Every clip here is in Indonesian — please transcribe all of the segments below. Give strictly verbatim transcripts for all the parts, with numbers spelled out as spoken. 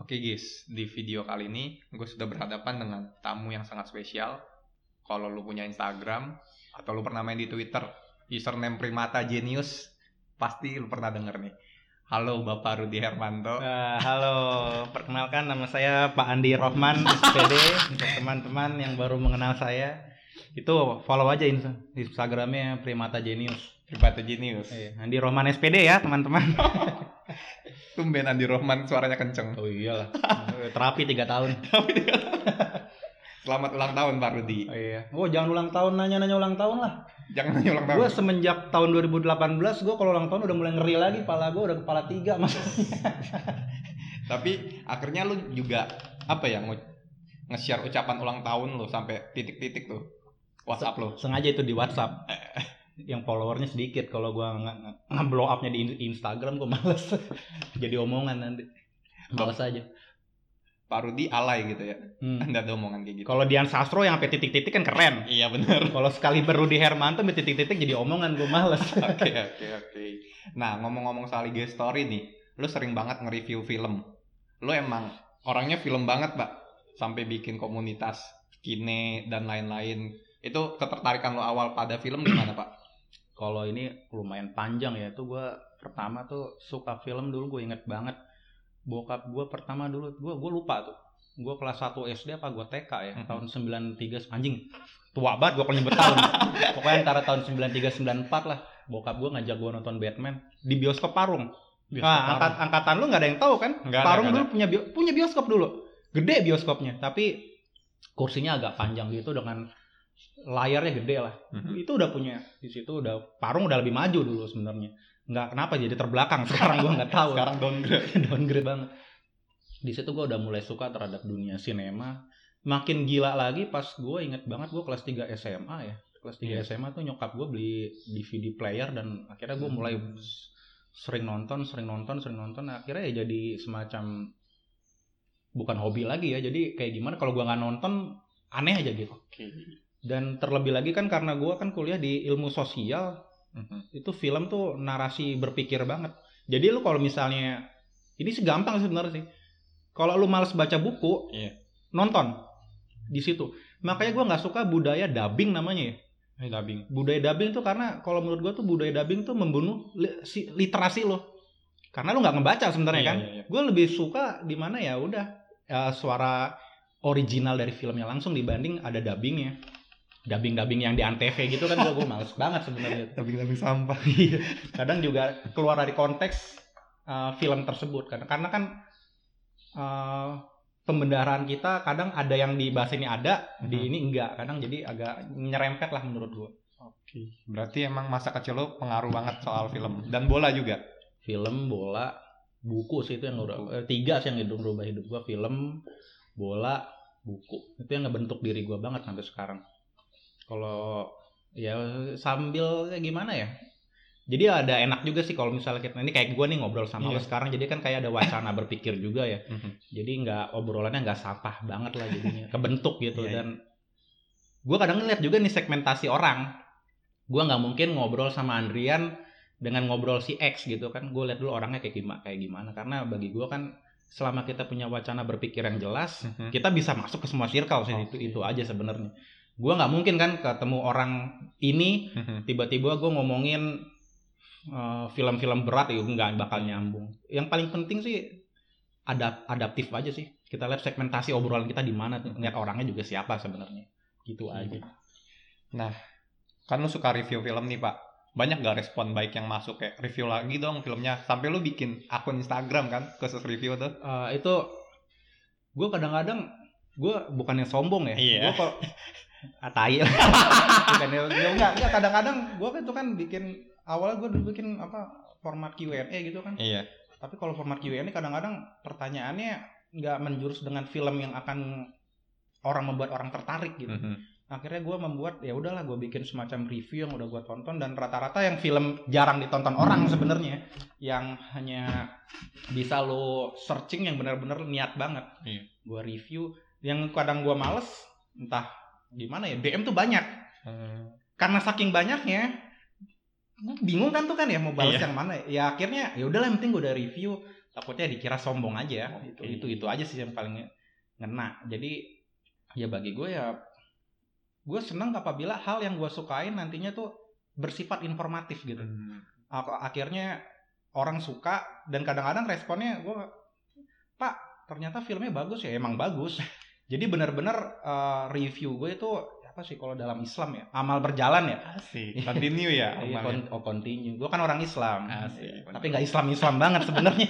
Oke guys, di video kali ini gue sudah berhadapan dengan tamu yang sangat spesial. Kalau lu punya Instagram atau lu pernah main di Twitter, username Primata Genius, pasti lu pernah denger nih. Halo Bapak Rudy Hermanto. Uh, halo, perkenalkan nama saya Pak Andi Rohman, S P D. Untuk teman-teman yang baru mengenal saya, itu follow aja Instagramnya Primata Genius. Primata Genius. Eh, Andi Rohman S P D ya teman-teman. Tumben Andi Rohman suaranya kenceng. Oh iyalah, terapi tiga tahun. Selamat ulang tahun Pak Rudy. Oh iya. Oh jangan ulang tahun, nanya-nanya ulang tahun lah. Jangan nanya ulang tahun. Gue semenjak tahun dua ribu delapan belas, gue kalau ulang tahun udah mulai ngeri lagi. Kepala gue udah kepala tiga maksudnya. Tapi akhirnya lu juga apa ya nge-share ucapan ulang tahun lu sampai titik-titik tuh WhatsApp lu. Sengaja itu di WhatsApp. Yang followernya sedikit, kalau gue nge-blow up-nya di Instagram gue males. Jadi omongan nanti. Males aja. Pak Rudy alay gitu ya. Hmm. Anda ada omongan kayak gitu. Kalau Dian Sastro yang sampai titik-titik kan keren. Iya benar. Kalau sekali Rudy Hermanto sampai titik-titik jadi omongan, gue males. Oke oke oke. Nah ngomong-ngomong soal I G story nih, lu sering banget nge-review film. Lu emang orangnya film banget Pak. Sampai bikin komunitas kine dan lain-lain. Itu ketertarikan lu awal pada film gimana Pak? Kalau ini lumayan panjang ya. Itu gue pertama tuh suka film dulu, gue inget banget. Bokap gue pertama dulu, gue gue lupa tuh. Gue kelas satu S D apa gue T K ya, mm-hmm. tahun sembilan tiga anjing. Tua banget gue kalau nyebut tahun. Pokoknya antara tahun sembilan tiga sembilan empat lah. Bokap gue ngajak gue nonton Batman di bioskop Parung. Bioskop nah, Parung. Angkat, angkatan lu enggak ada yang tahu kan? Nggak Parung ada, dulu ada. punya bio, punya bioskop dulu. Gede bioskopnya, tapi kursinya agak panjang gitu dengan layarnya gede lah. Mm-hmm. Itu udah punya di situ udah Parung udah lebih maju dulu sebenarnya. Nggak kenapa jadi terbelakang sekarang gue nggak tahu. Sekarang downgrade downgrade banget. Di situ gue udah mulai suka terhadap dunia sinema. Makin gila lagi pas gue inget banget gue kelas tiga S M A ya. Kelas tiga yeah. S M A tuh nyokap gue beli D V D player dan akhirnya gue mulai sering nonton, sering nonton, sering nonton. Akhirnya ya jadi semacam bukan hobi lagi ya. Jadi kayak gimana kalau gue nggak nonton aneh aja gitu. Okay. Dan terlebih lagi kan karena gue kan kuliah di ilmu sosial. Uh-huh. Itu film tuh narasi berpikir banget. Jadi lu kalau misalnya ini sih gampang sebenarnya sih. Kalau lu malas baca buku, yeah. nonton di situ. Makanya gue nggak suka budaya dubbing namanya ya. Eh, dubbing. Budaya dubbing tuh karena kalau menurut gue tuh budaya dubbing tuh membunuh li- si, literasi lo. Karena lu nggak ngebaca sebenarnya yeah, kan. Yeah, yeah. Gue lebih suka di mana ya udah ya, suara original dari filmnya langsung dibanding ada dubbingnya. Dubbing-dubbing yang di Antv gitu kan gue males banget sebenarnya. Dubbing-dubbing sampah. Kadang juga keluar dari konteks uh, film tersebut kan. Karena kan uh, pembendaharaan kita kadang ada yang di bahasa ini ada, uh-huh. di ini enggak. Kadang jadi agak nyerempet lah menurut gue. Oke. Berarti emang masa kecil lo pengaruh banget soal film dan bola juga. Film, bola, buku sih itu yang udah tiga sih yang hidup berubah hidup gue. Film, bola, buku. Itu yang ngebentuk diri gue banget sampai sekarang. Kalau ya sambil kayak gimana ya, jadi ada enak juga sih kalau misalnya kita ini kayak gue nih ngobrol sama yeah. lo sekarang, jadi kan kayak ada wacana berpikir juga ya, mm-hmm. jadi nggak obrolannya nggak sampah banget lah jadinya, kebentuk gitu yeah, dan yeah. gue kadang ngeliat juga nih segmentasi orang, gue nggak mungkin ngobrol sama Andrian dengan ngobrol si X gitu kan, gue lihat dulu orangnya kayak gimana, kayak gimana karena bagi gue kan selama kita punya wacana berpikir yang jelas, mm-hmm. kita bisa masuk ke semua circle sih, okay. itu itu aja sebenarnya. Gue nggak mungkin kan ketemu orang ini tiba-tiba gue ngomongin uh, film-film berat ya nggak bakal nyambung. Yang paling penting sih adap- adaptif aja sih. Kita lihat segmentasi obrolan kita di mana, lihat orangnya juga siapa sebenarnya. Gitu aja. Nah, kan lu suka review film nih Pak. Banyak gak respon baik yang masuk kayak review lagi dong filmnya. Sampai lu bikin akun Instagram kan khusus review tuh. Uh, itu gue kadang-kadang gue bukannya sombong ya. Iya. Gue kok atai bukan ya enggak enggak kadang-kadang gue itu kan bikin awalnya gue dulu bikin apa format Q and A gitu kan iya tapi kalau format Q and A kadang-kadang pertanyaannya nggak menjurus dengan film yang akan orang membuat orang tertarik gitu mm-hmm. akhirnya gue membuat ya udahlah gue bikin semacam review yang udah gue tonton dan rata-rata yang film jarang ditonton orang sebenarnya yang hanya bisa lo searching yang benar-benar niat banget iya. Gue review yang kadang gue males entah gimana ya D M tuh banyak hmm. karena saking banyaknya bingung kan tuh kan ya mau balas iya. yang mana ya akhirnya ya udahlah yang penting gue udah review takutnya dikira sombong aja. Okay. Itu itu itu aja sih yang paling ngena. Jadi ya bagi gue ya, gue senang apabila hal yang gue sukain nantinya tuh bersifat informatif gitu. Hmm. Akhirnya orang suka dan kadang-kadang responnya gue, Pak ternyata filmnya bagus ya, emang bagus. Jadi benar-benar uh, review gue itu apa sih kalau dalam Islam ya, amal berjalan ya. Asik. Continue ya. Iya, kon- oh continue. Gue kan orang Islam. Asik. Tapi nggak Islam-Islam banget sebenarnya.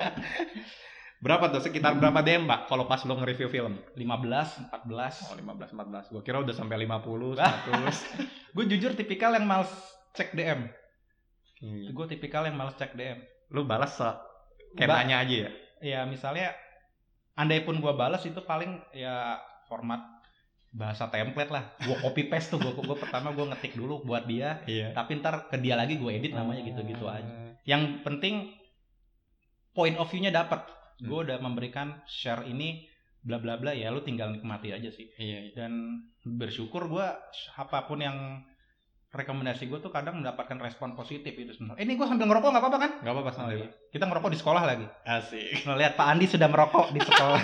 Berapa tuh? Sekitar berapa D M, Pak? Kalau pas lo nge-review film? lima belas, empat belas. Oh, lima belas, empat belas. Gue kira udah sampai lima puluh, seratus. Gue jujur tipikal yang males cek D M. Hmm. Gue tipikal yang males cek D M. Lu balas so, kayak ba- nanya aja ya? Ya misalnya, andai pun gue balas itu paling ya format bahasa template lah. Gue copy paste tuh. Gue gue pertama gue ngetik dulu buat dia. Iya. Tapi ntar ke dia lagi gue edit namanya gitu-gitu aja. Yang penting point of view-nya dapat. Hmm. Gue udah memberikan share ini bla bla bla ya, lu tinggal nikmati aja sih. Iya, iya. Dan bersyukur gue apapun yang rekomendasi gue tuh kadang mendapatkan respon positif itu sebenarnya. Eh, ini gue sambil ngerokok nggak apa-apa kan? Nggak apa-apa sambil. Oh, iya. Kita ngerokok di sekolah lagi. Asik. Lihat Pak Andi sudah merokok di sekolah.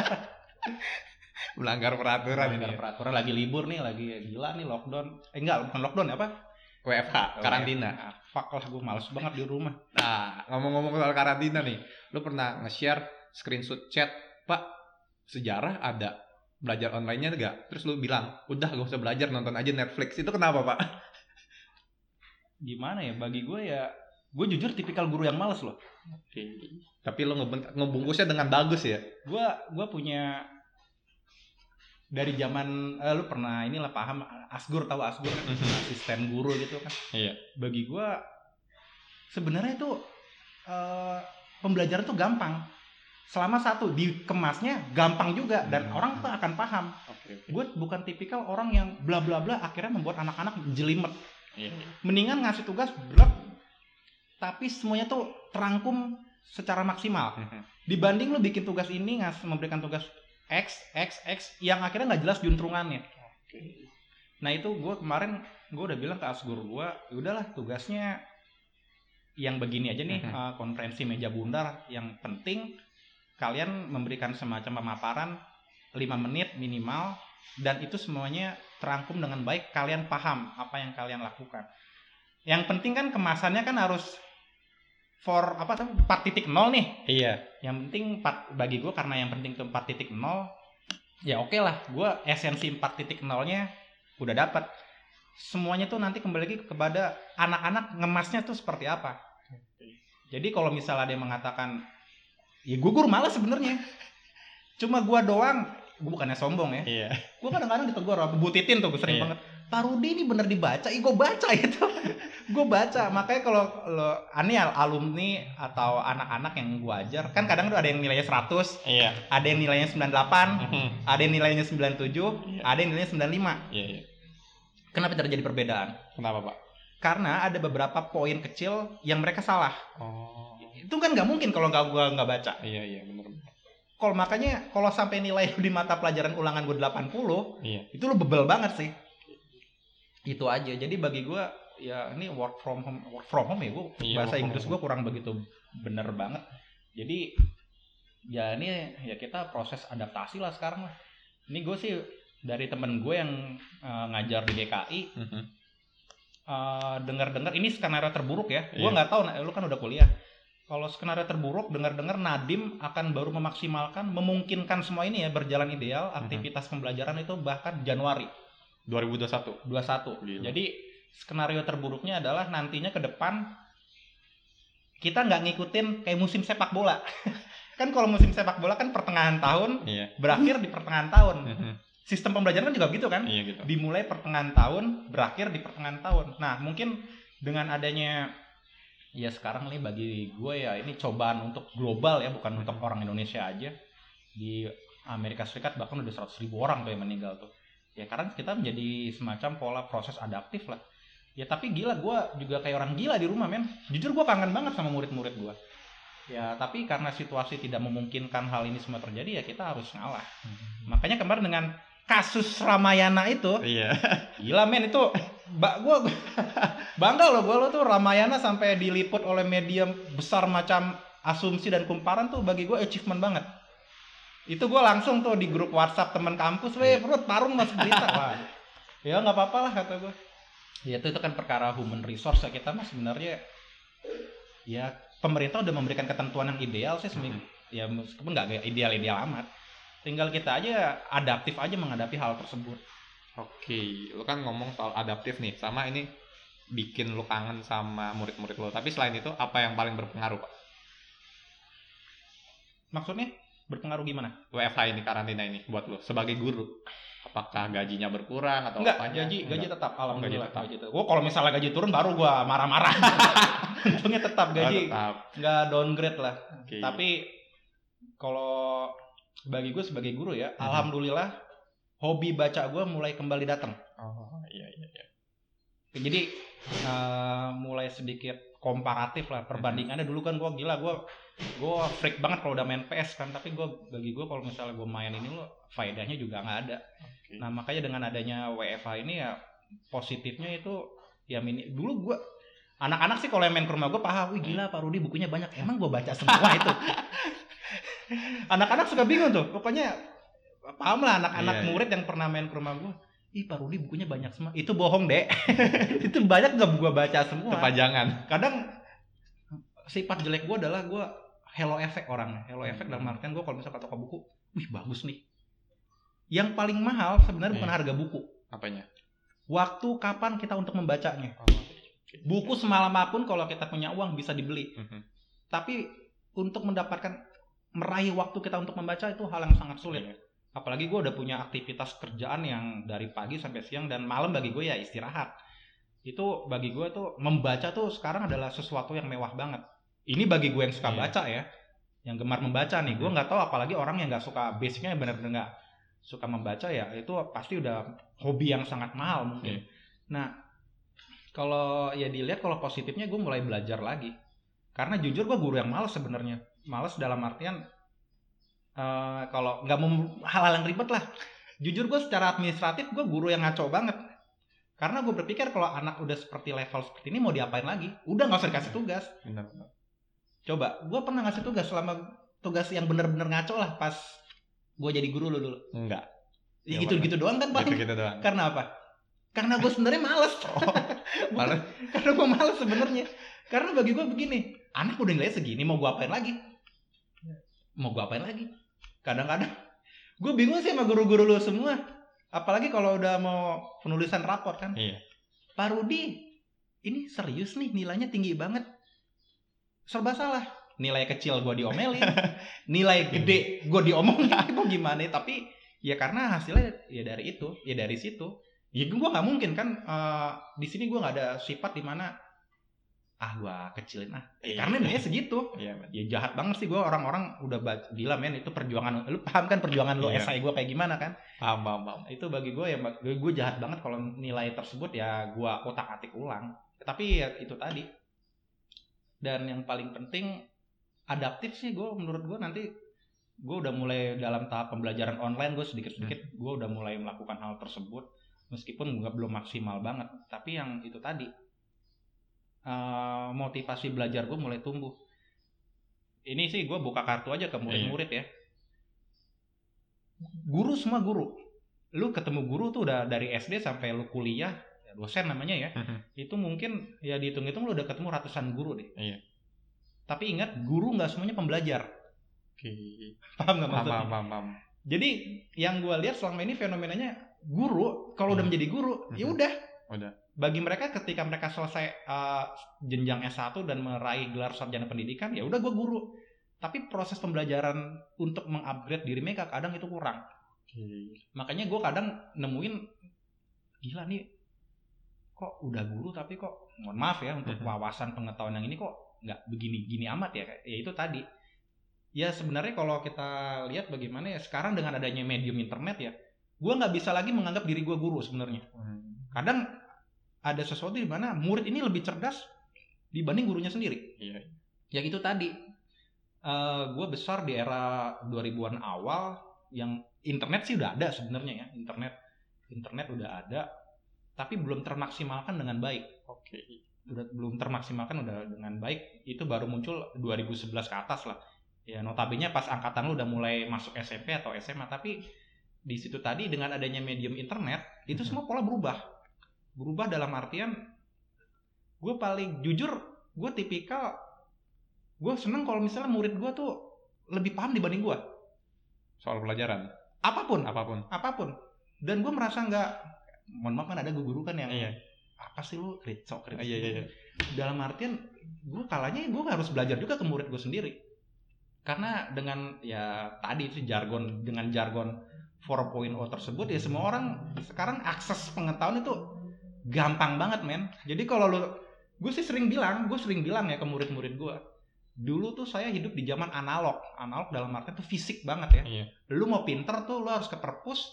Melanggar peraturan Melanggar ini. Peraturan lagi libur nih, lagi gila nih lockdown. Eh enggak, bukan lockdown apa? W F H, karantina. Nah, fuck lah, gue males banget di rumah. Nah, ngomong-ngomong soal karantina nih, lu pernah nge-share screenshot chat, Pak, sejarah ada belajar online-nya enggak? Terus lu bilang, udah gak usah belajar, nonton aja Netflix. Itu kenapa, Pak? Gimana ya, bagi gue ya, gue jujur tipikal guru yang males loh. Oke. Tapi lu ngebungkusnya dengan bagus ya? Gue gue punya dari zaman eh, lu pernah inilah paham Asgur, tahu Asgur kan, asisten guru gitu kan. Iya. Bagi gue sebenarnya itu eh, pembelajaran tuh gampang. Selama satu dikemasnya gampang juga dan hmm. orang tuh akan paham. Okay, okay. Gue bukan tipikal orang yang bla bla bla akhirnya membuat anak-anak jelimet. Iya. Mendingan ngasih tugas berat tapi semuanya tuh terangkum secara maksimal. Dibanding lu bikin tugas ini ngas memberikan tugas X, X, X yang akhirnya nggak jelas juntrungannya. Okay. Nah itu gue kemarin gue udah bilang ke Asgur gue, udahlah tugasnya yang begini aja nih, uh-huh. uh, konferensi meja bundar. Yang penting kalian memberikan semacam pemaparan lima menit minimal dan itu semuanya terangkum dengan baik, kalian paham apa yang kalian lakukan. Yang penting kan kemasannya kan harus for apa tuh empat titik nol nih. Iya. Yang penting empat bagi gue karena yang penting itu empat titik nol. Ya oke okay lah, gue esensi empat titik nol-nya udah dapat. Semuanya tuh nanti kembali lagi kepada anak-anak ngemasnya tuh seperti apa. Jadi kalau misalnya ada yang mengatakan, ya gue guru malas sebenarnya. Cuma gue doang, gue bukannya sombong ya. Iya. Gue kadang-kadang ditegur, Bu Titin tuh gue sering iya. banget. Pak Rudi ini bener dibaca, ih gue baca itu. Gue baca, makanya kalau lo aneh alumni atau anak-anak yang gue ajar, kan kadang tuh ada yang nilainya seratus, iya. ada yang nilainya sembilan puluh delapan, mm-hmm. ada yang nilainya sembilan puluh tujuh, iya. ada yang nilainya sembilan puluh lima. Iya, iya. Kenapa terjadi perbedaan? Kenapa, Pak? Karena ada beberapa poin kecil yang mereka salah. Oh. Itu kan nggak mungkin kalau nggak gue nggak baca. Iya, iya, benar. Kalau makanya kalau sampai nilai di mata pelajaran ulangan gue delapan puluh, iya. itu lo bebel banget sih. Itu aja. Jadi bagi gue ya ini work from home, work from home ya gue iya, bahasa Inggris gue kurang begitu bener banget. Jadi ya ini ya kita proses adaptasi lah sekarang lah. Ini gue sih dari temen gue yang uh, ngajar di D K I, uh-huh. uh, dengar-dengar ini skenario terburuk ya. Gue nggak tahu, lu kan udah kuliah. Kalau skenario terburuk, dengar-dengar Nadiem akan baru memaksimalkan, memungkinkan semua ini ya berjalan ideal. Aktivitas uh-huh. pembelajaran itu bahkan Januari dua ribu dua puluh satu. dua puluh satu. Gila. Jadi skenario terburuknya adalah nantinya ke depan kita nggak ngikutin kayak musim sepak bola. Kan kalau musim sepak bola kan pertengahan tahun, iya. berakhir di pertengahan tahun. Sistem pembelajaran kan juga gitu kan? Iya, gitu. Dimulai pertengahan tahun, berakhir di pertengahan tahun. Nah mungkin dengan adanya ya sekarang nih bagi gue ya ini cobaan untuk global ya, bukan untuk orang Indonesia aja. Di Amerika Serikat bahkan udah seratus ribu orang tuh yang meninggal tuh. Ya karena kita menjadi semacam pola proses adaptif lah. Ya tapi gila gue juga kayak orang gila di rumah men. Jujur gue kangen banget sama murid-murid gue. Ya tapi karena situasi tidak memungkinkan hal ini semua terjadi ya kita harus ngalah. Hmm. Makanya kemarin dengan kasus Ramayana itu. Iya. Gila men itu. Mbak gue bangga loh gue lo tuh Ramayana sampai diliput oleh media besar macam asumsi dan kumparan tuh bagi gue achievement banget. Itu gue langsung tuh di grup WhatsApp teman kampus, weh perut Parung masuk berita. Wah, ya nggak apa-apa lah kata gue. Ya itu itu kan perkara human resource ya, kita mah sebenarnya ya pemerintah udah memberikan ketentuan yang ideal sih seminggu. Ya meskipun nggak ideal-ideal amat. Tinggal kita aja adaptif aja menghadapi hal tersebut. Oke, lu kan ngomong soal adaptif nih, sama ini bikin lu kangen sama murid-murid lu. Tapi selain itu, apa yang paling berpengaruh, Pak? Maksudnya berpengaruh gimana? W F H ini, karantina ini buat lu sebagai guru. Apakah gajinya berkurang atau enggak, apanya? gaji gaji Enggak. tetap, alhamdulillah. Gaji tetap. Gaji tetap. Gua kalau misalnya gaji turun baru gua marah-marah. Untungnya tetap gaji. Oh, tetap. Enggak downgrade lah. Okay. Tapi kalau bagi gue sebagai guru ya, Hmm. alhamdulillah hobi baca gue mulai kembali datang. Oh iya iya iya. Jadi uh, mulai sedikit komparatif lah perbandingannya. Dulu kan gue gila, gue gue freak banget kalau udah main P S kan, tapi gue bagi gue kalau misalnya gue main ini lo faedahnya juga nggak ada. Okay. Nah makanya dengan adanya W F H ini ya positifnya itu ya mini. Dulu gue anak-anak sih kalau yang main ke rumah gue paham, wih gila Pak Rudi bukunya banyak. Emang gue baca semua itu. Anak-anak suka bingung tuh, pokoknya paham lah anak-anak yeah, murid yeah. yang pernah main ke rumah gue, ih Pak Rudi bukunya banyak semua. Itu bohong dek. Itu banyak gak gue baca semua. Kepajangan. Kadang sifat jelek gue adalah gue hello effect orangnya. Hello effect dalam artian gue kalau misalnya ke toko buku, wih bagus nih. Yang paling mahal sebenarnya yeah. bukan harga buku. Apanya? Waktu kapan kita untuk membacanya. Oh, okay. Buku semalam apapun kalau kita punya uang bisa dibeli. Mm-hmm. Tapi untuk mendapatkan meraih waktu kita untuk membaca itu hal yang sangat sulit. Yeah. Apalagi gue udah punya aktivitas kerjaan yang dari pagi sampai siang dan malam bagi gue ya istirahat. Itu bagi gue tuh membaca tuh sekarang adalah sesuatu yang mewah banget. Ini bagi gue yang suka yeah. baca ya, yang gemar membaca nih. Gue nggak tahu apalagi orang yang nggak suka basicnya benar-benar nggak suka membaca ya itu pasti udah hobi yang sangat mahal mungkin. Yeah. Nah kalau ya dilihat kalau positifnya gue mulai belajar lagi. Karena jujur gue guru yang malas sebenarnya. Malas dalam artian uh, kalau nggak mau hal-hal yang ribet lah. Jujur gue secara administratif gue guru yang ngaco banget. Karena gue berpikir kalau anak udah seperti level seperti ini mau diapain lagi? Udah nggak usah dikasih tugas. Benar. Coba gue pernah ngasih tugas selama tugas yang benar-benar ngaco lah pas gue jadi guru lo dulu. Enggak. Ya gitu-gitu doang kan paling. Gitu-gitu doang. Karena apa? Karena gue sebenarnya males. Oh, Bukan, karena gue males sebenarnya. Karena bagi gue begini, anak udah nilai segini mau gue apain lagi? Mau gue apain lagi? Kadang-kadang gue bingung sih sama guru-guru lo semua. Apalagi kalau udah mau penulisan rapor kan. Iya. Pak Rudi, ini serius nih nilainya tinggi banget. Serba salah. Nilai kecil gue diomelin, nilai gede gue diomongin. Mau gimana? Tapi ya karena hasilnya ya dari itu, ya dari situ. Ya gue nggak mungkin kan uh, di sini gue nggak ada sifat di mana ah gue kecilin ah iya. Karena nilainya segitu. Iya, ya jahat banget sih gue, orang-orang udah gila men itu perjuangan lu paham kan perjuangan lu iya. esai gue kayak gimana kan. Paham paham, paham. Itu bagi gue ya gue jahat banget kalau nilai tersebut ya gue otak-atik ulang. Tapi ya itu tadi. Dan yang paling penting adaptif sih gue menurut gue nanti gue udah mulai dalam tahap pembelajaran online gue sedikit-sedikit hmm. gue udah mulai melakukan hal tersebut meskipun gue belum maksimal banget. Tapi yang itu tadi Uh, motivasi belajar gue mulai tumbuh. Ini sih gue buka kartu aja ke murid-murid ya. Guru semua guru. Lu ketemu guru tuh udah dari S D sampai lu kuliah, dosen namanya ya. Itu mungkin ya dihitung-hitung lu udah ketemu ratusan guru deh. Iya. Tapi ingat guru nggak semuanya pembelajar. Oke. Paham nggak maksudnya? Paham, paham, paham. Jadi yang gue lihat selama ini fenomenanya guru kalau hmm. udah menjadi guru, ya udah. Udah. Bagi mereka ketika mereka selesai uh, jenjang S satu dan meraih gelar sarjana pendidikan, ya udah gue guru. Tapi proses pembelajaran untuk mengupgrade diri mereka kadang itu kurang. Okay. Makanya gue kadang nemuin gila nih, kok udah guru tapi kok mohon maaf ya untuk wawasan pengetahuan yang ini kok nggak begini-gini amat ya. Ya itu tadi. Ya sebenarnya kalau kita lihat bagaimana ya sekarang dengan adanya medium internet ya, gue nggak bisa lagi menganggap diri gue guru sebenarnya. Hmm. Kadang ada sesuatu di mana murid ini lebih cerdas dibanding gurunya sendiri. Iya. Ya itu tadi. Uh, gue besar di era dua ribuan awal yang internet sih udah ada sebenarnya ya. Internet internet udah ada tapi belum termaksimalkan dengan baik. Oke. Okay. udah belum termaksimalkan udah dengan baik, itu baru muncul dua ribu sebelas ke atas lah. Ya notabene pas angkatan lu udah mulai masuk S M P atau S M A, tapi di situ tadi dengan adanya medium internet itu semua pola berubah. Berubah dalam artian gue paling jujur, gue tipikal gue seneng kalau misalnya murid gue tuh lebih paham dibanding gue soal pelajaran apapun apapun apapun dan gue merasa nggak, mohon maaf kan ada guru kan yang iya. apa sih lu kritik kritik iya, iya, iya. dalam artian gue kalanya gue harus belajar juga ke murid gue sendiri, karena dengan ya tadi itu jargon, dengan jargon empat titik nol tersebut ya semua orang sekarang akses pengetahuan itu gampang banget men. Jadi kalau lu, gue sih sering bilang gue sering bilang ya ke murid-murid gue, dulu tuh saya hidup di zaman analog. Analog dalam artian tuh fisik banget ya. Iya. Lu mau pinter tuh lu harus ke perpus,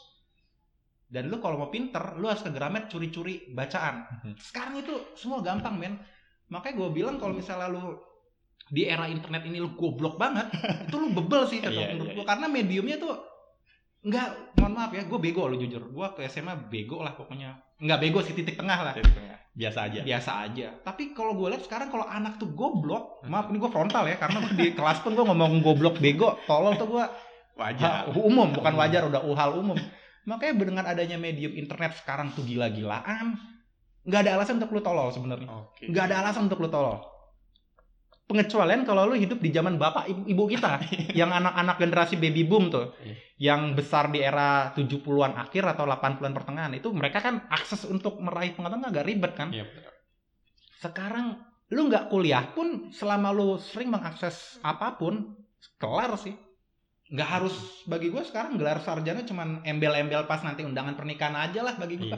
dan lu kalau mau pinter lu harus ke Gramet curi-curi bacaan. Sekarang itu semua gampang men. Makanya gue bilang kalau misalnya lu di era internet ini lu goblok banget, itu lu bebel sih tetap Iya, menurut iya, gue, karena mediumnya tuh nggak, mohon maaf ya, gue bego lo jujur, gue ke S M A bego lah pokoknya, nggak bego sih, titik tengah lah, Titik tengah. biasa aja biasa aja. Tapi kalau gue lihat sekarang kalau anak tuh goblok, maaf ini gue frontal ya, karena gue di kelas pun gue ngomong goblok, bego, tolol tuh gue wajar. ha, umum, bukan wajar, udah uhal umum. Makanya dengan adanya medium internet sekarang tuh gila-gilaan, nggak ada alasan untuk lu tolol sebenarnya, Oke. nggak ada alasan untuk lu tolol. Pengecualian kalau lu hidup di zaman bapak ibu kita yang anak-anak generasi baby boom tuh, yang besar di era tujuh puluhan akhir atau delapan puluhan pertengahan, itu mereka kan akses untuk meraih pengetahuan agak ribet kan. Iya, betul. Sekarang lu nggak kuliah pun selama lu sering mengakses apapun, kelar sih. Nggak harus, bagi gue sekarang gelar sarjana cuman embel-embel pas nanti undangan pernikahan aja lah bagi gue. Iya.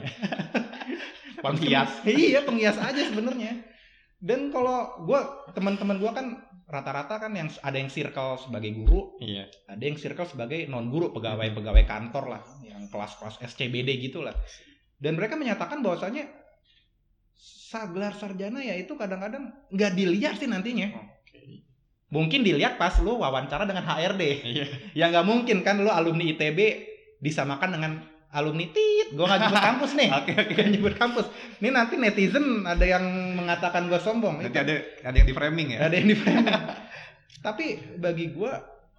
Penghias. Iya, penghias aja sebenarnya. Dan kalau gue, teman-teman gue kan rata-rata kan yang ada yang circle sebagai guru, Iya. ada yang circle sebagai non guru, pegawai-pegawai kantor lah, yang kelas-kelas S C B D gitulah. Dan mereka menyatakan bahwasanya gelar sarjana ya itu kadang-kadang nggak dilihat sih nantinya. Oke. Mungkin dilihat pas lu wawancara dengan H R D. Iya. Ya nggak mungkin kan lu alumni I T B disamakan dengan alumni tit. Gue nggak nyebut kampus nih. Oke, oke. Gak nyebut kampus. Ini nanti netizen ada yang mengatakan gue sombong. Nanti ada ada yang di framing ya. Ada yang di framing. Tapi bagi gue,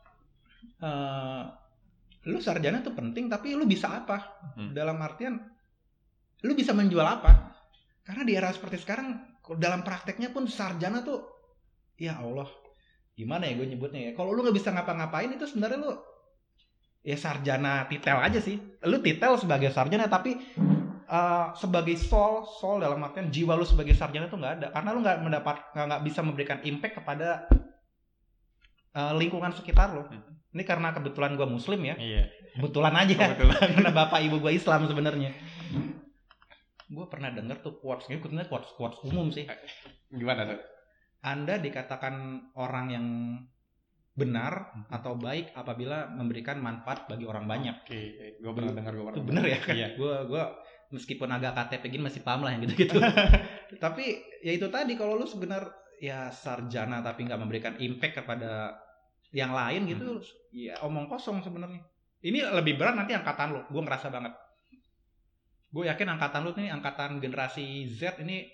uh, lu sarjana tuh penting, tapi lu bisa apa? Hmm. Dalam artian, lu bisa menjual apa? Karena di era seperti sekarang, dalam prakteknya pun sarjana tuh, ya Allah, gimana ya gue nyebutnya ya? Kalau lu nggak bisa ngapa-ngapain itu sebenarnya lu ya sarjana titel aja sih. Lu titel sebagai sarjana, tapi uh, sebagai soul, soul dalam artian jiwa lu sebagai sarjana tuh nggak ada, karena lu nggak mendapat, nggak bisa memberikan impact kepada uh, lingkungan sekitar lu. Hmm. Ini karena kebetulan gue muslim ya. Iya. Kebetulan aja. Kebetulan. Karena bapak ibu gue Islam sebenarnya. Gue pernah denger tuh quotes, ini quotes quotes quotes umum sih. Gimana tuh? Anda dikatakan orang yang benar atau baik apabila memberikan manfaat bagi orang banyak. Oke, gue pernah dengar, gue pernah. Itu bener ya kan? Iya. Gue gue meskipun agak K T P gini masih paham lah yang gitu-gitu. Tapi ya itu tadi, kalau lu sebenar ya sarjana tapi nggak memberikan impact kepada yang lain gitu, hmm. ya omong kosong sebenarnya. Ini lebih berat nanti angkatan lu. Gue ngerasa banget. Gue yakin angkatan lu ini, angkatan generasi Z ini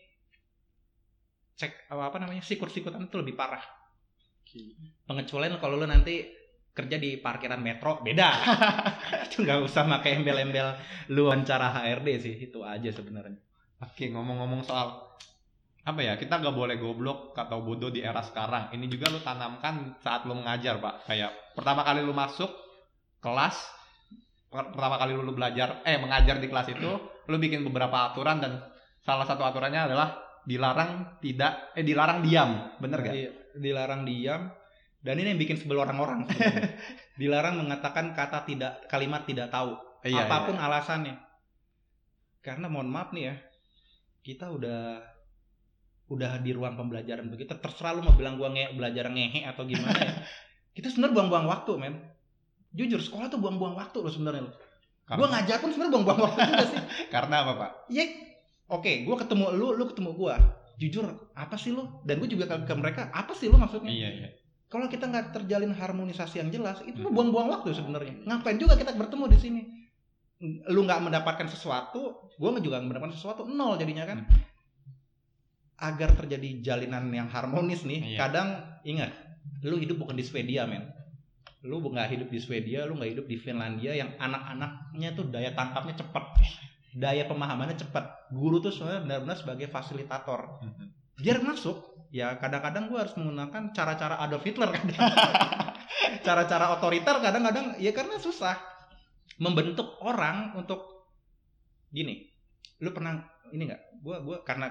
cek apa namanya sikut-sikutan itu lebih parah. Pengecualian kalau lu nanti kerja di parkiran metro beda. Itu nggak usah pakai embel-embel lu wawancara H R D sih, itu aja sebenarnya. Oke, ngomong-ngomong soal apa ya, kita nggak boleh goblok atau bodoh di era sekarang. Ini juga lu tanamkan saat lu mengajar, Pak. Kayak pertama kali lu masuk kelas, pertama kali lu belajar eh mengajar di kelas itu, lu bikin beberapa aturan, dan salah satu aturannya adalah dilarang tidak eh dilarang diam, bener gak? Iya, dilarang diam. Dan ini yang bikin sebel orang-orang. Dilarang mengatakan kata tidak, kalimat tidak tahu, iya, apapun iya. alasannya. Karena mohon maaf nih ya, kita udah udah di ruang pembelajaran begitu, terserah lu mau bilang gua nge belajar ngehe atau gimana ya. Kita sebenarnya buang-buang waktu, men. Jujur, sekolah tuh buang-buang waktu loh sebenarnya lo. Gua ngajar pun sebenarnya buang-buang waktu juga sih. Karena apa, Pak? Iya. Oke, okay, gue ketemu lu, lu ketemu gue. Jujur, apa sih lu? Dan gue juga ke, ke mereka, apa sih lu maksudnya? Iya, iya. Kalau kita nggak terjalin harmonisasi yang jelas, itu hmm. buang-buang waktu sebenarnya. Ngapain juga kita bertemu di sini? Lu nggak mendapatkan sesuatu, gue juga nggak mendapatkan sesuatu, nol jadinya kan. Hmm. agar terjadi jalinan yang harmonis nih, Iya. kadang ingat, lu hidup bukan di Swedia, men. Lu nggak hidup di Swedia, lu nggak hidup di Finlandia yang anak-anaknya tuh daya tangkapnya cepat, daya pemahamannya cepat. Guru tuh sebenarnya benar-benar sebagai fasilitator. Biar masuk, ya kadang-kadang gue harus menggunakan cara-cara Adolf Hitler kadang. Cara-cara otoriter kadang-kadang ya karena susah membentuk orang untuk gini. Lu pernah ini nggak? Gue gue karena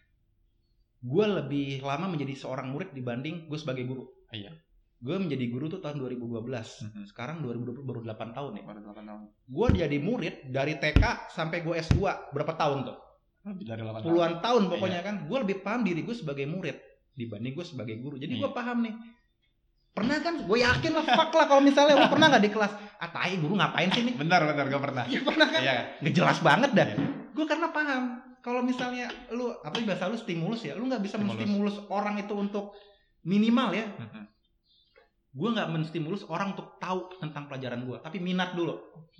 gue lebih lama menjadi seorang murid dibanding gue sebagai guru. Iya. Gue menjadi guru tuh tahun dua ribu dua belas. Mm-hmm. Sekarang dua ribu dua puluh baru delapan tahun nih. Baru delapan tahun. Gue jadi murid dari T K sampai gue S dua. Berapa tahun tuh? Lebih dari delapan Puluhan tahun, tahun pokoknya iya. kan. Gue lebih paham diri gue sebagai murid dibanding gue sebagai guru. Jadi gue iya. paham nih. Pernah kan? Gue yakin lah, fuck lah kalau misalnya lu pernah gak di kelas. Ah tai, guru ngapain sih nih? Benar, benar, gue pernah. Ya pernah kan? Iya. Nggak jelas banget dah. Iya. Gue karena paham. Kalau misalnya lu, apa sih bahasa lu stimulus ya? Lu gak bisa Stimulus. menstimulus orang itu untuk minimal ya. Mm-hmm. Gue nggak menstimulus orang untuk tahu tentang pelajaran gue, tapi minat dulu.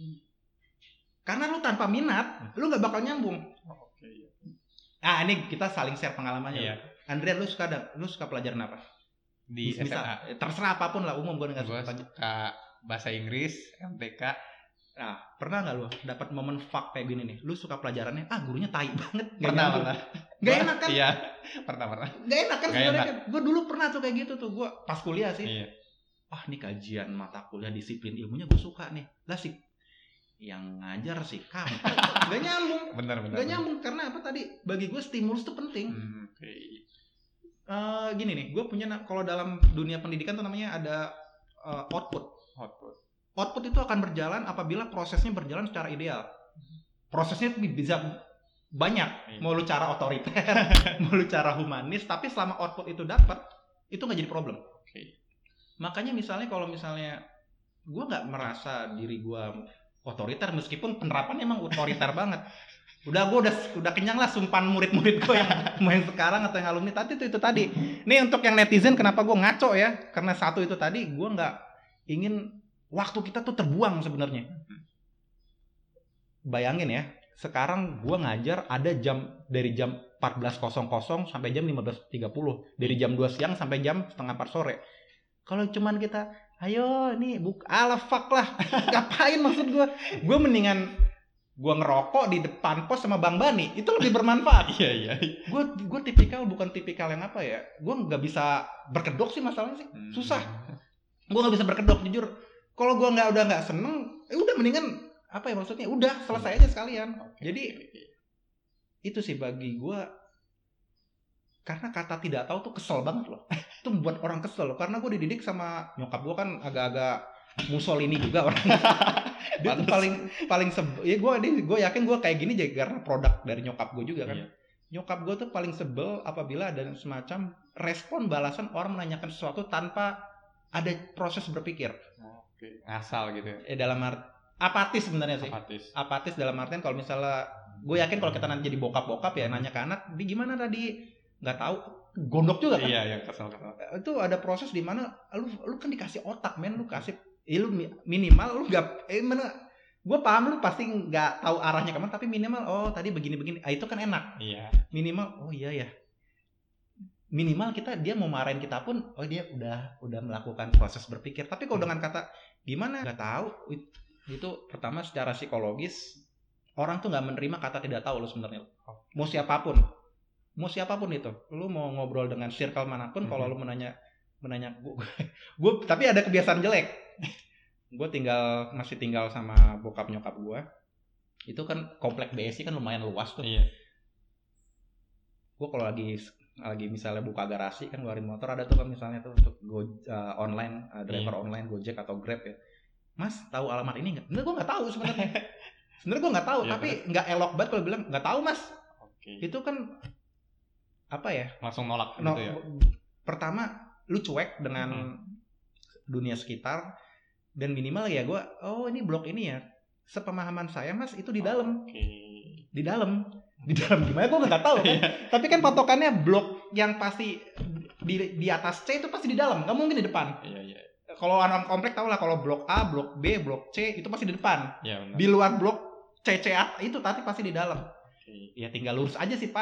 Karena lu tanpa minat, lu nggak bakal nyambung. Oke. Iya. Ah ini kita saling share pengalamannya. Iya. Andrea, lu suka ada, lu suka pelajaran apa? Di S M A. Misal, terserah apapun lah, umum gue nggak Gue suka. suka bahasa Inggris, M T K. Nah, pernah nggak lu dapat momen fuck kayak gini nih? Lu suka pelajarannya, ah gurunya tai banget. Gak Pernah, nyambung. pernah. Gak enak kan? Iya. Pernah, pernah. Gak enak kan Gak sebenarnya enak. kan? Gue dulu pernah tuh kayak gitu tuh. Gue pas kuliah sih. Iya. Wah ini kajian mata kuliah disiplin ilmunya gue suka nih. Lah sih yang ngajar sih kamu gak nyambung. Benar, benar. Gak nyambung karena apa tadi? Bagi gue stimulus tuh penting. Hmm, Oke. Okay. Uh, gini nih, gue punya kalau dalam dunia pendidikan tuh namanya ada uh, output. Output. Output itu akan berjalan apabila prosesnya berjalan secara ideal. Prosesnya bisa banyak. Iya. Mau lu cara otoriter, mau lu cara humanis, tapi selama output itu dapat, itu nggak jadi problem. Oke. Okay. Makanya misalnya kalau misalnya gue nggak merasa diri gue otoriter meskipun penerapannya emang otoriter banget. Udah gue udah udah kenyang lah sumpan murid-murid gue yang main sekarang atau yang alumni tadi itu itu tadi. Nih untuk yang netizen kenapa gue ngaco ya? Karena satu itu tadi gue nggak ingin waktu kita tuh terbuang sebenarnya. Bayangin ya, sekarang gue ngajar ada jam dari jam empat belas sampai jam lima belas tiga puluh, dari jam dua siang sampai jam setengah empat sore. Kalau cuman kita, ayo nih buk, ala fuck lah, ngapain maksud gue? Gue mendingan gue ngerokok di depan pos sama Bang Bani, itu lebih bermanfaat. Iya iya. Gue gue tipikal bukan tipikal yang apa ya? Gue nggak bisa berkedok sih masalahnya sih, susah. Gue nggak bisa berkedok jujur. Kalau gue nggak udah nggak seneng, eh udah mendingan apa ya maksudnya? Udah selesai aja sekalian. Okay. Jadi itu sih bagi gue. Karena kata tidak tahu tuh kesel banget loh. Itu membuat orang kesel loh. Karena gue dididik sama nyokap gue kan agak-agak Mussolini juga orang. Dia tuh paling paling sebel. Ya gue gue yakin gue kayak gini jadi karena produk dari nyokap gue juga kan. Iya. Nyokap gue tuh paling sebel apabila ada semacam respon balasan orang menanyakan sesuatu tanpa ada proses berpikir. Oke. Ngasal gitu ya. Eh dalam art apatis sebenarnya sih. Apatis. Apatis dalam artian kalau misalnya gue yakin kalau kita nanti jadi bokap-bokap ya nanya ke anak, "Di gimana tadi?" Nggak tahu, gondok juga kan? Iya, iya, kesel-kesel. Itu ada proses di mana lu lu kan dikasih otak, men, lu kasih eh, lu minimal lu nggak eh mana gue paham lu pasti nggak tahu arahnya kemana, tapi minimal oh tadi begini-begini, ah, itu kan enak. Iya. Minimal oh iya ya. Minimal kita dia mau marahin kita pun oh dia udah udah melakukan proses berpikir. Tapi kalau hmm. dengan kata gimana nggak tahu itu pertama secara psikologis orang tuh nggak menerima kata tidak tahu lo sebenarnya. Mau siapapun. Mau siapapun itu, lu mau ngobrol dengan circle manapun, mm-hmm. kalau lu menanya, menanya gue, gue, tapi ada kebiasaan jelek. Gue tinggal masih tinggal sama bokap nyokap gue, itu kan komplek B S I kan lumayan luas tuh. Iya. Gue kalau lagi lagi misalnya buka garasi kan ngeluarin motor ada tuh kan misalnya tuh untuk go uh, online uh, driver yeah. online Gojek atau Grab ya. Mas tahu alamat ini nggak? Enggak, gue nggak tahu sebenarnya. Sebenarnya gue nggak tahu, yeah, tapi nggak elok banget kalau bilang nggak tahu mas. Okay. Itu kan apa ya langsung nolak no, gitu ya. Pertama lu cuek dengan hmm. dunia sekitar dan minimal ya gue oh ini blok ini ya sepemahaman saya mas itu di dalam okay. di dalam di dalam gimana gue nggak tahu kan tapi kan patokannya blok yang pasti di di atas C itu pasti di dalam nggak mungkin di depan. Iya iya. Kalau anak komplek tau lah kalau blok A blok B blok C itu pasti di depan. Ya, di luar blok C C A itu tadi pasti di dalam. Okay. Ya tinggal lurus aja sih pak.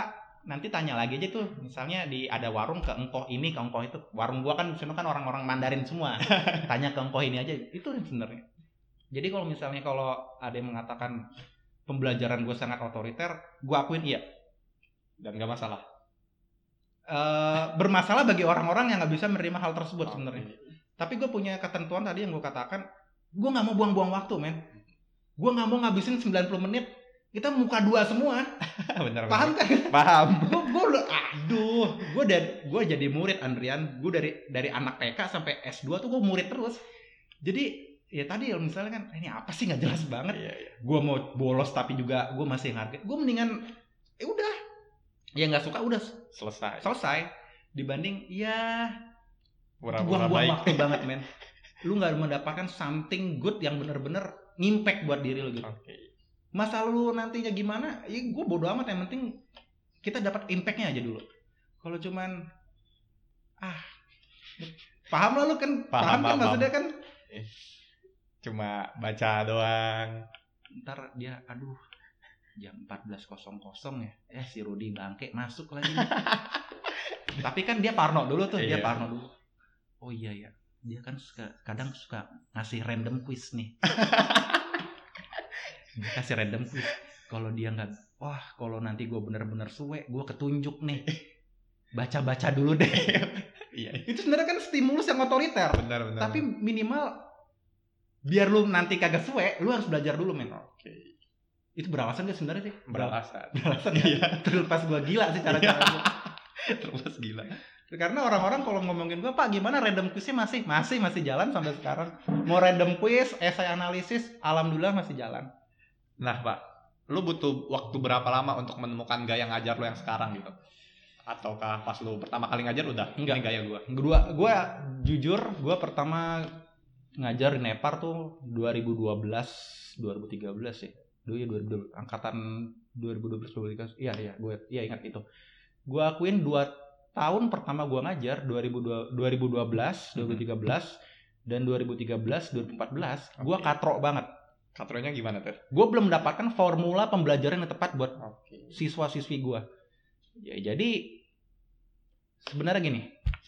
nanti tanya lagi aja tuh, misalnya di ada warung ke engkoh ini, ke engkoh itu. Warung gua kan di sana kan orang-orang Mandarin semua. Tanya ke engkoh ini aja, itu sebenarnya. Jadi kalau misalnya kalau ada yang mengatakan pembelajaran gue sangat otoriter, gue akuin iya. Dan gak masalah. Uh, bermasalah bagi orang-orang yang nggak bisa menerima hal tersebut oh, sebenarnya. iya. Tapi gue punya ketentuan tadi yang gue katakan, gue nggak mau buang-buang waktu, men. Gue nggak mau ngabisin sembilan puluh menit. Kita muka dua semua. Bener, paham kan? Paham. Gue gue aduh, gue dari gue jadi murid Andrian, gue dari dari anak T K sampai S dua tuh gue murid terus. Jadi ya tadi misalnya kan ini apa sih nggak jelas banget. Iya, iya. Gue mau bolos tapi juga gue masih ngargain. Gue mendingan ya udah. Ya nggak suka udah selesai. Selesai dibanding ya buang-buang waktu banget, men. Lu nggak mendapatkan something good yang bener-bener ngimpact buat diri lu gitu. Okay. Masa lu nantinya gimana? Ya gue bodo amat, yang penting kita dapat impactnya aja dulu. Kalau cuman ah paham lah lu kan, paham, paham kan paham. Maksudnya kan cuma baca doang. Ntar dia aduh jam empat belas ya. Eh si Rudi bangke masuk lagi. Tapi kan dia parno dulu tuh, dia iya. parno dulu. Oh iya ya. Dia kan suka, kadang suka ngasih random quiz nih. Kasih random quiz. Kalau dia enggak, wah kalau nanti gue bener-bener suwe, gue ketunjuk nih. Baca-baca dulu deh. Iya. Itu sebenarnya kan stimulus yang otoriter. Benar, benar. Tapi minimal biar lu nanti kagak suwe, lu harus belajar dulu, men. Oke. Okay. Itu beralasan gak sebenarnya sih? Beralasan. Beralasan ya. Terlepas gua gila sih cara-cara gua. Terlepas gila. Karena orang-orang kalau ngomongin gua, Pak gimana random quiznya masih masih masih jalan sampai sekarang. Mau random quiz, essay analisis, alhamdulillah masih jalan. Nah, Pak, lu butuh waktu berapa lama untuk menemukan gaya ngajar lu yang sekarang gitu? Ataukah pas lu pertama kali ngajar udah enggak, ini gaya gua? Gua gua jujur, gua pertama ngajar di Nepar tuh dua ribu dua belas dua ribu tiga belas ya. Dulu ya dua ribu dua belas, angkatan dua ribu dua belas dua ribu tiga belas. Iya iya, gue iya ingat itu. Gue akuin dua tahun pertama gue ngajar dua ribu dua belas dua ribu tiga belas dan dua ribu tiga belas dua ribu empat belas okay. Gue katrok banget. Katronya gimana tuh? Gue belum mendapatkan formula pembelajaran yang tepat buat okay. siswa-siswi gue. Ya jadi sebenarnya gini,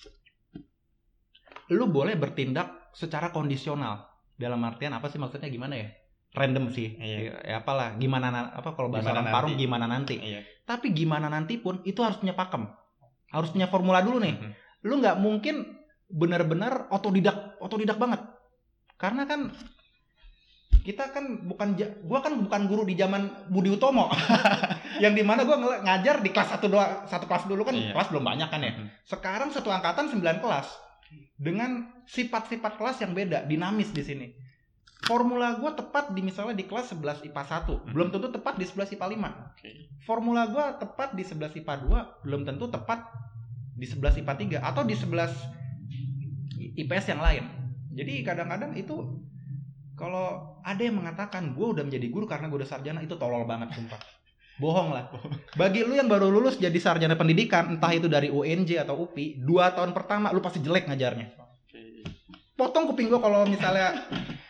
lu boleh bertindak secara kondisional. Dalam artian apa sih maksudnya gimana ya? Random sih. Iya. Ya apalah, gimana apa kalau bahasa orang Parung gimana nanti. Iya. Tapi gimana nanti pun itu harus punya pakem. Harus punya formula dulu nih. Mm-hmm. Lu nggak mungkin benar-benar otodidak otodidak banget. Karena kan kita kan bukan gua kan bukan guru di zaman Budi Utomo. Yang dimana gua ngajar di kelas satu dua satu kelas dulu kan, iya. Kelas belum banyak kan ya. Mm-hmm. Sekarang satu angkatan sembilan kelas. Dengan sifat-sifat kelas yang beda, dinamis di sini. Formula gue tepat di misalnya di kelas sebelas I P A satu, hmm. belum tentu tepat di sebelas I P A lima. Okay. Formula gue tepat di sebelas I P A dua, belum tentu tepat di sebelas I P A tiga atau di sebelas I P S yang lain. Jadi kadang-kadang itu kalau ada yang mengatakan gue udah menjadi guru karena gue udah sarjana, itu tolol banget sumpah. Bohong lah. Bagi lu yang baru lulus jadi sarjana pendidikan, entah itu dari U N J atau U P I, dua tahun pertama lu pasti jelek ngajarnya. Okay. Potong kuping gue kalau misalnya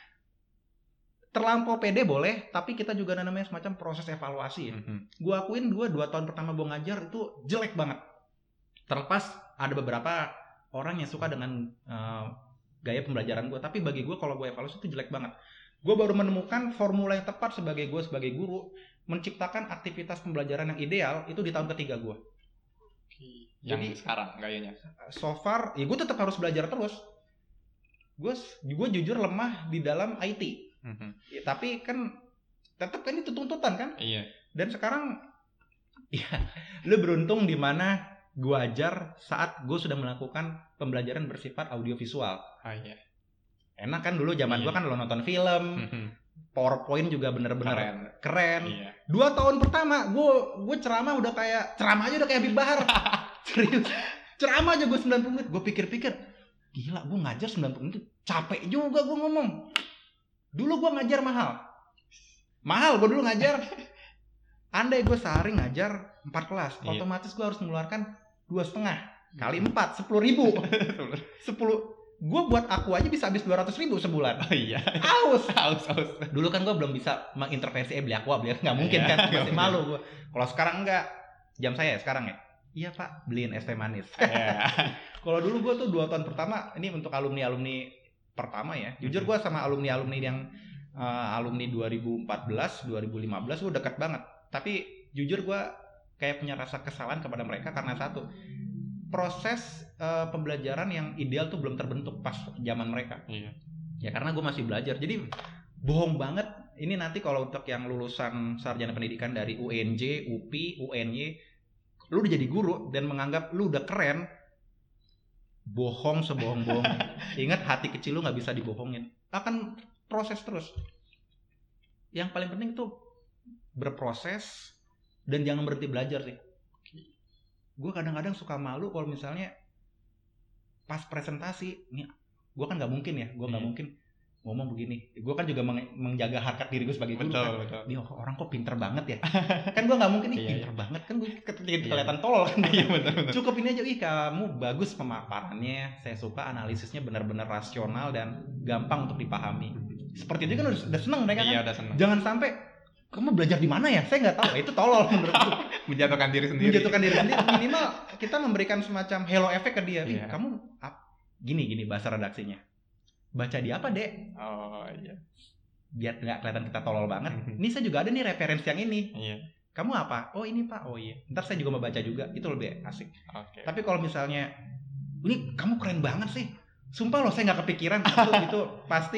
terlampau pede boleh, tapi kita juga ada namanya semacam proses evaluasi ya. Mm-hmm. Gue akuin dua dua tahun pertama gue ngajar itu jelek banget. Terlepas ada beberapa orang yang suka dengan uh, gaya pembelajaran gue, tapi bagi gue kalau gue evaluasi itu jelek banget. Gue baru menemukan formula yang tepat sebagai gue sebagai guru menciptakan aktivitas pembelajaran yang ideal itu di tahun ketiga gue. Okay. Jadi yang sekarang gayanya. So far, ya gue tetap harus belajar terus. Gue gue jujur lemah di dalam I T. Mm-hmm. Ya, tapi kan tetap kan itu tuntutan kan. Iya. Dan sekarang, ya lu beruntung di mana gue ajar saat gue sudah melakukan pembelajaran bersifat audiovisual. Ah iya. Enak kan dulu zaman iya. gue kan lo nonton film. Mm-hmm. PowerPoint juga bener-bener keren. keren. Iya. Dua tahun pertama gue gue ceramah udah kayak ceramah aja udah kayak Habib Bahar. Serius. Ceramah aja gue sembilan puluh menit. Gue pikir-pikir, gila gue ngajar sembilan puluh menit capek juga gue ngomong. Dulu gue ngajar mahal. Mahal gue dulu ngajar. Andai gue sehari ngajar empat kelas, iya. Otomatis gue harus mengeluarkan dua setengah kali empat, sepuluh ribu. sepuluh gue buat aku aja bisa habis dua ratus ribu sebulan. Oh iya. Aus, aus, aus. Dulu kan gue belum bisa mengintervensi eh beli aqua, beli nggak mungkin iya, kan, masih malu gue. Kalau sekarang enggak, jam saya sekarang ya. Iya Pak, beliin es teh manis. Yeah. Kalau dulu gue tuh dua tahun pertama, ini untuk alumni-alumni pertama ya. Jujur gue sama alumni-alumni yang uh, alumni dua ribu empat belas, dua ribu lima belas gue dekat banget. Tapi jujur gue kayak punya rasa kesalahan kepada mereka karena satu, proses uh, pembelajaran yang ideal tuh belum terbentuk pas zaman mereka. Yeah. Ya karena gue masih belajar. Jadi bohong banget. Ini nanti kalau untuk yang lulusan sarjana pendidikan dari U N J, U P I, U N Y, lu udah jadi guru dan menganggap lu udah keren, bohong sebohong-bohong. Ingat, hati kecil lu nggak bisa dibohongin. Akan proses terus. Yang paling penting itu berproses dan jangan berhenti belajar sih. Gue kadang-kadang suka malu kalau misalnya pas presentasi, nih, gue kan nggak mungkin ya, gue nggak hmm. mungkin ngomong begini. Gue kan juga meng- menjaga harkat diri gue sebagai guru. Betul, kan. betul. Nih orang kok pinter banget ya. Kan gue nggak mungkin nih iya, pinter iya. banget kan gue kelihatan tolol kan. Iya, betul, betul. Cukup ini aja, ih kamu bagus pemaparannya. Saya suka analisisnya benar-benar rasional dan gampang untuk dipahami. Seperti itu kan udah, udah seneng mereka kan. Iya, udah seneng. Jangan sampai kamu belajar di mana ya? Saya nggak tahu. Itu tolol menurutku. Menjatuhkan diri sendiri. Menjatuhkan diri sendiri. Minimal kita memberikan semacam halo effect ke dia. Ih, iya. kamu ap, gini gini bahasa redaksinya. Baca di apa, Dek? Oh iya. Biar nggak kelihatan kita tolol banget. Ini saya juga ada nih referensi yang ini. Iya. Kamu apa? Oh ini Pak. Oh iya. Ntar saya juga mau baca juga. Itu lebih asik. Oke. Tapi kalau misalnya, ini kamu keren banget sih. Sumpah loh, saya nggak kepikiran. itu, itu pasti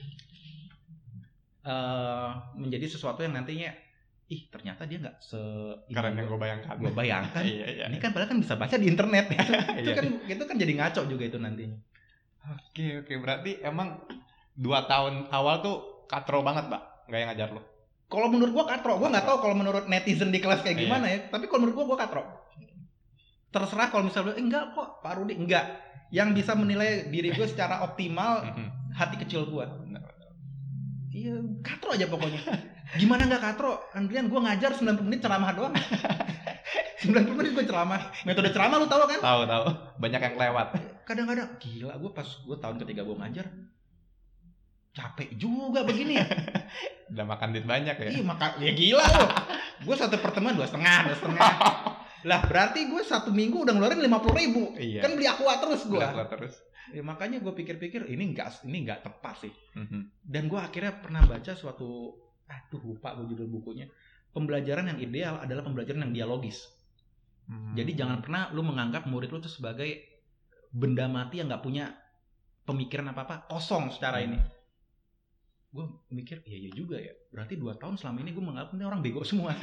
uh, menjadi sesuatu yang nantinya, ih ternyata dia nggak se keren yang gue bayangkan. Gue bayangkan. Iya, iya. Ini kan padahal kan bisa baca di internet. itu, itu Iya. kan itu kan jadi ngaco juga itu nantinya. Oke oke, berarti emang dua tahun awal tuh katro banget, Mbak, nggak yang ngajar lo? Kalau menurut gua katro, gua nggak tahu kalau menurut netizen di kelas kayak Iya. gimana ya. Tapi kalau menurut gua gua katro. Terserah kalau misalnya eh, enggak kok Pak Rudi, enggak. Yang bisa menilai diri gua secara optimal hati kecil gua. Iya, katro aja pokoknya. Gimana nggak katro? Andrian gua ngajar sembilan puluh menit ceramah doang. sembilan puluh menit gua ceramah. Metode ceramah lu tahu kan? Tahu tahu. Banyak yang lewat. Kadang-kadang gila gue pas gue tahun ketiga gue ngajar capek juga begini ya. Udah makan duit banyak ya. Iya makan ya gila loh. Gue satu pertemuan dua setengah dua setengah. Lah berarti gue satu minggu udah ngeluarin lima puluh ribu. Iya. Kan beli aqua terus gue. Beli aqua terus. Ya makanya gue pikir-pikir ini nggak ini nggak tepat sih. Mm-hmm. Dan gue akhirnya pernah baca suatu aduh lupa gue judul bukunya. Pembelajaran yang ideal adalah pembelajaran yang dialogis. Mm-hmm. Jadi jangan pernah lu menganggap murid lu tuh sebagai benda mati yang nggak punya pemikiran apa-apa, kosong secara ini. Gue mikir, iya iya juga ya. Berarti dua tahun selama ini gue menganggap ini orang bego semua.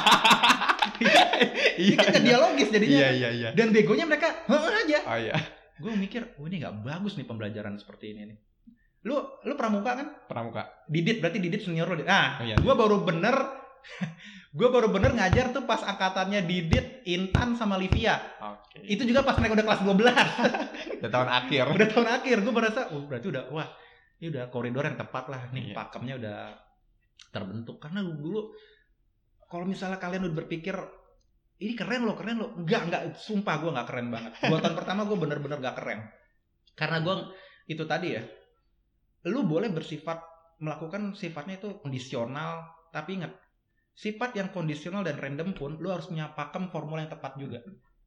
Ini kan nggak dialogis jadinya. Iya iya iya. Dan begonya mereka heeh aja. Oh iya. Gue mikir, oh ini nggak bagus nih pembelajaran seperti ini nih. Lu lu pramuka kan? Pramuka. Didit berarti Didit senior lu. Nah, oh, iya, gue baru bener gue baru bener ngajar tuh pas angkatannya Didit, Intan sama Livia. Oke. Itu juga pas mereka udah kelas dua belas. Udah tahun akhir. Udah tahun akhir. Gue merasa, oh berarti udah, wah ini udah koridor yang tepat lah. Nih iya. pakemnya udah terbentuk. Karena dulu, kalau misalnya kalian udah berpikir, ini keren loh, keren loh. Enggak, enggak. Sumpah gue gak keren banget. Dua tahun pertama gue bener-bener gak keren. Karena gue, itu tadi ya, lu boleh bersifat, melakukan sifatnya itu kondisional. Tapi ingat, sifat yang kondisional dan random pun lu harus punya pakem formula yang tepat juga.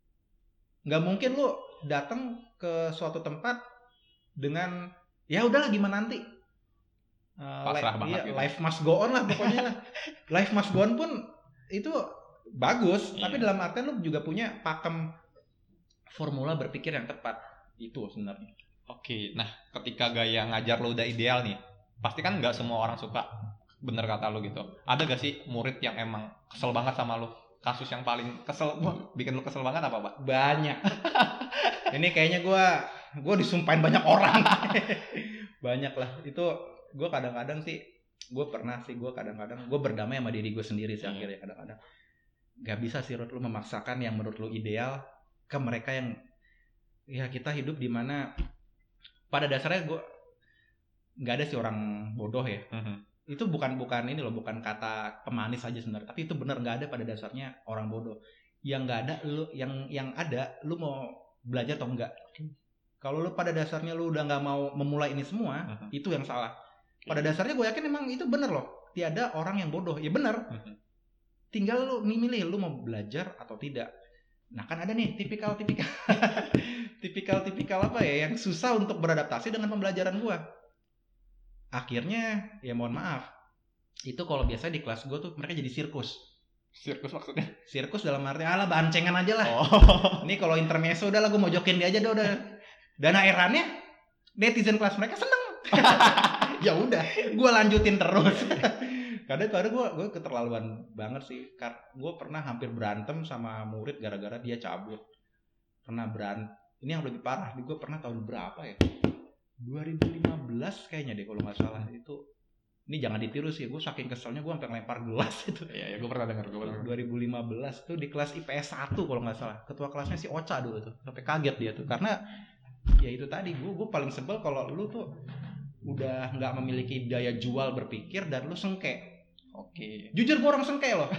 Nggak mungkin lu datang ke suatu tempat dengan ya udahlah gimana nanti. Uh, Pasrah life, banget iya, gitu. Life must go on lah pokoknya lah. Life must go on pun itu bagus, iya. Tapi dalam artian lu juga punya pakem formula berpikir yang tepat. Itu sebenarnya. Oke, nah ketika gaya ngajar lu udah ideal nih, pasti kan nggak semua orang suka. Bener kata lu gitu. Ada gak sih murid yang emang kesel banget sama lu? Kasus yang paling kesel, wah, bikin lu kesel banget apa, Pak? Banyak. Ini kayaknya gue gue disumpahin banyak orang. Banyak lah. Itu gue kadang-kadang sih, gue pernah sih, gue kadang-kadang gue berdamai sama diri gue sendiri sih hmm. akhirnya kadang-kadang. Gak bisa sih Rut, lu memaksakan yang menurut lu ideal ke mereka yang ya kita hidup di mana pada dasarnya gue nggak ada sih orang bodoh ya. Hmm. Itu bukan bukan ini loh, bukan kata pemanis aja sebenarnya, tapi itu benar nggak ada pada dasarnya orang bodoh. Yang nggak ada lu, yang yang ada lu mau belajar atau enggak. Kalau lu pada dasarnya lu udah nggak mau memulai ini semua, uh-huh. itu yang salah. Pada dasarnya gue yakin emang itu benar loh, tiada orang yang bodoh. Ya benar. Uh-huh. tinggal lu nih milih lu mau belajar atau tidak. Nah kan ada nih tipikal-tipikal tipikal-tipikal apa ya yang susah untuk beradaptasi dengan pembelajaran gua. Akhirnya ya mohon maaf, itu kalau biasa di kelas gua tuh mereka jadi sirkus. Sirkus maksudnya? Sirkus dalam arti alah bancengan aja lah. Oh. Ini kalau intermezzo udah lah gua mau jokin dia aja dah udah. Dan akhirnya netizen kelas mereka seneng. Ya udah, gua lanjutin terus. Kadang-kadang gue gue keterlaluan banget sih. Gue pernah hampir berantem sama murid gara-gara dia cabut. Pernah berantem. Ini yang lebih parah. Gue pernah tahun berapa ya? dua ribu lima belas kayaknya deh kalau nggak salah. Itu ini jangan ditiru sih. Gue saking keselnya gue sampai ngelempar gelas itu. Iya, ya, gue pernah dengar. Gue pernah. dua ribu lima belas tuh di kelas I P S satu kalau nggak salah. Ketua kelasnya si Ocha dulu tuh. Sampai kaget dia tuh. Karena ya itu tadi gue gue paling sebel kalau lu tuh udah nggak memiliki daya jual berpikir dan lu sengke. Oke. Jujur gue orang sengke loh.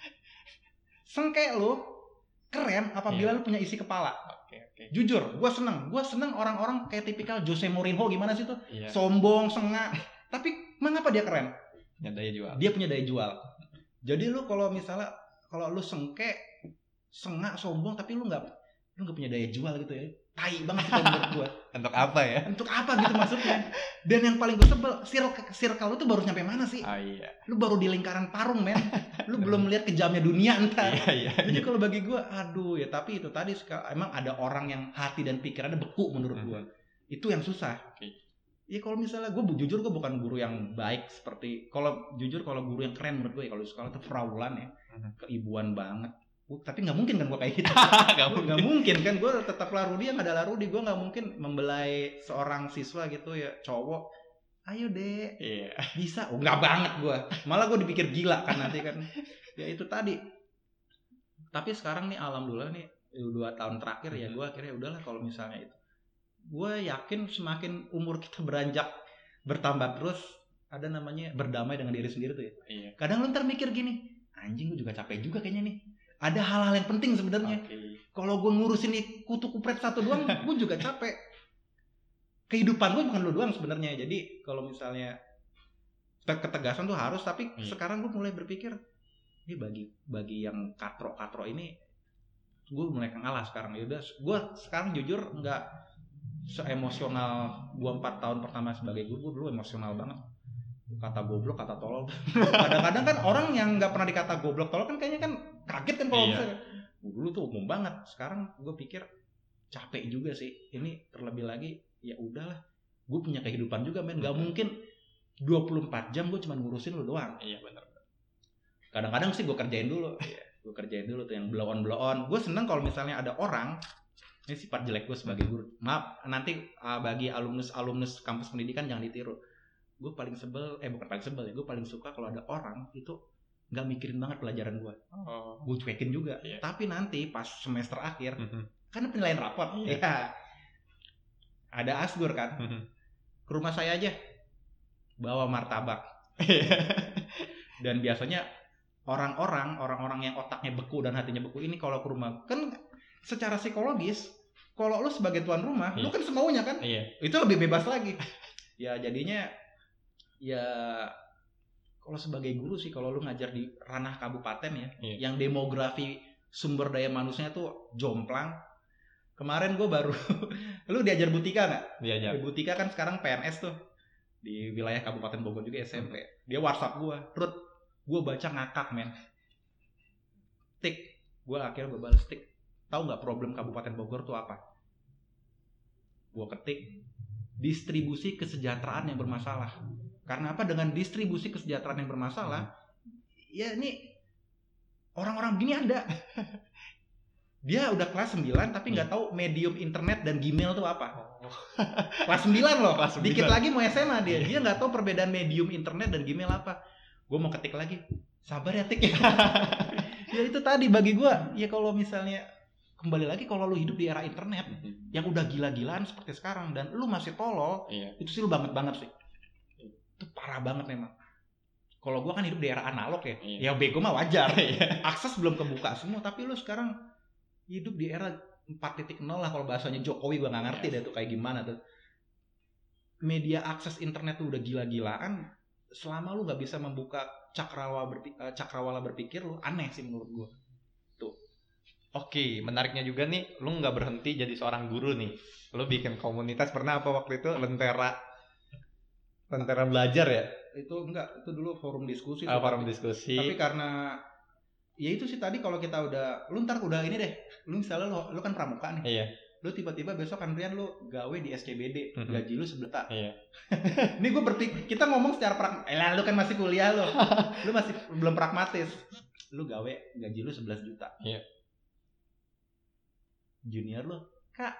Sengke lo keren apabila yeah. lu punya isi kepala. Oke, oke. Jujur, gue seneng. Gue seneng orang-orang kayak tipikal Jose Mourinho gimana sih tuh? Yeah. Sombong, sengak. Tapi mengapa dia keren? Punya daya jual. Dia punya daya jual. Jadi lu kalau misalnya kalau lu sengke, sengak, sombong tapi lu nggak lu nggak punya daya jual gitu ya. Tai banget itu menurut gue. Untuk apa ya? Untuk apa gitu maksudnya? Dan yang paling gue sebel, circle, circle lu tuh baru nyampe mana sih? Ah iya. Lu baru di lingkaran parung, men. Lu belum melihat kejamnya dunia entar. Iya, iya. Jadi kalau bagi gue, aduh ya tapi itu tadi emang ada orang yang hati dan pikirannya beku menurut gue. Hmm. Itu yang susah. Oke. Okay. Ya kalau misalnya gue jujur gue bukan guru yang baik seperti kalau jujur kalau guru yang keren menurut gue ya kalau di sekolah tuh Fraulan ya. Hmm. Keibuan banget. Uh, tapi nggak mungkin kan gue kayak gitu. Nggak mungkin. mungkin kan gue tetaplah Rudi yang adalah Rudi. Gue nggak mungkin membelai seorang siswa gitu ya cowok. Ayo deh, yeah. Bisa. Oh nggak banget gue. Malah gue dipikir gila kan nanti kan. Ya itu tadi. Tapi sekarang nih alhamdulillah nih dua tahun terakhir ya gue akhirnya udahlah kalau misalnya itu. Gue yakin semakin umur kita beranjak bertambah terus ada namanya berdamai dengan diri sendiri tuh ya. Yeah. Kadang lu ntar mikir gini, anjing gue juga capek juga kayaknya nih. Ada hal-hal yang penting sebenarnya. Okay. Kalau gue ngurusin nih kutu kupret satu doang, gue juga capek. Kehidupan gue bukan lu doang sebenarnya. Jadi kalau misalnya ketegasan tuh harus, tapi hmm. sekarang gue mulai berpikir, ini bagi bagi yang katro-katro ini, gue mulai ngalah sekarang. Yaudah, gue sekarang jujur nggak se-emosional gue empat tahun pertama sebagai guru. Gue dulu emosional banget. Kata goblok, kata tolol. Kadang-kadang kan orang yang nggak pernah dikata goblok, tolol kan kayaknya kan kaget kan kalau iya. Misalnya. Dulu tuh umum banget. Sekarang gue pikir capek juga sih. Ini terlebih lagi ya udahlah. Gue punya kehidupan juga men. Gak mungkin dua puluh empat jam gue cuma ngurusin lu doang. Iya benar. Kadang-kadang sih gue kerjain dulu. Gue kerjain dulu tuh yang blow on blow on. Gue seneng kalau misalnya ada orang. Ini sifat jelek gue sebagai guru. Maaf nanti uh, bagi alumnus alumnus kampus pendidikan jangan ditiru. Gue paling sebel, eh bukan paling sebel ya, gue paling suka kalau ada orang itu nggak mikirin banget pelajaran gue, oh. gue cuekin juga. Yeah. Tapi nanti pas semester akhir, mm-hmm. kan penilaian raport, yeah. ya ada asgur kan, mm-hmm. ke rumah saya aja, bawa martabak. Dan biasanya orang-orang, orang-orang yang otaknya beku dan hatinya beku ini kalau ke rumah, kan secara psikologis, kalau lu sebagai tuan rumah, yeah. lu kan semaunya kan, yeah. itu lebih bebas lagi. Ya jadinya ya kalau sebagai guru sih kalau lu ngajar di ranah kabupaten ya yeah. yang demografi sumber daya manusianya tuh jomplang. Kemarin gue baru lu diajar butika nggak? Diajar. Butika kan sekarang P N S tuh di wilayah Kabupaten Bogor juga S M P. Hmm. Dia WhatsApp gue, Rut, gue baca ngakak men. Tik, gue akhirnya gue balas tik. Tahu nggak problem Kabupaten Bogor tuh apa? Gue ketik distribusi kesejahteraan yang bermasalah. Karena apa? Dengan distribusi kesejahteraan yang bermasalah, ya ini orang-orang begini ada. Dia udah kelas sembilan tapi nggak tahu medium internet dan Gmail tuh apa. Oh. Kelas sembilan loh. Kelas sembilan. Dikit lagi mau S M A dia. Dia nggak tahu perbedaan medium internet dan Gmail apa. Gue mau ketik lagi. Sabar ya Tik. Ya itu tadi bagi gue. Ya kalau misalnya kembali lagi kalau lu hidup di era internet mm-hmm. yang udah gila-gilaan seperti sekarang dan lu masih tolol, iya. itu sih lu banget banget sih. Itu parah banget memang. Kalau gua kan hidup di era analog ya, iya. ya bego mah wajar. Akses belum kebuka semua, tapi lu sekarang hidup di era empat titik nol lah kalau bahasanya Jokowi gua nggak ngerti yes. deh tuh kayak gimana tuh. Media akses internet tuh udah gila-gilaan, selama lu nggak bisa membuka cakrawala berpikir, cakrawala berpikir lu aneh sih menurut gue. Tuh. Oke, menariknya juga nih, lu nggak berhenti jadi seorang guru nih. Lu bikin komunitas pernah apa waktu itu? Lentera, Lentera belajar ya? Itu enggak, itu dulu forum diskusi. Ah, forum tapi, diskusi. Tapi karena ya itu sih tadi kalau kita udah, lu ntar udah ini deh, lu misalnya lu, lu kan pramuka nih. Iya. Lu tiba-tiba besok Andrian lu gawe di S C B D, mm-hmm. gaji lu sejuta. Iya. Ini gue berpikir, kita ngomong secara pragmatis. Eh lah, lu kan masih kuliah lo, lu masih belum pragmatis. Lu gawe gaji lu sebelas juta. Iya. Junior lu, kak,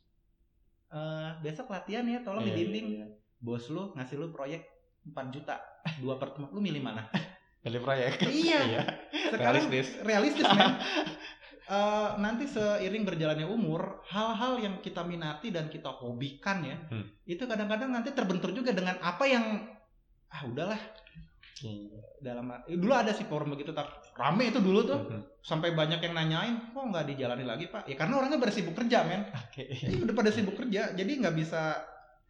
uh, besok latihan ya, tolong iya, dibimbing. Iya. Bos lu ngasih lu proyek empat juta, dua pertemuan, lu milih mana? Milih proyek. Iya. Iya. Sekarang realistis, realistis men. Uh, nanti seiring berjalannya umur, hal-hal yang kita minati dan kita hobikan ya, hmm. itu kadang-kadang nanti terbentur juga dengan apa yang ah udahlah. Hmm. Dalam dulu ada sih forum begitu, tapi rame itu dulu tuh, hmm. sampai banyak yang nanyain, kok nggak dijalani lagi pak? Ya karena orangnya pada sibuk kerja men. Oke. Okay. Ya, udah pada sibuk kerja, jadi nggak bisa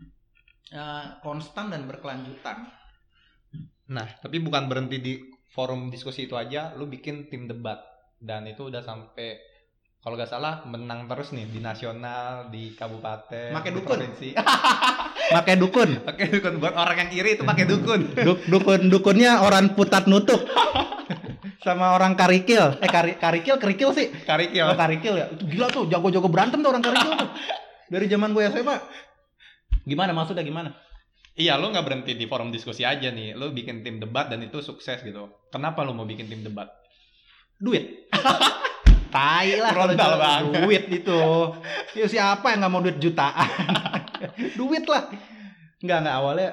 uh, konstan dan berkelanjutan. Nah, tapi bukan berhenti di forum diskusi itu aja, lu bikin tim debat. Dan itu udah sampai kalau nggak salah menang terus nih di nasional, di kabupaten, Make di dukun. provinsi. Pakai dukun. Pakai dukun buat orang yang iri itu pakai dukun. Duk, dukun dukunnya orang putat nutuk. Sama orang karikil. Eh kari, karikil kerikil sih. Karikil. Oh, karikil ya. Itu gila tuh, jago-jago berantem tuh orang karikil tuh. Dari zaman gue S M A. Gimana maksudnya gimana? Iya, lu nggak berhenti di forum diskusi aja nih. Lu bikin tim debat dan itu sukses gitu. Kenapa lu mau bikin tim debat? Duit. Tai lah kalau duit itu. Ya siapa yang nggak mau duit jutaan? Duit lah. Nggak nggak awalnya.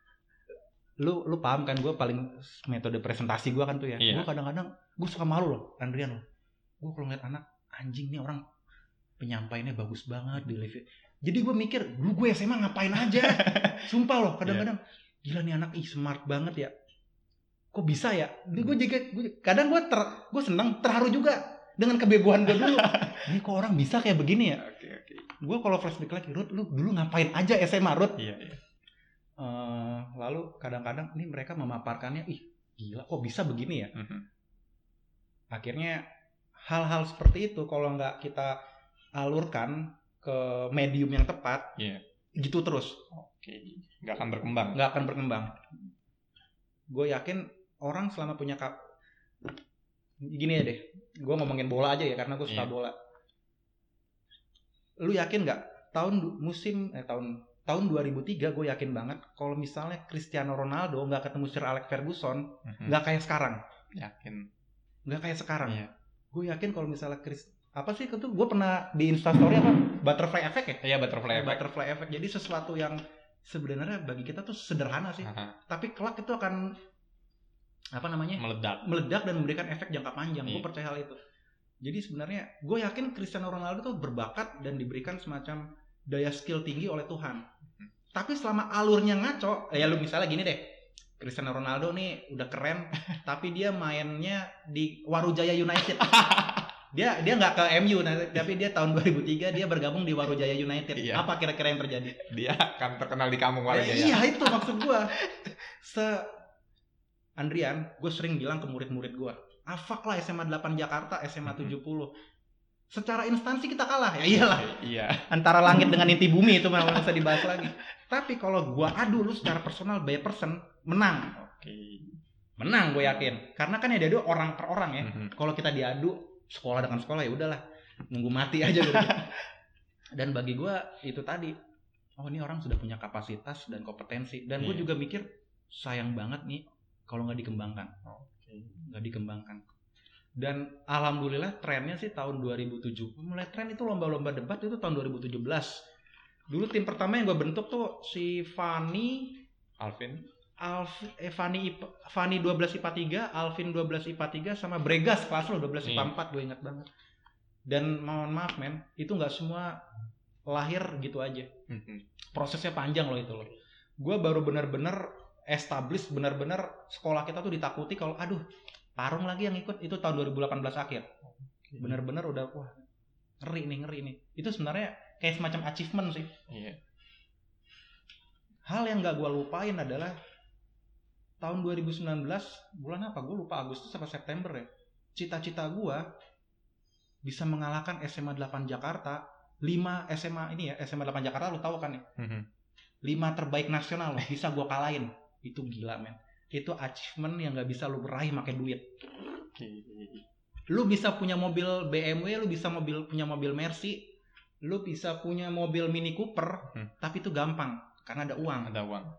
Lu lu paham kan gue paling metode presentasi gue kan tuh ya. Iya. Gue kadang-kadang gue suka malu loh, Andrian loh. Gue kalau ngeliat anak anjing nih orang penyampaiannya bagus banget di live. Jadi gue mikir, dulu gue S M A ngapain aja? Sumpah loh, kadang-kadang gila nih anak ih smart banget ya. Kok bisa ya? Jadi gue juga gue, kadang gue ter gue senang terharu juga dengan kebegoan gue dulu. Ini kok orang bisa kayak begini ya? Oke okay, oke. Okay. Gue kalau flashback lagi, Rut, lu dulu ngapain aja S M A, Rut? Iya iya. Uh, lalu kadang-kadang ini mereka memaparkannya, ih gila kok bisa begini ya? Mm-hmm. Akhirnya hal-hal seperti itu kalau nggak kita alurkan ke medium yang tepat, yeah. gitu terus. Oke, okay. nggak akan berkembang. Nggak akan berkembang. Gue yakin orang selama punya kap, gini ya deh, gue ngomongin bola aja ya karena gue suka yeah. bola. Lu yakin nggak tahun musim eh tahun tahun dua ribu tiga gue yakin banget kalau misalnya Cristiano Ronaldo nggak ketemu Sir Alex Ferguson, nggak mm-hmm. kayak sekarang. Yakin. Nggak kayak sekarang. Yeah. Gue yakin kalau misalnya Chris apa sih itu gue pernah di Instastory apa butterfly effect ya? Iya butterfly effect. Butterfly effect. Jadi sesuatu yang sebenarnya bagi kita tuh sederhana sih, uh-huh. tapi kelak itu akan apa namanya? Meledak. Meledak dan memberikan efek jangka panjang. Iya. Gue percaya hal itu. Jadi sebenarnya gue yakin Cristiano Ronaldo tuh berbakat dan diberikan semacam daya skill tinggi oleh Tuhan. Hmm. Tapi selama alurnya ngaco, ya lu misalnya gini deh, Cristiano Ronaldo nih udah keren, tapi dia mainnya di Warujaya United. Dia dia nggak ke M U, nah, tapi dia tahun dua ribu tiga dia bergabung di Warujaya United. Iya. Apa kira-kira yang terjadi? Dia kan terkenal di kampung Warujaya. Eh, iya itu maksud gue. Se Andrian, gue sering bilang ke murid-murid gue, afak lah S M A delapan Jakarta, S M A tujuh puluh. Secara instansi kita kalah, ya iyalah. Iya. Antara langit dengan inti bumi itu memang bisa dibahas lagi. Tapi kalau gue adu lu secara personal by person menang. Oke. Okay. Menang gue yakin. Karena kan ya diadu orang per orang ya. Mm-hmm. Kalau kita diadu sekolah dengan sekolah ya udahlah nunggu mati aja gitu. Dan bagi gue itu tadi, oh ini orang sudah punya kapasitas dan kompetensi. Dan gue yeah. juga mikir sayang banget nih kalau nggak dikembangkan. Okay. Nggak dikembangkan. Dan alhamdulillah trennya sih tahun dua ribu tujuh mulai tren itu lomba-lomba debat itu tahun dua ribu tujuh belas. Dulu tim pertama yang gue bentuk tuh si Fani, Alvin, Alf, eh, Fani, Fani dua belas I P A tiga, Alvin dua belas I P A tiga sama Bregas kelas lo dua belas I P A empat, gue ingat banget. Dan mohon maaf men, itu nggak semua lahir gitu aja. Prosesnya panjang loh itu loh. Gue baru benar-benar establish, benar-benar sekolah kita tuh ditakuti kalau aduh Parung lagi yang ikut itu tahun dua ribu delapan belas akhir. Benar-benar udah wah ngeri nih ngeri nih. Itu sebenarnya kayak semacam achievement sih. Iya. Hal yang nggak gue lupain adalah tahun dua ribu sembilan belas bulan apa? Gue lupa, Agustus atau September ya. Cita-cita gue bisa mengalahkan S M A delapan Jakarta. lima S M A ini ya, S M A delapan Jakarta lu tahu kan ya? Mm-hmm. lima terbaik nasional loh, bisa gue kalahin. Itu gila men. Itu achievement yang gak bisa lu raih pakai duit. Okay. Lu bisa punya mobil B M W, lu bisa mobil punya mobil Mercy, lu bisa punya mobil Mini Cooper, hmm. tapi itu gampang karena ada uang. Ada uang.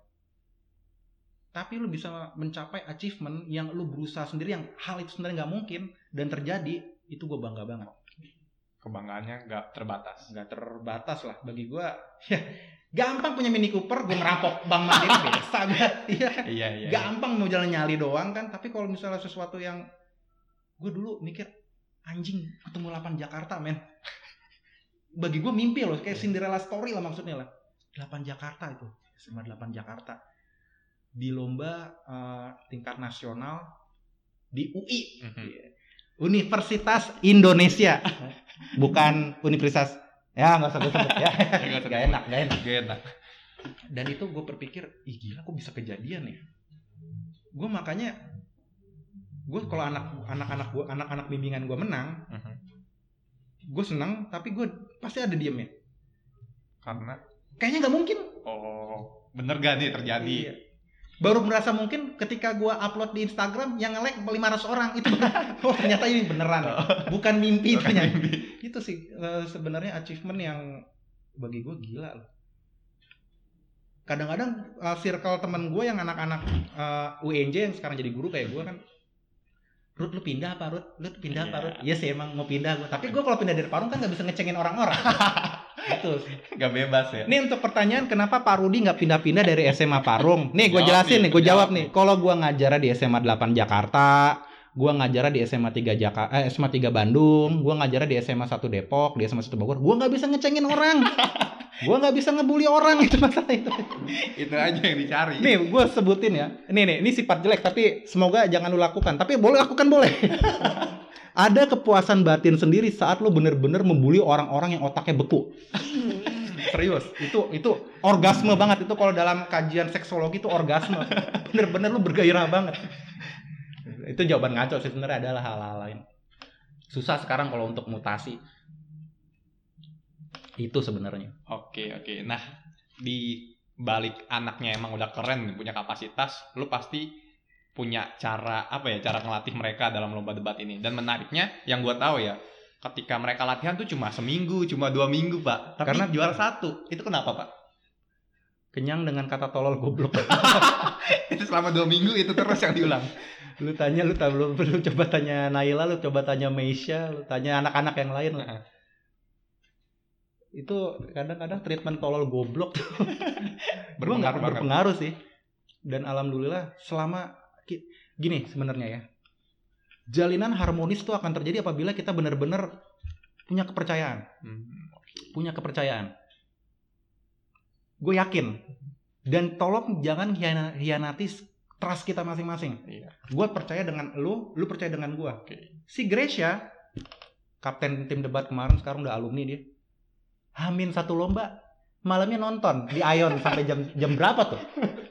Tapi lu bisa mencapai achievement yang lu berusaha sendiri, yang hal itu sebenarnya nggak mungkin dan terjadi, itu gue bangga banget. Kebanggaannya nggak terbatas. Nggak terbatas lah bagi gue. Ya, gampang punya Mini Cooper, gue ngerampok Bank Mandiri biasa banget. Ya. Iya, iya, gampang mau jalan nyali doang kan. Tapi kalau misalnya sesuatu yang gue dulu mikir anjing ketemu delapan Jakarta men. Bagi gue mimpi loh, kayak Cinderella story lah maksudnya lah. delapan Jakarta itu, S M A delapan Jakarta. Di lomba uh, tingkat nasional di U I. Mm-hmm. Universitas Indonesia. Bukan universitas ya nggak usah gue sebut ya. Gak enak, gak enak, gak enak. Dan itu gue berpikir, ih gila kok bisa kejadian ya. Gue makanya, gue kalau anak anak-anak gue anak-anak bimbingan gue menang, uh-huh. gue senang, tapi gue pasti ada diemnya. Karena kayaknya nggak mungkin. Oh, bener gak nih terjadi? Iya. Baru merasa mungkin ketika gue upload di Instagram yang nge-like lima ratus orang itu. Oh ternyata ini beneran, bukan mimpi itu. Itu sih uh, sebenarnya achievement yang bagi gue gila loh. Kadang-kadang uh, circle temen gue yang anak-anak uh, U N J yang sekarang jadi guru kayak gue kan, Rut lu pindah apa Rut? Lu pindah yeah. apa Rut? Iya sih emang mau pindah gue. Tapi gue kalau pindah dari Parung kan gak bisa ngecengin orang-orang. Gitu sih. Gak bebas ya. Nih untuk pertanyaan kenapa Pak Rudi gak pindah-pindah dari S M A Parung? Nih gue jelasin nih, gue jawab nih. Kalau gue ngajar di S M A delapan Jakarta, gue ngajar di S M A tiga Jakarta, eh, S M A tiga Bandung, gue ngajar di S M A satu Depok, di S M A satu Bogor, gue gak bisa ngecengin orang. Gue gak bisa ngebully orang, itu masalah itu. Itu aja yang dicari. Nih gue sebutin ya. Nih nih, ini sifat jelek tapi semoga jangan lu lakukan. Tapi boleh lakukan boleh. Ada kepuasan batin sendiri saat lu bener-bener membuli orang-orang yang otaknya beku. Serius, itu itu orgasme banget itu kalau dalam kajian seksologi itu orgasme. Bener-bener lu bergairah banget. Itu jawaban ngaco sih, sebenarnya adalah hal-hal lain. Susah sekarang kalau untuk mutasi. Itu sebenarnya. Oke, oke. Nah, di balik anaknya emang udah keren, punya kapasitas, lu pasti punya cara apa ya, cara ngelatih mereka dalam lomba debat ini. Dan menariknya, yang gue tahu ya, ketika mereka latihan tuh cuma seminggu, cuma dua minggu pak. Tapi karena juara satu, itu kenapa pak? Kenyang dengan kata tolol goblok. Itu selama dua minggu itu terus yang diulang. Lu tanya, lu tahu, lu, lu coba tanya Naila, lu coba tanya Meisha, lu tanya anak-anak yang lain. Uh-huh. Itu kadang-kadang treatment tolol goblok tuh berpengaruh, berpengaruh sih. Dan alhamdulillah selama gini sebenarnya ya, jalinan harmonis tuh akan terjadi apabila kita benar-benar punya kepercayaan. Hmm. Punya kepercayaan. Gue yakin. Dan tolong jangan hianati trust kita masing-masing. Iya. Gue percaya dengan lu, lu percaya dengan gue. Okay. Si Gracia, kapten tim debat kemarin, sekarang udah alumni dia. Hamin satu lomba, malamnya nonton di Ion sampai jam jam berapa tuh?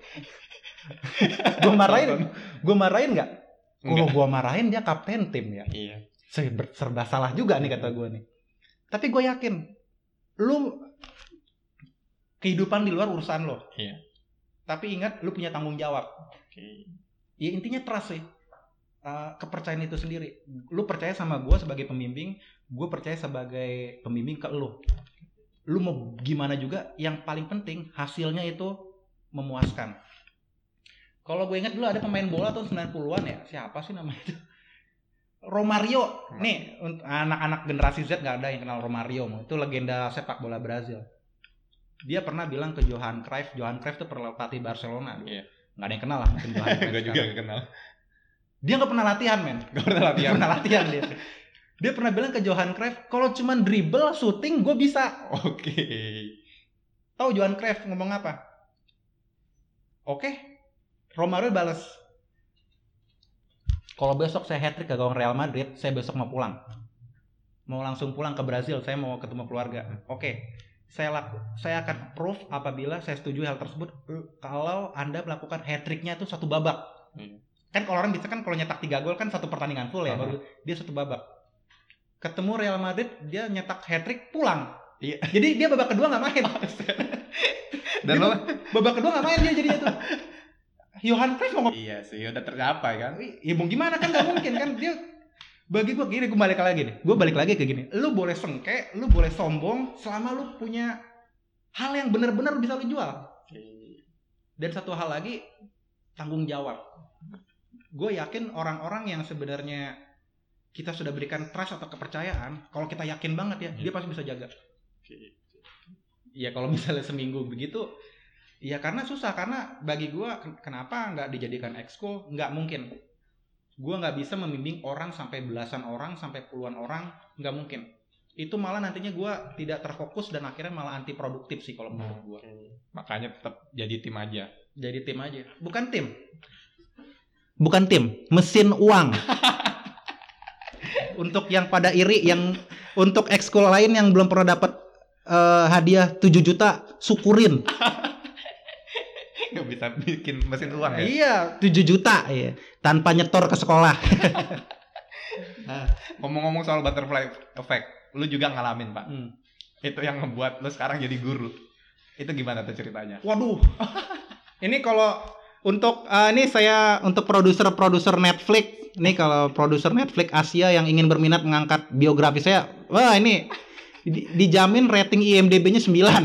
Gue marahin, gue marahin nggak? Kalau gue marahin dia kapten tim ya. Iya. Serba salah juga nih kata gue nih. Tapi gue yakin, lu kehidupan di luar urusan lo. Iya. Tapi ingat, lu punya tanggung jawab. Oke. Ya intinya trust sih, uh, kepercayaan itu sendiri. Lu percaya sama gue sebagai pembimbing, gue percaya sebagai pembimbing ke lu. Lu mau gimana juga, yang paling penting hasilnya itu memuaskan. Kalau gue ingat dulu ada pemain bola tahun sembilan puluhan ya, siapa sih namanya itu? Romario. Nih, anak-anak generasi Z gak ada yang kenal Romario. Itu legenda sepak bola Brazil. Dia pernah bilang ke Johan Cruyff, Johan Cruyff itu pelatih Barcelona. Iya. Gak ada yang kenal lah mungkin Johan Cruyff. Gue juga gak kenal. Dia gak pernah latihan, men. Gak pernah latihan. Gak pernah latihan dia. Dia pernah bilang ke Johan Cruyff, kalau cuma dribble, shooting, gue bisa. Oke. Okay. Tahu Johan Cruyff ngomong apa? Oke. Okay. Romario balas, kalau besok saya hat-trick ke gawang Real Madrid, saya besok mau pulang. Mau langsung pulang ke Brazil, saya mau ketemu keluarga. Oke. Okay. Saya laku, saya akan proof apabila saya setuju hal tersebut kalau Anda melakukan hat-tricknya itu satu babak. Hmm. Kan kalau orang bisa kan kalau nyetak tiga gol kan satu pertandingan full ya, Uh-huh. baru dia satu babak. Ketemu Real Madrid dia nyetak hat-trick pulang. Iya. Jadi dia babak kedua nggak main. Dan Dia lo tuh babak kedua nggak main dia jadinya tuh. Johan Cruyff mau iya sih udah tercapai kan. ya mau gimana kan nggak mungkin kan dia. Bagi gue gini, gue balik lagi nih. Gue balik lagi ke gini. Lu boleh sengke, lu boleh sombong selama lu punya hal yang benar-benar bisa lu jual. Dan satu hal lagi, tanggung jawab. Gue yakin orang-orang yang sebenarnya kita sudah berikan trust atau kepercayaan, kalau kita yakin banget ya, dia pasti bisa jaga. Ya kalau misalnya seminggu begitu, ya karena susah. Karena bagi gue, kenapa nggak dijadikan exco? Nggak mungkin. Gue nggak bisa membimbing orang sampai belasan orang, sampai puluhan orang, nggak mungkin. Itu malah nantinya gue tidak terfokus dan akhirnya malah anti produktif sih kalau menurut gue. Makanya tetap jadi tim aja. Jadi tim aja, bukan tim. Bukan tim, mesin uang. Untuk yang pada iri, yang untuk ekskul lain yang belum pernah dapat uh, hadiah tujuh juta, syukurin. Nggak bisa bikin mesin uang ya? Iya, tujuh juta ya, tanpa nyetor ke sekolah. Nah, ngomong-ngomong soal butterfly effect, lu juga ngalamin Pak. Hmm. Itu yang ngebuat lu sekarang jadi guru. Itu gimana tuh ceritanya? Waduh, ini kalau untuk uh, ini saya untuk produser-produser Netflix, nih kalau produser Netflix Asia yang ingin berminat mengangkat biografi saya, wah ini di, dijamin rating I M D B-nya sembilan.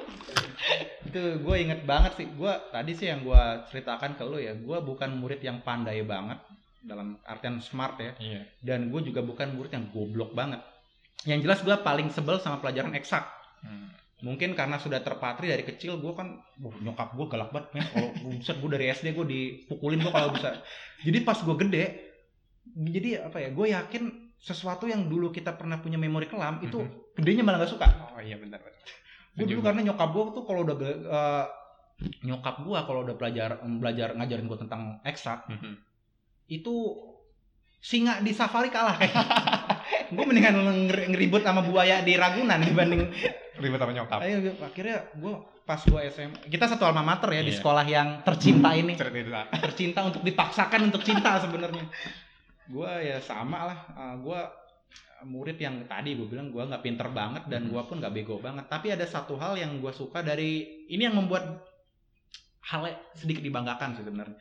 Itu gue inget banget sih. Gue tadi sih yang gue ceritakan ke lu ya, gue bukan murid yang pandai banget dalam artian smart ya. Iya. Dan gue juga bukan murid yang goblok banget. Yang jelas gue paling sebel sama pelajaran eksak. Hmm. Mungkin karena sudah terpatri dari kecil, gue kan oh, nyokap gue galak banget men. Kalau buset gue dari S D gue dipukulin gue kalau bisa. Jadi pas gue gede, jadi apa ya? Gue yakin sesuatu yang dulu kita pernah punya memori kelam itu Mm-hmm. gedenya malah gak suka. Oh iya benar-benar. Gue dulu karena nyokap gue tuh kalau udah uh, nyokap gue kalau udah belajar belajar ngajarin gue tentang eksak, mm-hmm. itu singa di safari kalah kayak. Gue mendingan ngeribut sama buaya di Ragunan dibanding ribet sama nyokap. Ayo, akhirnya gue pas gue S M A, kita satu alma mater ya, yeah. Di sekolah yang tercinta ini. Cerita. Tercinta untuk dipaksakan untuk cinta sebenarnya. Gue ya sama lah, uh, gue murid yang tadi gue bilang gue nggak pinter banget dan gue pun nggak bego banget. Tapi ada satu hal yang gue suka dari ini yang membuat hal sedikit dibanggakan sih sebenarnya.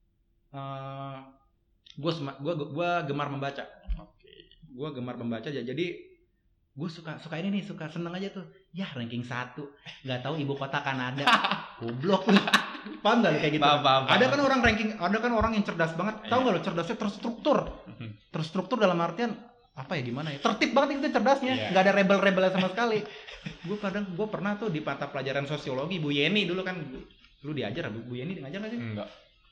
Uh, gue gue gue gemar membaca. Gue gemar membaca aja. Jadi gue suka suka ini nih, suka seneng aja tuh. Ya ranking satu, nggak tahu ibu kota Kanada. Goblok lu. Paham nggak lu kayak gitu? Paham, paham, ada paham. kan orang ranking, ada kan orang yang cerdas banget. Tahu nggak lu cerdasnya terstruktur. Terstruktur dalam artian apa ya gimana ya? Tertib banget itu cerdasnya. Yeah. Nggak ada rebel-rebel sama sekali. Gue kadang gue pernah tuh di mata pelajaran sosiologi Bu Yeni dulu kan, lu diajar Bu Yeni ngajar nggak sih? Enggak.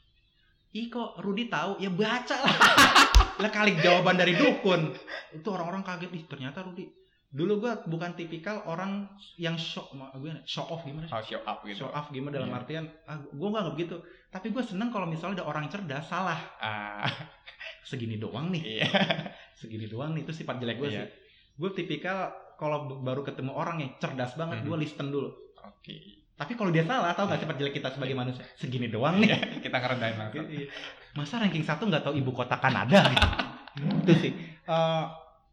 Ih kok Rudi tahu? Ya baca lah. Lah kali jawaban dari dukun. Itu orang-orang kaget, ih ternyata Rudi. Dulu gue bukan tipikal orang yang show, gue show off gimana? Oh, show up gitu. Show off gimana dalam Yeah. artian, ah, gue nggak begitu. Tapi gue seneng kalau misalnya ada orang cerdas salah. Ah, Segini doang nih. iya. Segini doang nih, itu sifat jelek gue Iya. sih. Gue tipikal kalau baru ketemu orang yang cerdas banget, Mhm. gue listen dulu. Oke. Tapi kalau dia salah, tahu nggak sifat jelek kita sebagai manusia? Segini doang nih. Iya, kita ngerendahin langsung. Masa ranking satu nggak tahu ibu kota Kanada gitu. Itu sih. Uh,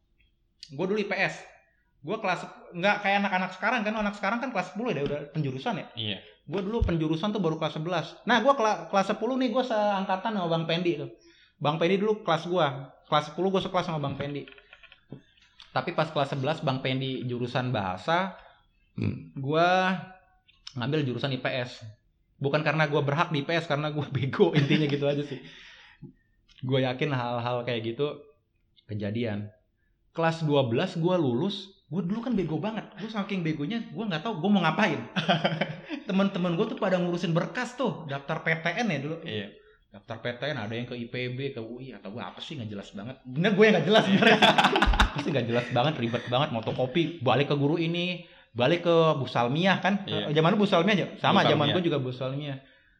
gue dulu I P S. Gue kelas nggak kayak anak-anak sekarang kan, anak sekarang kan kelas sepuluh ya udah penjurusan ya. Iya. Gue dulu penjurusan tuh baru kelas sebelas. Nah gue kela- kelas sepuluh nih gue seangkatan sama Bang Pendi tuh. Bang Pendi dulu kelas gue, kelas sepuluh gue sekelas sama Bang Pendi. Tapi pas kelas sebelas Bang Pendi jurusan bahasa, gue ngambil jurusan I P S. Bukan karena gue berhak di I P S, karena gue bego, intinya gitu aja sih. Gue yakin hal-hal kayak gitu kejadian. Kelas dua belas gue lulus. Gue dulu kan bego banget. Gue saking begonya gue nggak tahu gue mau ngapain. Temen-temen gue tuh pada ngurusin berkas tuh, daftar P T N ya dulu. Iya. Daftar P T N ada yang ke I P B, ke U I, atau gue apa sih nggak jelas banget. Bener gue yang nggak jelas bener. Pasti nggak jelas banget, ribet banget. Motokopi, balik ke guru ini, balik ke Bu Salmiah kan. Iya. Zaman lu Bu Salmiah aja, sama Bu zaman Salmiah. gue juga Bu Salmiah.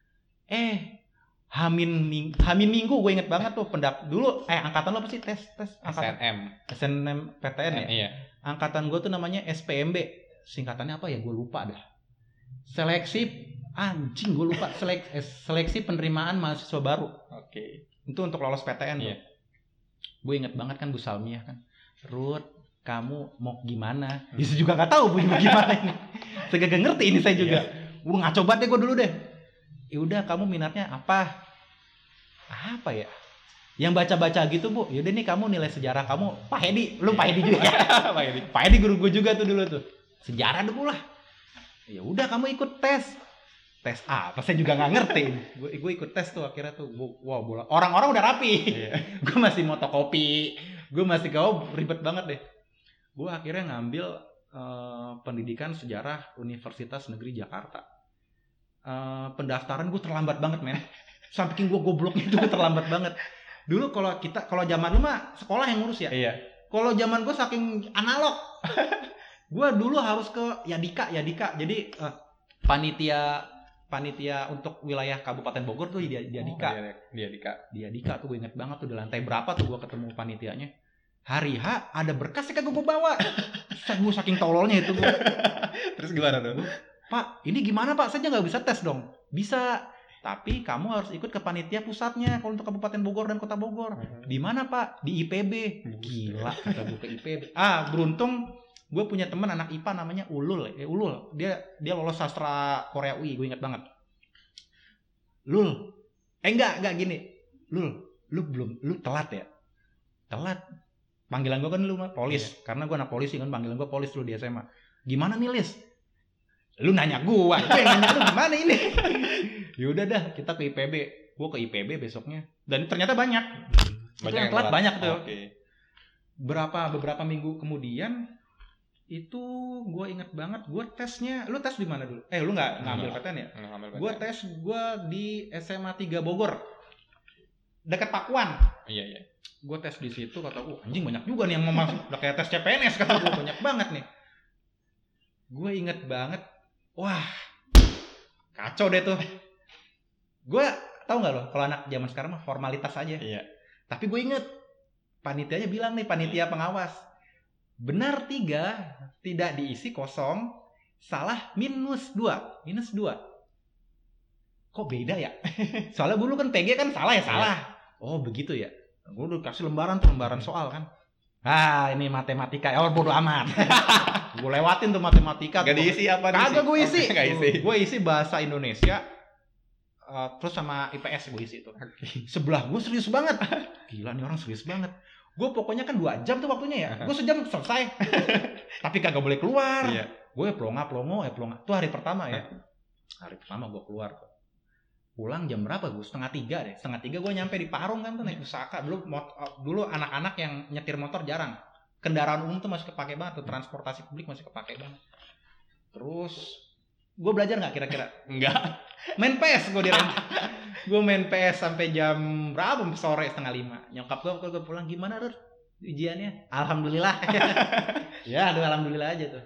Eh, Hamin ming, Hamin minggu gue inget banget tuh pendap dulu. Eh angkatan lo apa sih tes tes S angkatan N M. S N M P T N ya. Iya. Angkatan gue tuh namanya S P M B. Singkatannya apa ya? Gue lupa dah. Seleksi anjing gue lupa. Selek, eh, seleksi penerimaan mahasiswa baru. Oke. Itu untuk lolos P T N tuh. Iya. Gue inget banget kan Bu Salmiah kan. Ruth, kamu mau gimana? Dia juga nggak tahu mau gimana ini. Saya gak ngerti ini saya juga. Gue ngaco banget deh gue dulu deh. Ya udah kamu minatnya apa? Apa ya? Yang baca-baca gitu Bu. Yaudah nih kamu nilai sejarah kamu Pak Hedi. Lu Pak Hedi juga ya? Pak Hedi. Pak Hedi guru gue juga tuh dulu tuh. Sejarah dulu lah. Ya udah kamu ikut tes. Tes apa? Saya juga nggak ngerti. Gue gue ikut tes tuh akhirnya tuh. Gua, wow bola. Orang-orang udah rapi. Iya. Gue masih motokopi. Gue masih kau ribet banget deh. Gue akhirnya ngambil uh, pendidikan sejarah Universitas Negeri Jakarta. Uh, pendaftaran gue terlambat banget men. Saking gue gobloknya itu gue terlambat banget. Dulu kalau kita kalau zaman lu mah sekolah yang ngurus ya. Iya. Kalau zaman gue saking analog. Gue dulu harus ke Yadika, Yadika. Jadi uh, panitia panitia untuk wilayah Kabupaten Bogor tuh di Yadika. Oh, di Yadika. Di Yadika tuh gue inget banget tuh di lantai berapa tuh gue ketemu panitianya. Hari H ada berkas yang kagak gue bawa. Gue saking tololnya itu gue. Terus gimana tuh? Pak, ini gimana Pak? Saya nggak bisa tes dong. Bisa. Tapi kamu harus ikut ke panitia pusatnya kalau untuk Kabupaten Bogor dan Kota Bogor. Di mana Pak? Di I P B. Gila, kata gue ke I P B. Ah, beruntung gue punya teman anak I P A namanya Ulul. Eh, Ulul. Dia dia lolos sastra Korea U I, gue ingat banget. Lul. Eh enggak, enggak gini. Lul, lu belum lu telat ya? Telat. Panggilan gue kan lu mah polis. Yeah. Karena gue anak polisi kan, panggilan gue polis dulu di S M A. Gimana nih, Lis? Lu nanya gua, gue yang nanya lu gimana ini? Yaudah dah, kita ke I P B. Gue ke I P B besoknya. Dan ternyata banyak. Banyak itu yang telat banyak tuh. Okay. Berapa beberapa minggu kemudian itu gue inget banget, gue tesnya, lu tes di mana dulu? Eh lu nggak ngambil P T N ya? Gue tes gue di S M A tiga Bogor, dekat Pakuan. Iya iya. Gue tes di situ, kata gue anjing banyak juga nih yang mau masuk, udah kayak tes C P N S kata gue banyak banget nih. Gue inget banget. Wah, kacau deh tuh. Gue tau nggak loh, kalau anak zaman sekarang mah formalitas aja. Iya. Tapi gue inget, panitianya bilang nih, panitia pengawas, benar tiga, tidak diisi kosong, salah minus dua, minus dua. Kok beda ya? Soalnya dulu kan P G kan salah ya salah. Oh begitu ya. Gue udah kasih lembaran tuh lembaran soal kan. Ah ini matematika, oh bodo amat. Gue lewatin tuh matematika. Gak diisi apa? Kagak gue isi. Oh, isi. Gue isi bahasa Indonesia. Uh, terus sama I P S gue isi tuh. Okay. Sebelah gue serius banget. Gila nih orang serius banget. Gue pokoknya kan dua jam tuh waktunya ya. Gue sejam selesai. Tapi kagak boleh keluar. Iya. Gue plonga plongo ya plonga. Itu hari pertama ya. Hari pertama gue keluar. Pulang jam berapa gue? Setengah tiga deh. Setengah tiga gue nyampe di Parung kan tuh naik Pusaka. Dulu mot- dulu anak-anak yang nyetir motor jarang. Kendaraan umum tuh masih kepake banget. Tuh transportasi publik masih kepake banget. Terus gue belajar nggak kira-kira? Enggak. Main P S gue di rental. Gue main P S sampai jam berapa? Sore setengah lima. Nyokap gue kalau gue pulang gimana Rur? Ujiannya? Alhamdulillah. Ya aduh alhamdulillah aja tuh.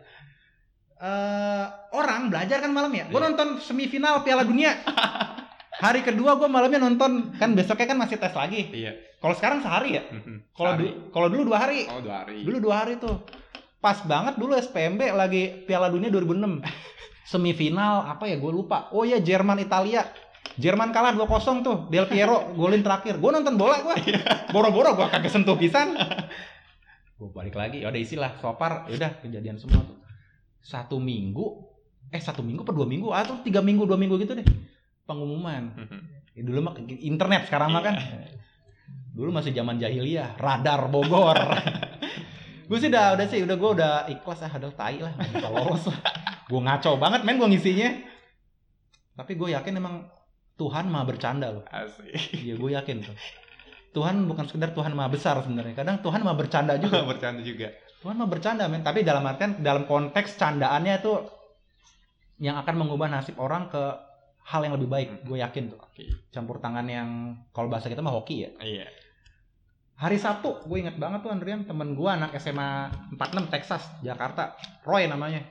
Uh, orang belajar kan malam ya. Gue nonton semifinal Piala Dunia. Hari kedua gue malamnya nonton, kan besoknya kan masih tes lagi. Iya. Kalau sekarang sehari ya. Kalau du- kalau dulu dua hari. Oh dua hari. Dulu dua hari tuh. Pas banget dulu S P M B lagi Piala Dunia dua ribu enam. Semifinal apa ya gue lupa. Oh ya Jerman Italia. Jerman kalah dua kosong tuh. Del Piero golin terakhir. Gue nonton bola gue. Boro-boro gue kagak sentuh pisan. Gue balik lagi. Ya udah isilah sopar. Ya udah kejadian semua tuh. Satu minggu. Eh satu minggu per dua minggu atau tiga minggu dua minggu gitu deh. Pengumuman. Ya, dulu mah internet sekarang mah kan. Dulu masih zaman jahiliyah, radar Bogor. Gue sih udah udah sih udah gue udah ikhlas ah, udah tai lah, enggak lolos lah. Gue ngaco banget men gue ngisinya. Tapi gue yakin emang Tuhan Maha bercanda loh. Asik. Iya gue yakin tuh. Tuhan bukan sekedar Tuhan Maha besar sebenarnya. Kadang Tuhan Maha bercanda juga. Bercanda juga. Tuhan Maha bercanda men, tapi dalam artian dalam konteks candaannya itu yang akan mengubah nasib orang ke hal yang lebih baik, gue yakin tuh. Okay. Campur tangan yang kalau bahasa kita mah hoki ya. Iya. Hari Sabtu, gue inget banget tuh Andrian, temen gue anak S M A empat puluh enam Texas, Jakarta, Roy namanya.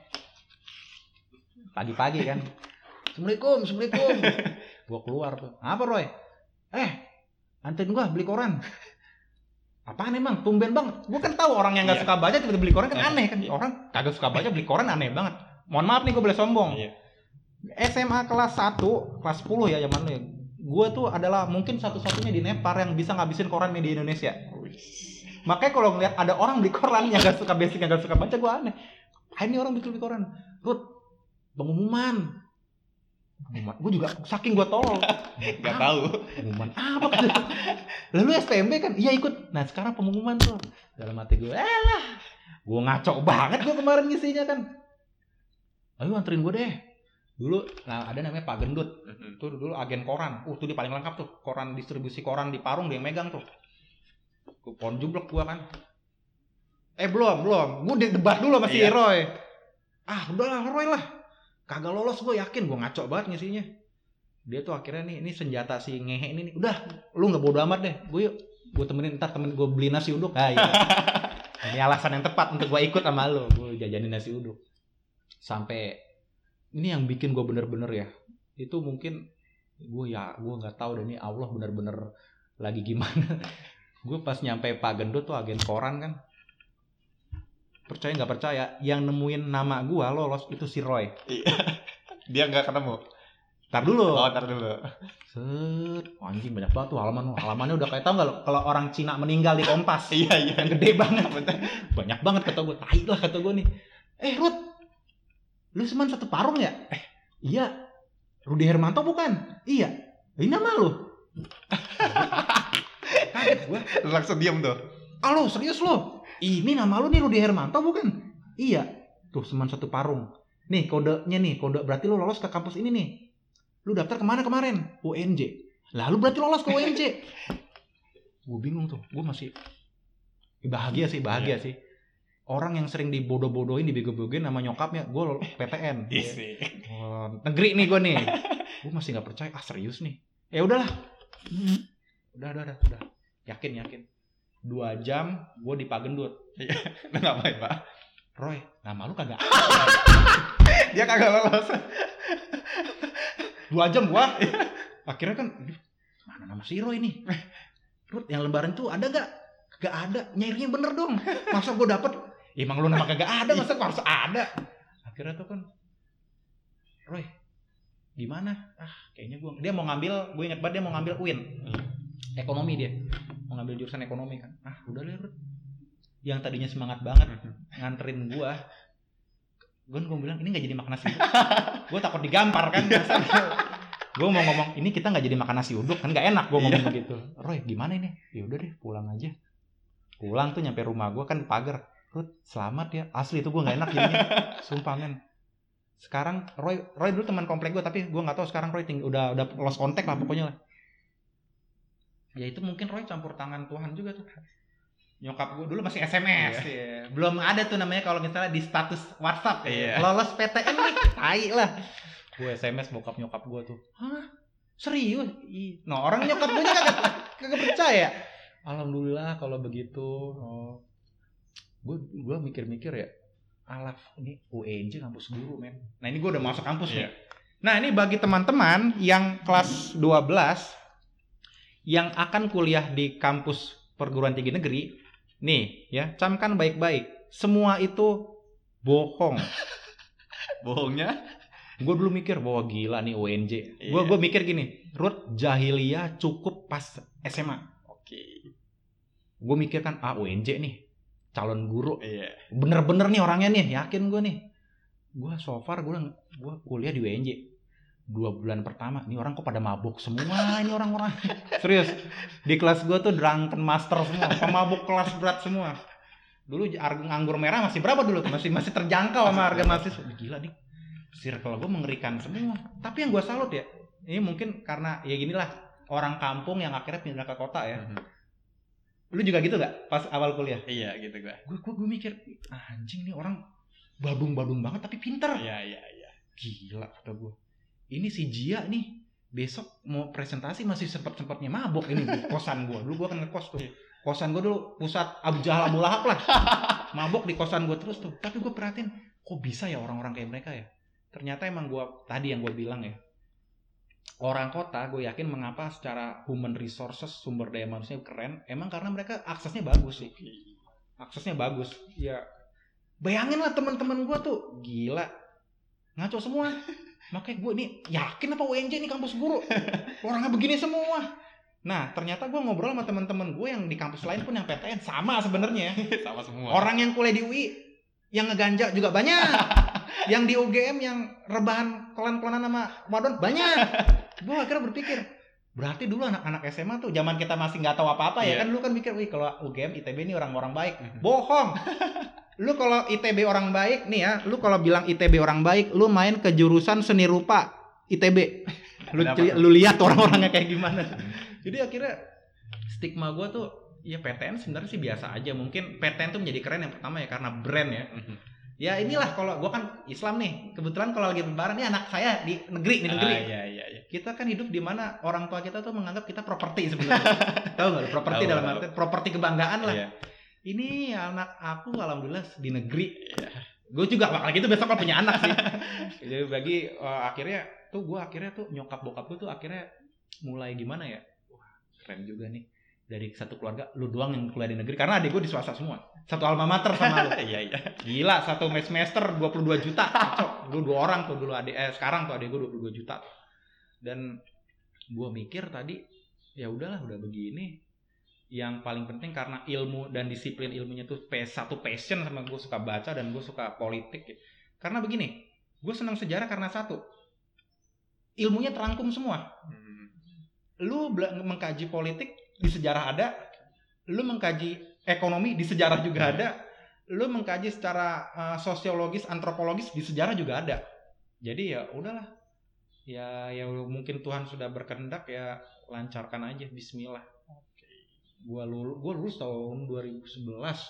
Pagi-pagi kan. Assalamualaikum, assalamualaikum. Gue keluar tuh. Apa Roy? Eh, anterin gue beli koran. Apaan emang? Tumben banget. Gue kan tahu orang yang nggak yeah. suka baca tiba-tiba beli koran kan aneh kan. Orang kagak suka baca beli koran aneh banget. Mohon maaf nih gue boleh sombong. Iya. S M A kelas satu, kelas sepuluh ya zaman lu ya. gue tuh adalah mungkin satu-satunya di Nepal yang bisa ngabisin koran media Indonesia. Makanya kalau ngeliat ada orang beli koran yang gak suka basic, yang gak suka baca, gue aneh. Ah, ini orang bikin beli koran. Rut, pengumuman. Pengumuman. Gue juga saking gue tolol. Gak tahu. Pengumuman apa? Lalu S P M B kan? Iya ikut. Nah sekarang pengumuman tuh. Dalam hati gue, eh lah. Gue ngaco banget gue kemarin ngisinya kan. Ayo anterin gue deh. Dulu, nah ada namanya Pak Gendut. Tuh dulu agen koran. Uh tuh dia paling lengkap tuh. Koran, distribusi koran di Parung dia yang megang tuh. Gue pohon jublek gue kan. Eh belum, belum. Gue debat dulu sama si Iya. Roy. Ah udahlah Roy lah. Kagak lolos gue yakin. Gue ngaco banget ngisinya. Dia tuh akhirnya nih, ini senjata si ngehe ini nih. Udah, lu gak bodo amat deh. Gue yuk, gue temenin, ntar temen gue beli nasi uduk. Ah iya. Ini alasan yang tepat untuk gue ikut sama lu. Gue jajanin nasi uduk. Sampai, ini yang bikin gue bener-bener ya. Itu mungkin, gue ya, gue gak tahu deh ini Allah bener-bener lagi gimana. Gue pas nyampe Pak Gendut tuh agen koran kan. Percaya gak percaya, yang nemuin nama gue lolos itu si Roy. Dia nggak ketemu. Ntar dulu. Oh, ntar dulu. Set, anjing banyak banget tuh halaman. Halamannya udah kayak tau gak lo, kalau orang Cina meninggal di Kompas. Iya, iya. Yang gede banget. Banyak banget kata gue. Tai lah kata gue nih. Eh Rut, lu cuman satu Parung ya? Eh iya. Rudi Hermanto bukan? Iya. Ini nama lu. Kaget gue. Langsung diam tuh. Ah lo serius lo? Ini nama lu nih Rudi Hermanto bukan? Iya. Tuh cuman satu Parung. Nih kodenya nih. Kode berarti lu lolos ke kampus ini nih. Lu daftar kemana kemarin? U N J. Lalu berarti lolos ke U N J. Gue bingung tuh. Gue masih bahagia sih, bahagia yeah. sih. Orang yang sering dibodoh-bodohin, dibego-begoin sama nyokapnya, gue P T N. Isi. Oh, negeri nih gue nih. Gue masih nggak percaya. Ah serius nih. Ya udahlah. Udah, udah, udah, udah. Yakin, yakin. Dua jam gue di Pak Gendut. Lu ngapain, Pak? Roy, nama lu kagak. Dia kagak lolos. Dua jam gua. Akhirnya kan, mana nama si Roy nih? Rut, yang lembaran tuh ada gak? Gak ada. Nyairnya bener dong. Masa gua dapet? Emang lu nama kagak ada, masa gua harus ada? Akhirnya tuh kan, Roy, gimana? Ah, kayaknya gua dia mau ngambil, gue inget banget dia mau ngambil U I N. Ekonomi dia. Mau ngambil jurusan ekonomi kan. Ah, udah deh Rut. Yang tadinya semangat banget nganterin gua. Gue gue bilang ini nggak jadi makan nasi uduk. Gue takut digampar kan. Gue mau ngomong ini kita nggak jadi makan nasi uduk kan nggak enak gue ngomong begitu. Roy gimana ini? Ya udah deh pulang aja. Pulang tuh nyampe rumah gue kan pagar. Rut selamat ya. Asli itu gue nggak enak jadinya. Sumpah men. Sekarang Roy Roy dulu teman komplek gue tapi gue nggak tahu sekarang Roy ting- udah udah lost kontak lah pokoknya lah. Ya itu mungkin Roy campur tangan Tuhan juga tuh. Nyokap gue dulu masih S M S yeah. Ya. Belum ada tuh namanya kalau misalnya di status WhatsApp yeah. Lolos P T N nih tai lah. Gue S M S bokap nyokap gue tuh. Hah? Serius? Ih. Nah orang nyokap gue kagak kagak percaya. Alhamdulillah kalau begitu. Oh. Gue gue mikir-mikir ya. Alaf ini U N J kampus guru men. Nah ini gue udah masuk kampus yeah. nih. Nah ini bagi teman-teman yang kelas dua belas yang akan kuliah di kampus perguruan tinggi negeri. Nih ya, camkan baik-baik. Semua itu bohong. Bohongnya? Gue dulu mikir, wah gila nih U N J. Gue Iya. gue mikir gini, Rut jahiliyah cukup pas S M A. Oke. Gue mikir kan, ah U N J nih, calon guru. Iya. Bener-bener nih orangnya nih, yakin gue nih. Gue so far gue gue kuliah di U N J. Dua bulan pertama, nih orang kok pada mabuk semua ini orang-orang. Serius, di kelas gue tuh drunken master semua, pemabuk kelas berat semua. Dulu anggur merah masih berapa dulu? Masih masih terjangkau sama harga mahasiswa. Gila nih, circle gue mengerikan semua. Tapi yang gue salut ya, ini mungkin karena ya ginilah orang kampung yang akhirnya pindah ke kota ya. Mm-hmm. Lu juga gitu gak pas awal kuliah? Iya gitu gue. Gue gue mikir, anjing nih orang badung-badung banget tapi pinter. Iya iya iya. Gila kata gue. Ini si Jia nih besok mau presentasi masih sempet-sempetnya mabok ini di kosan gue. Dulu gue kan ngekos tuh. Kosan gue dulu pusat Abu Jahal Abu Lahab lah. Mabok di kosan gue terus tuh. Tapi gue perhatiin kok bisa ya orang-orang kayak mereka ya. Ternyata emang gue tadi yang gue bilang ya. Orang kota gue yakin mengapa secara human resources sumber daya manusia keren. Emang karena mereka aksesnya bagus sih. Aksesnya bagus. Ya bayangin lah teman-teman gue tuh gila. Ngaco semua. Makanya gue nih yakin apa U N J nih kampus guru orangnya begini semua. Nah ternyata gue ngobrol sama teman-teman gue yang di kampus lain pun yang P T N sama sebenarnya. Sama semua. Orang yang kuliah di U I yang ngeganja juga banyak. Yang di U G M yang rebahan kelan-kelanan sama wadon banyak. Gue akhirnya berpikir berarti dulu anak-anak S M A tuh zaman kita masih nggak tahu apa-apa ya Iya. kan, lu kan mikir wih kalau U G M I T B ini orang-orang baik. Bohong. Lu kalau I T B orang baik nih ya, lu kalau bilang I T B orang baik, lu main ke jurusan seni rupa I T B. Lu Kenapa celi- tuh? lu lihat orang-orangnya kayak gimana. Jadi akhirnya stigma gua tuh ya P T N sebenarnya sih biasa aja. Mungkin P T N tuh menjadi keren yang pertama ya karena brand ya. Ya inilah kalau gua kan Islam nih. Kebetulan kalau lagi lebaran nih anak saya di negeri, di negeri. Ah, iya iya iya. Kita kan hidup di mana orang tua kita tuh menganggap kita properti sebenarnya. Tahu nggak? lu? Properti Tahu, dalam tahu. arti properti kebanggaan lah. Iya. Ini anak aku alhamdulillah di negeri. Gue juga bakal gitu besok kan punya anak sih. Jadi bagi uh, akhirnya tuh gue akhirnya tuh nyokap bokap gue tuh akhirnya mulai gimana ya? Wah keren juga nih. Dari satu keluarga lu doang yang kuliah di negeri karena adik gue di swasta semua. Satu alma mater sama lu. Iya iya. Gila satu semester dua puluh dua juta. Kacau. Dulu dua orang tuh dulu adik eh sekarang tuh adik gue dua puluh dua juta. Dan gue mikir tadi ya udahlah udah begini. Yang paling penting karena ilmu dan disiplin ilmunya tuh satu passion sama gue suka baca dan gue suka politik. Karena begini, gue senang sejarah karena satu. Ilmunya terangkum semua. Hmm. Lu bela- mengkaji politik di sejarah ada, lu mengkaji ekonomi di sejarah juga ada, lu mengkaji secara uh, sosiologis, antropologis di sejarah juga ada. Jadi ya udahlah, ya ya mungkin Tuhan sudah berkehendak ya lancarkan aja, Bismillah. Gua lulus, gua lulus tahun dua ribu sebelas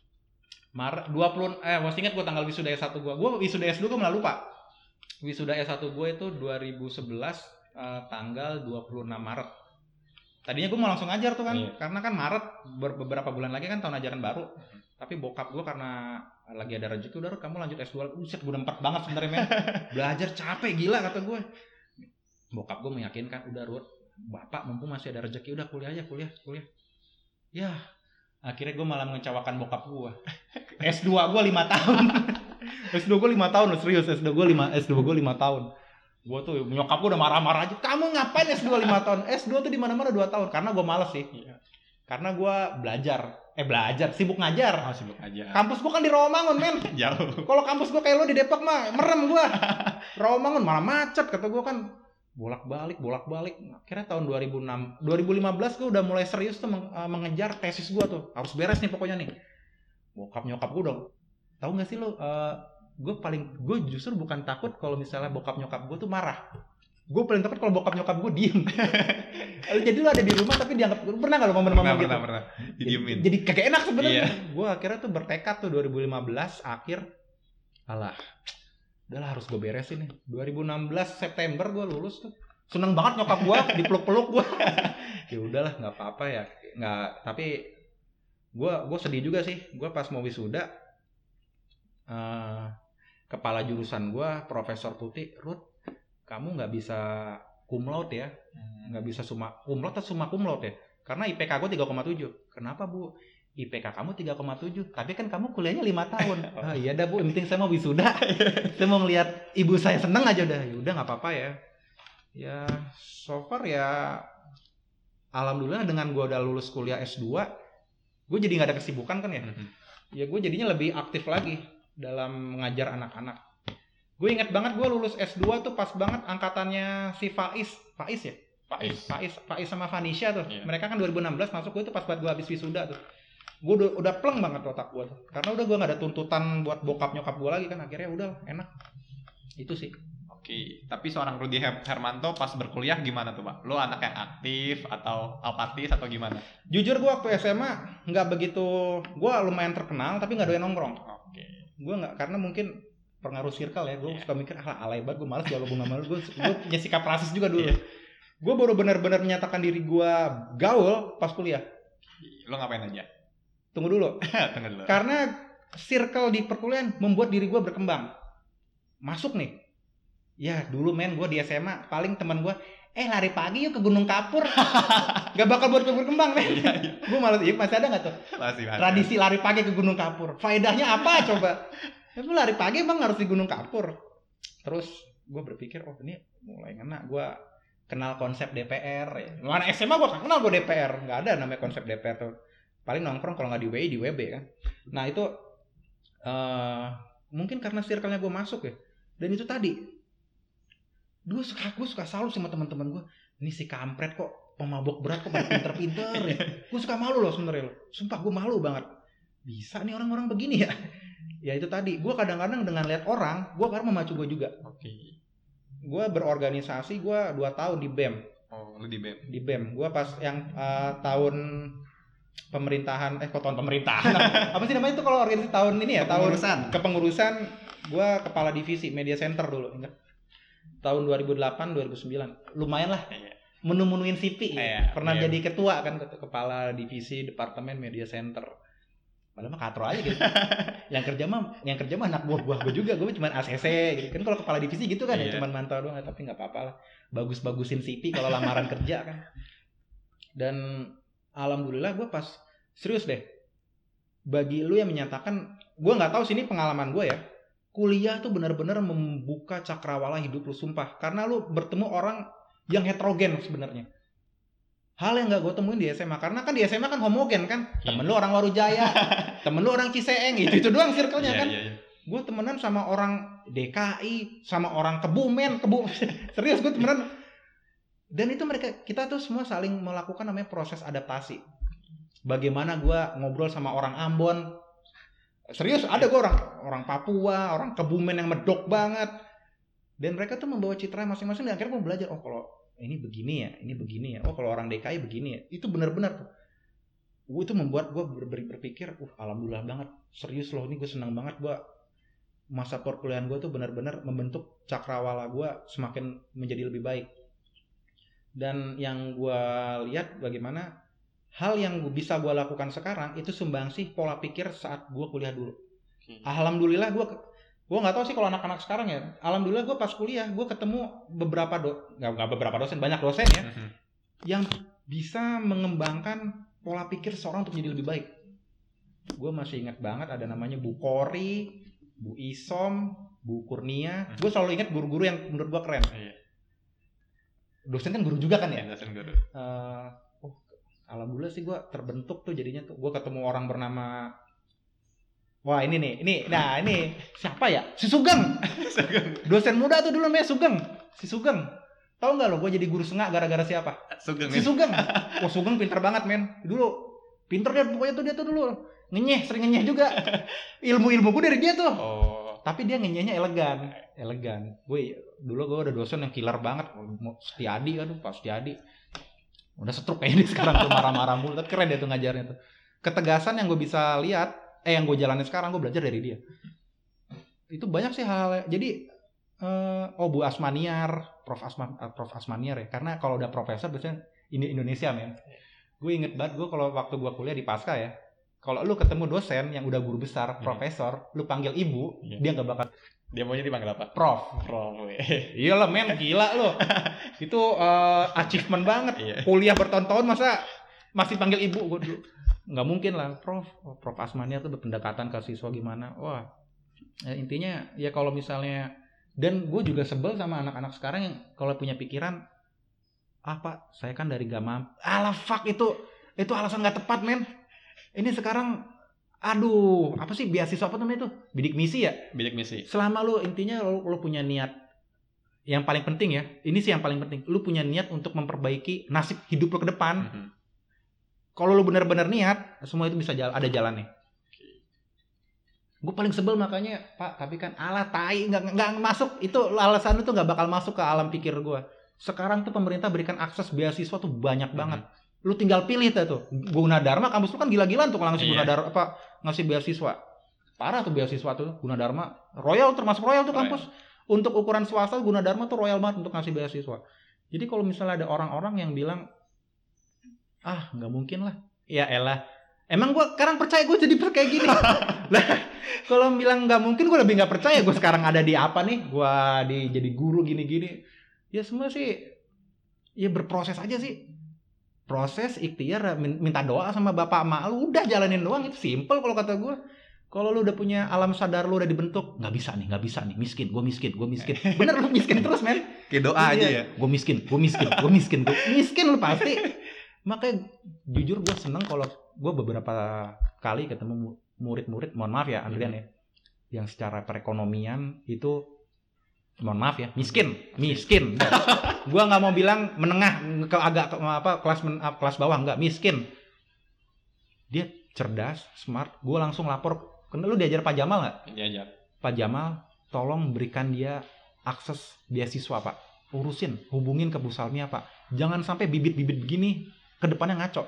Maret dua puluh eh masih ingat gua tanggal wisuda S satu gua. Gua wisuda S dua gua malah lupa. Wisuda S satu gua itu dua ribu sebelas uh, tanggal dua puluh enam Maret. Tadinya gue mau langsung ngajar tuh kan, Iya. karena kan Maret ber- beberapa bulan lagi kan tahun ajaran baru. Tapi bokap gue karena lagi ada rezeki udah Rut, kamu lanjut S dua. Uset gue empat banget sebenarnya men. Belajar capek gila kata gue. Bokap gue meyakinkan udah Rut, bapak mumpung masih ada rezeki udah kuliah aja kuliah kuliah. Ya akhirnya gue malah mengecewakan bokap gue. S dua gue lima tahun. S dua gue lima tahun loh serius. S dua gue lima S dua gue lima tahun. Gue tuh nyokap gue udah marah-marah aja. Kamu ngapain S dua lima tahun? S dua tuh di mana-mana dua tahun. Karena gue males sih. Iya. Karena gue belajar. Eh belajar, sibuk ngajar. Oh, sibuk aja. Kampus gue kan di Rawamangun men. Jauh. Kalau kampus gue kayak lo di Depok mah merem gue. Rawamangun malah macet kata gue kan. Bolak-balik, bolak-balik. Akhirnya tahun dua ribu enam, dua ribu lima belas gue udah mulai serius tuh meng- uh, mengejar tesis gue tuh. Harus beres nih pokoknya nih. Bokap nyokap gue udah. Tahu nggak sih lo? Uh, gue paling gue justru bukan takut kalau misalnya bokap nyokap gue tuh marah. Gue paling takut kalau bokap nyokap gue diem. Jadi lu ada di rumah tapi dianggap pernah nggak lo momen-momen Pernah gitu? pernah pernah. Didiemin. Jadi, jadi kagak enak sebenarnya. Iya. Gue akhirnya tuh bertekad tuh dua ribu lima belas akhir. Alah, udahlah harus gue beresin nih. dua ribu enam belas September gue lulus tuh. Seneng banget nyokap gue dipeluk-peluk gue. Ya udahlah nggak apa-apa ya. Nggak. Tapi gue gue sedih juga sih. Gue pas mau wisuda. Uh, kepala jurusan gue Profesor Putih, Ruth, kamu nggak bisa cum laude ya, nggak bisa summa cum laude atau summa cum laude ya, karena I P K gue tiga koma tujuh. Kenapa bu? I P K kamu tiga koma tujuh, tapi kan kamu kuliahnya lima tahun. Ah, iya dah bu, yang penting saya mau wisuda, saya mau ngelihat ibu saya seneng aja udah. Ya udah nggak apa-apa ya. Ya so far ya, alhamdulillah dengan gue udah lulus kuliah S dua, gue jadi nggak ada kesibukan kan ya. Ya gue jadinya lebih aktif lagi dalam mengajar anak-anak. Gue inget banget gue lulus S dua tuh pas banget angkatannya si Faiz. Faiz ya? Faiz. Faiz, Faiz sama Vanisha tuh. Iya. Mereka kan dua ribu enam belas masuk, gue tuh pas buat gue habis wisuda tuh. Gue udah, udah pleng banget otak gue tuh. Karena udah gue gak ada tuntutan buat bokap nyokap gue lagi kan. Akhirnya udah enak. Itu sih. Oke, tapi seorang Rudy Her- Hermanto pas berkuliah gimana tuh Pak? Lo anak yang aktif atau apatis atau gimana? Jujur gue waktu S M A gak begitu, gue lumayan terkenal tapi gak doyan nongkrong. Oke. Gue nggak, karena mungkin pengaruh circle ya, gue Yeah. suka mikir ah alay banget, gue malas jaga bunga malu, gue gue punya sikap rasis juga dulu. Yeah. Gue baru benar-benar menyatakan diri gue gaul pas kuliah. Lo ngapain aja? Tunggu dulu, Tunggu dulu. karena circle di perkuliahan membuat diri gue berkembang. Masuk nih, ya dulu men gue di S M A paling teman gue, eh lari pagi yuk ke Gunung Kapur, gak bakal buat gue berkembang men. Iya, iya. Gue malas, iya masih ada nggak tuh? Masih masih. Tradisi lari pagi ke Gunung Kapur. Faedahnya apa coba? Tapi lari pagi emang harus di Gunung Kapur. Terus gue berpikir oh ini mulai ngena. Gue kenal konsep D P R ya. Mana S M A gue kenal gue D P R, nggak ada namanya konsep D P R tuh. Paling nongkrong kalau nggak di W I di W B kan. Nah itu uh, mungkin karena circle-nya gue masuk ya. Dan itu tadi, gue suka gue suka salut sama teman-teman gue. Ini si kampret kok pemabok berat kok pada pinter-pinter ya. Gue suka malu loh sebenarnya loh. Sumpah gue malu banget. Bisa nih orang-orang begini ya. Ya itu tadi, gue kadang-kadang dengan lihat orang, gue kadang memacu gue juga. Oke. Okay. Gue berorganisasi, gue dua tahun di B E M. Oh, lu di B E M? Di B E M. Gue pas yang uh, tahun pemerintahan, eh kok tahun pemerintahan? Apa sih namanya itu kalau organisasi tahun ini ya? Kepengurusan. Tahun kepengurusan, gue kepala divisi media center dulu, ingat? Tahun dua ribu delapan dua ribu sembilan. Lumayan lah. Iya. Menu-menuin C P. Iya, Pernah iya. jadi ketua kan, kepala divisi departemen media center. Padahal mah katro aja gitu. yang kerja mah yang kerja mah anak buah-buah gue juga, gue cuma A C C gitu kan. Kalau kepala divisi gitu kan yeah. ya cuma mantau doang, tapi nggak apa-apa lah. Bagus-bagusin C P kalau lamaran kerja kan. Dan alhamdulillah gue pas serius deh. Bagi lu yang menyatakan, gue nggak tahu sih ini pengalaman gue ya. Kuliah tuh benar-benar membuka cakrawala hidup lu, sumpah. Karena lu bertemu orang yang heterogen sebenarnya. Hal yang gak gue temuin di S M A. Karena kan di S M A kan homogen kan. Temen lu orang Warujaya, temen lu orang Ciseeng, itu-itu doang circle-nya yeah, kan. yeah, yeah. Gue temenan sama orang D K I, sama orang Kebumen, Kebu serius gue temenan. Dan itu mereka, kita tuh semua saling melakukan namanya proses adaptasi. Bagaimana gue ngobrol sama orang Ambon. Serius ada gue orang orang Papua, orang Kebumen yang medok banget. Dan mereka tuh membawa citra masing-masing. Dan akhirnya gue belajar, oh kalau ini begini ya, ini begini ya. Oh kalau orang D K I begini ya. Itu benar-benar tuh. Itu membuat gue ber- ber- berpikir, uh alhamdulillah banget. Serius loh, ini gue senang banget. Gue masa perkuliahan gue tuh benar-benar membentuk cakrawala gue semakin menjadi lebih baik. Dan yang gue lihat bagaimana hal yang bisa gue lakukan sekarang itu sumbangsih pola pikir saat gue kuliah dulu. Hmm. Alhamdulillah gue gue nggak tahu sih kalau anak-anak sekarang ya. Alhamdulillah gue pas kuliah gue ketemu beberapa do nggak nggak beberapa dosen, banyak dosen ya mm-hmm. yang bisa mengembangkan pola pikir seorang untuk menjadi lebih baik. Gue masih ingat banget ada namanya Bu Kori, Bu Isom, Bu Kurnia. Mm-hmm. Gue selalu ingat guru-guru yang menurut gue keren. Mm-hmm. Dosen kan guru juga kan ya. Dosen guru. Uh, oh, alhamdulillah sih gue terbentuk tuh jadinya tuh. Gue ketemu orang bernama wah ini nih, ini, nah ini siapa ya? Si Sugeng. Dosen muda tuh dulu namanya Sugeng. Si Sugeng. Tahu nggak lo? Gue jadi guru sengak gara-gara siapa? Sugeng. Si Sugeng. Wah Sugeng pinter banget men. Dulu pinter dia pokoknya tuh dia tuh dulu ngenyeh, sering ngenyeh juga. Ilmu-ilmu gue dari dia tuh. Oh. Tapi dia ngenyehnya elegan, elegan. Gue dulu gue ada dosen yang killer banget. Setiadi, aduh Pak Setiadi. Udah setruk kayaknya sekarang tuh marah-marah mulu. Tapi keren dia tuh ngajarnya tuh. Ketegasan yang gue bisa lihat. Eh yang gue jalanin sekarang gue belajar dari dia. Itu banyak sih hal-hal. Jadi uh, oh Bu Asmaniar, Prof Asman, uh, Prof Asmaniar ya. Karena kalau udah profesor biasanya ini Indonesia men. Gue inget banget gue kalau waktu gue kuliah di Pasca ya. Kalau lu ketemu dosen yang udah guru besar, profesor, lu panggil ibu, yeah. dia nggak bakal. Dia maunya dipanggil apa? Prof. Prof. Iya lah men, gila lo. Itu uh, achievement banget. Yeah. Kuliah bertahun-tahun masa masih panggil ibu gue dulu. Nggak mungkin lah, Prof. Oh, Prof Asmania tuh berpendekatan ke siswa gimana. Wah, ya, intinya ya kalau misalnya, dan gue juga sebel sama anak-anak sekarang yang kalau punya pikiran, ah Pak, saya kan dari gak mampu. Alah fuck, itu itu alasan nggak tepat men. Ini sekarang, aduh, apa sih beasiswa apa namanya itu? Bidik misi ya? Bidik misi. Selama lu intinya lu, lu punya niat, yang paling penting ya, ini sih yang paling penting, lu punya niat untuk memperbaiki nasib hidup lu ke depan. Mm-hmm. Kalau lu benar-benar niat, semua itu bisa jalan, ada jalannya. Gue paling sebel makanya, Pak, tapi kan ala tai nggak nggak masuk, itu alasan itu nggak bakal masuk ke alam pikir gue. Sekarang tuh pemerintah berikan akses beasiswa tuh banyak mm-hmm. banget. Lu tinggal pilih tuh, Gunadarma kampus lu kan gila-gilaan tuh kalau ngasih yeah. Gunadarma apa ngasih beasiswa. Parah tuh beasiswa tuh Gunadarma. Royal termasuk royal tuh kampus. Royal. Untuk ukuran swasta Gunadarma tuh royal banget untuk ngasih beasiswa. Jadi kalau misalnya ada orang-orang yang bilang ah nggak mungkin lah, ya elah, emang gue sekarang percaya gue jadi kayak gini. Lah kalau bilang nggak mungkin gue lebih nggak percaya gue sekarang ada di apa nih, gue di jadi guru gini-gini. Ya semua sih ya berproses aja sih, proses ikhtiar, minta doa sama bapak emak lu, udah jalanin doang, itu simple kalau kata gue. Kalau lu udah punya alam sadar lu udah dibentuk, nggak bisa nih, nggak bisa nih, miskin, gue miskin, gue miskin. Bener lu miskin terus, men. Kayak doa aja ya. Gue miskin, gue miskin, gue miskin, gue miskin lu pasti. Makanya jujur gue seneng kalau gue beberapa kali ketemu murid-murid, mohon maaf ya Andrian ya, yang secara perekonomian itu, mohon maaf ya, miskin, miskin. Gue nggak mau bilang menengah ke agak ke, apa kelas men, kelas bawah, nggak, miskin. Dia cerdas, smart. Gue langsung lapor. Kena lu diajar Pak Jamal nggak? Diajar. Pak Jamal, tolong berikan dia akses beasiswa Pak. Urusin, hubungin ke Bu Salmia Pak. Jangan sampai bibit-bibit begini kedepannya ngaco.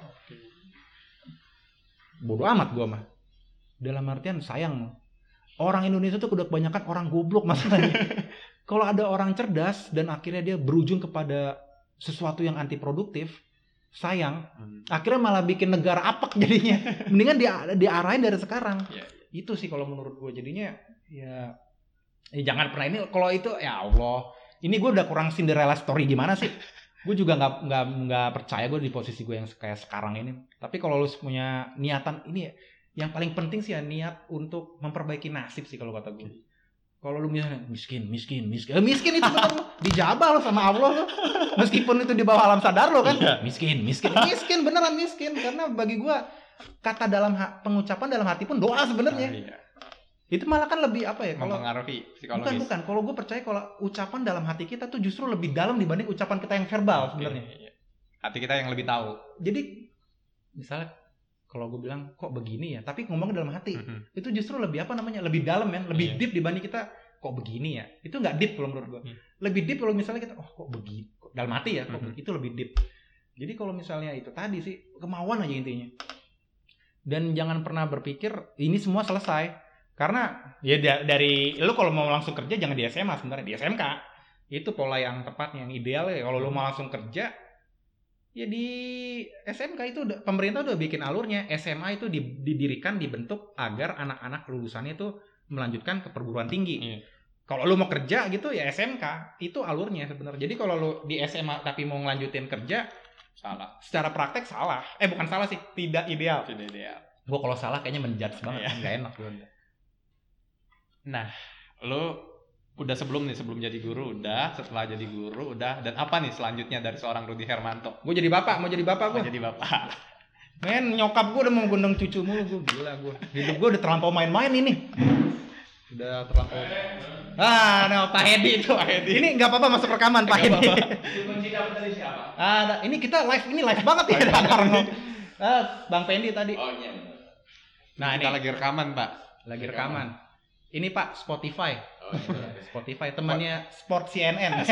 Bodoh amat gue mah. Dalam artian sayang. Orang Indonesia tuh udah kebanyakan orang goblok masalahnya. Kalau ada orang cerdas dan akhirnya dia berujung kepada sesuatu yang anti produktif, sayang. Hmm. Akhirnya malah bikin negara apek jadinya. Mendingan dia diarahin dari sekarang. Yeah. Itu sih kalau menurut gue jadinya ya, ya jangan pernah ini kalau itu ya Allah. Ini gue udah kurang Cinderella story gimana sih? Gue juga nggak nggak nggak percaya gue di posisi gue yang kayak sekarang ini. Tapi kalau lu punya niatan ini, yang paling penting sih ya niat untuk memperbaiki nasib sih kalau kata gue. Kalau lu misalnya miskin, miskin, miskin, eh, miskin itu bener lo dijabah lo sama Allah lo. Meskipun itu di bawah alam sadar lo kan, yeah. miskin, miskin, miskin beneran miskin. Karena bagi gue kata dalam ha- pengucapan dalam hati pun doa sebenarnya. Oh, iya. Itu malah kan lebih apa ya? Kalau mempengaruhi psikologis. Bukan bukan. Kalau gue percaya kalau ucapan dalam hati kita tuh justru lebih dalam dibanding ucapan kita yang verbal sebenarnya. Iya. Hati kita yang lebih tahu. Jadi misalnya kalau gue bilang kok begini ya, tapi ngomong dalam hati, mm-hmm. itu justru lebih apa namanya? Lebih dalam men, lebih yeah. deep dibanding kita kok begini ya. Itu nggak deep kalau menurut gue. Mm. Lebih deep kalau misalnya kita oh kok begini, dalam hati ya, kok mm-hmm. itu lebih deep. Jadi kalau misalnya itu tadi sih kemauan aja intinya. Dan jangan pernah berpikir ini semua selesai. Karena ya dari lu kalau mau langsung kerja jangan di S M A sebenarnya, di S M K. Itu pola yang tepat, yang ideal ya. Kalau lu mau langsung kerja ya di S M K itu udah, pemerintah udah bikin alurnya. S M A itu didirikan, dibentuk agar anak-anak lulusannya itu melanjutkan ke perguruan tinggi. Hmm. Kalau lu mau kerja gitu ya S M K itu alurnya sebenarnya. Jadi kalau lu di S M A tapi mau ngelanjutin kerja salah. Secara praktek salah. Eh bukan salah sih, tidak ideal. Tidak ideal. Gua kalau salah kayaknya menjudge banget, enggak enak gua. Nah, lu udah sebelum nih sebelum jadi guru udah, setelah jadi guru udah, dan apa nih selanjutnya dari seorang Rudy Hermanto? Gue jadi bapak, mau jadi bapak gue. Mau jadi bapak. Men, nyokap gue udah mau gendong cucu mulu, gue gila gue. Hidup gue udah terlampau main-main ini. Udah terlampau. Ah, no, Pak Hedi itu. Pak Hedi. Ini nggak apa-apa masuk rekaman Pak Hedi. Kunci dapat dari siapa? Ah, ini kita live, ini live banget ya. Ah, Bang Pendi tadi. Oh iya. Nah, kita ini lagi rekaman, Pak. Lagi rekaman. Ini Pak Spotify. Oh, iya. Spotify temannya Sport C N N.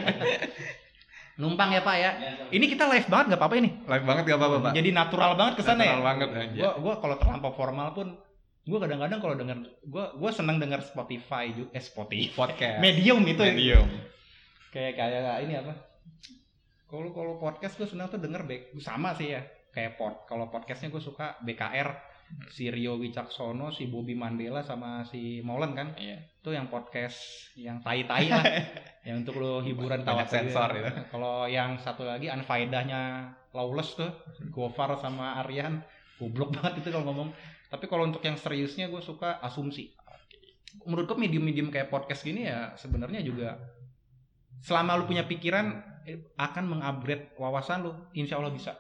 Numpang ya Pak ya. Ini kita live banget nggak apa-apa ini. Live banget nggak apa-apa Pak. Jadi natural banget kesannya. Natural ya? banget. Gue gue kalau terlampau formal pun, gue kadang-kadang kalau denger, gue gue seneng denger Spotify juga. Eh Spotify. Podcast. Medium itu. Medium. Kayak kayak ini apa? Kalau kalau podcast gue seneng tuh denger back. Sama sih ya. Kayak pod. Kalau podcastnya gue suka B K R. Si Rio Wicaksono, si Bobby Mandela sama si Molen kan, iya. Itu yang podcast yang tai-tai lah, yang untuk lo hiburan tawa sensor itu. Kalau yang satu lagi unfaedahnya Lawless tuh, Gofar sama Aryan, goblok banget itu kalau ngomong. Tapi kalau untuk yang seriusnya gue suka Asumsi. Menurut gue medium-medium kayak podcast gini ya sebenarnya juga selama lu punya pikiran akan mengupgrade wawasan lu, insya Allah bisa.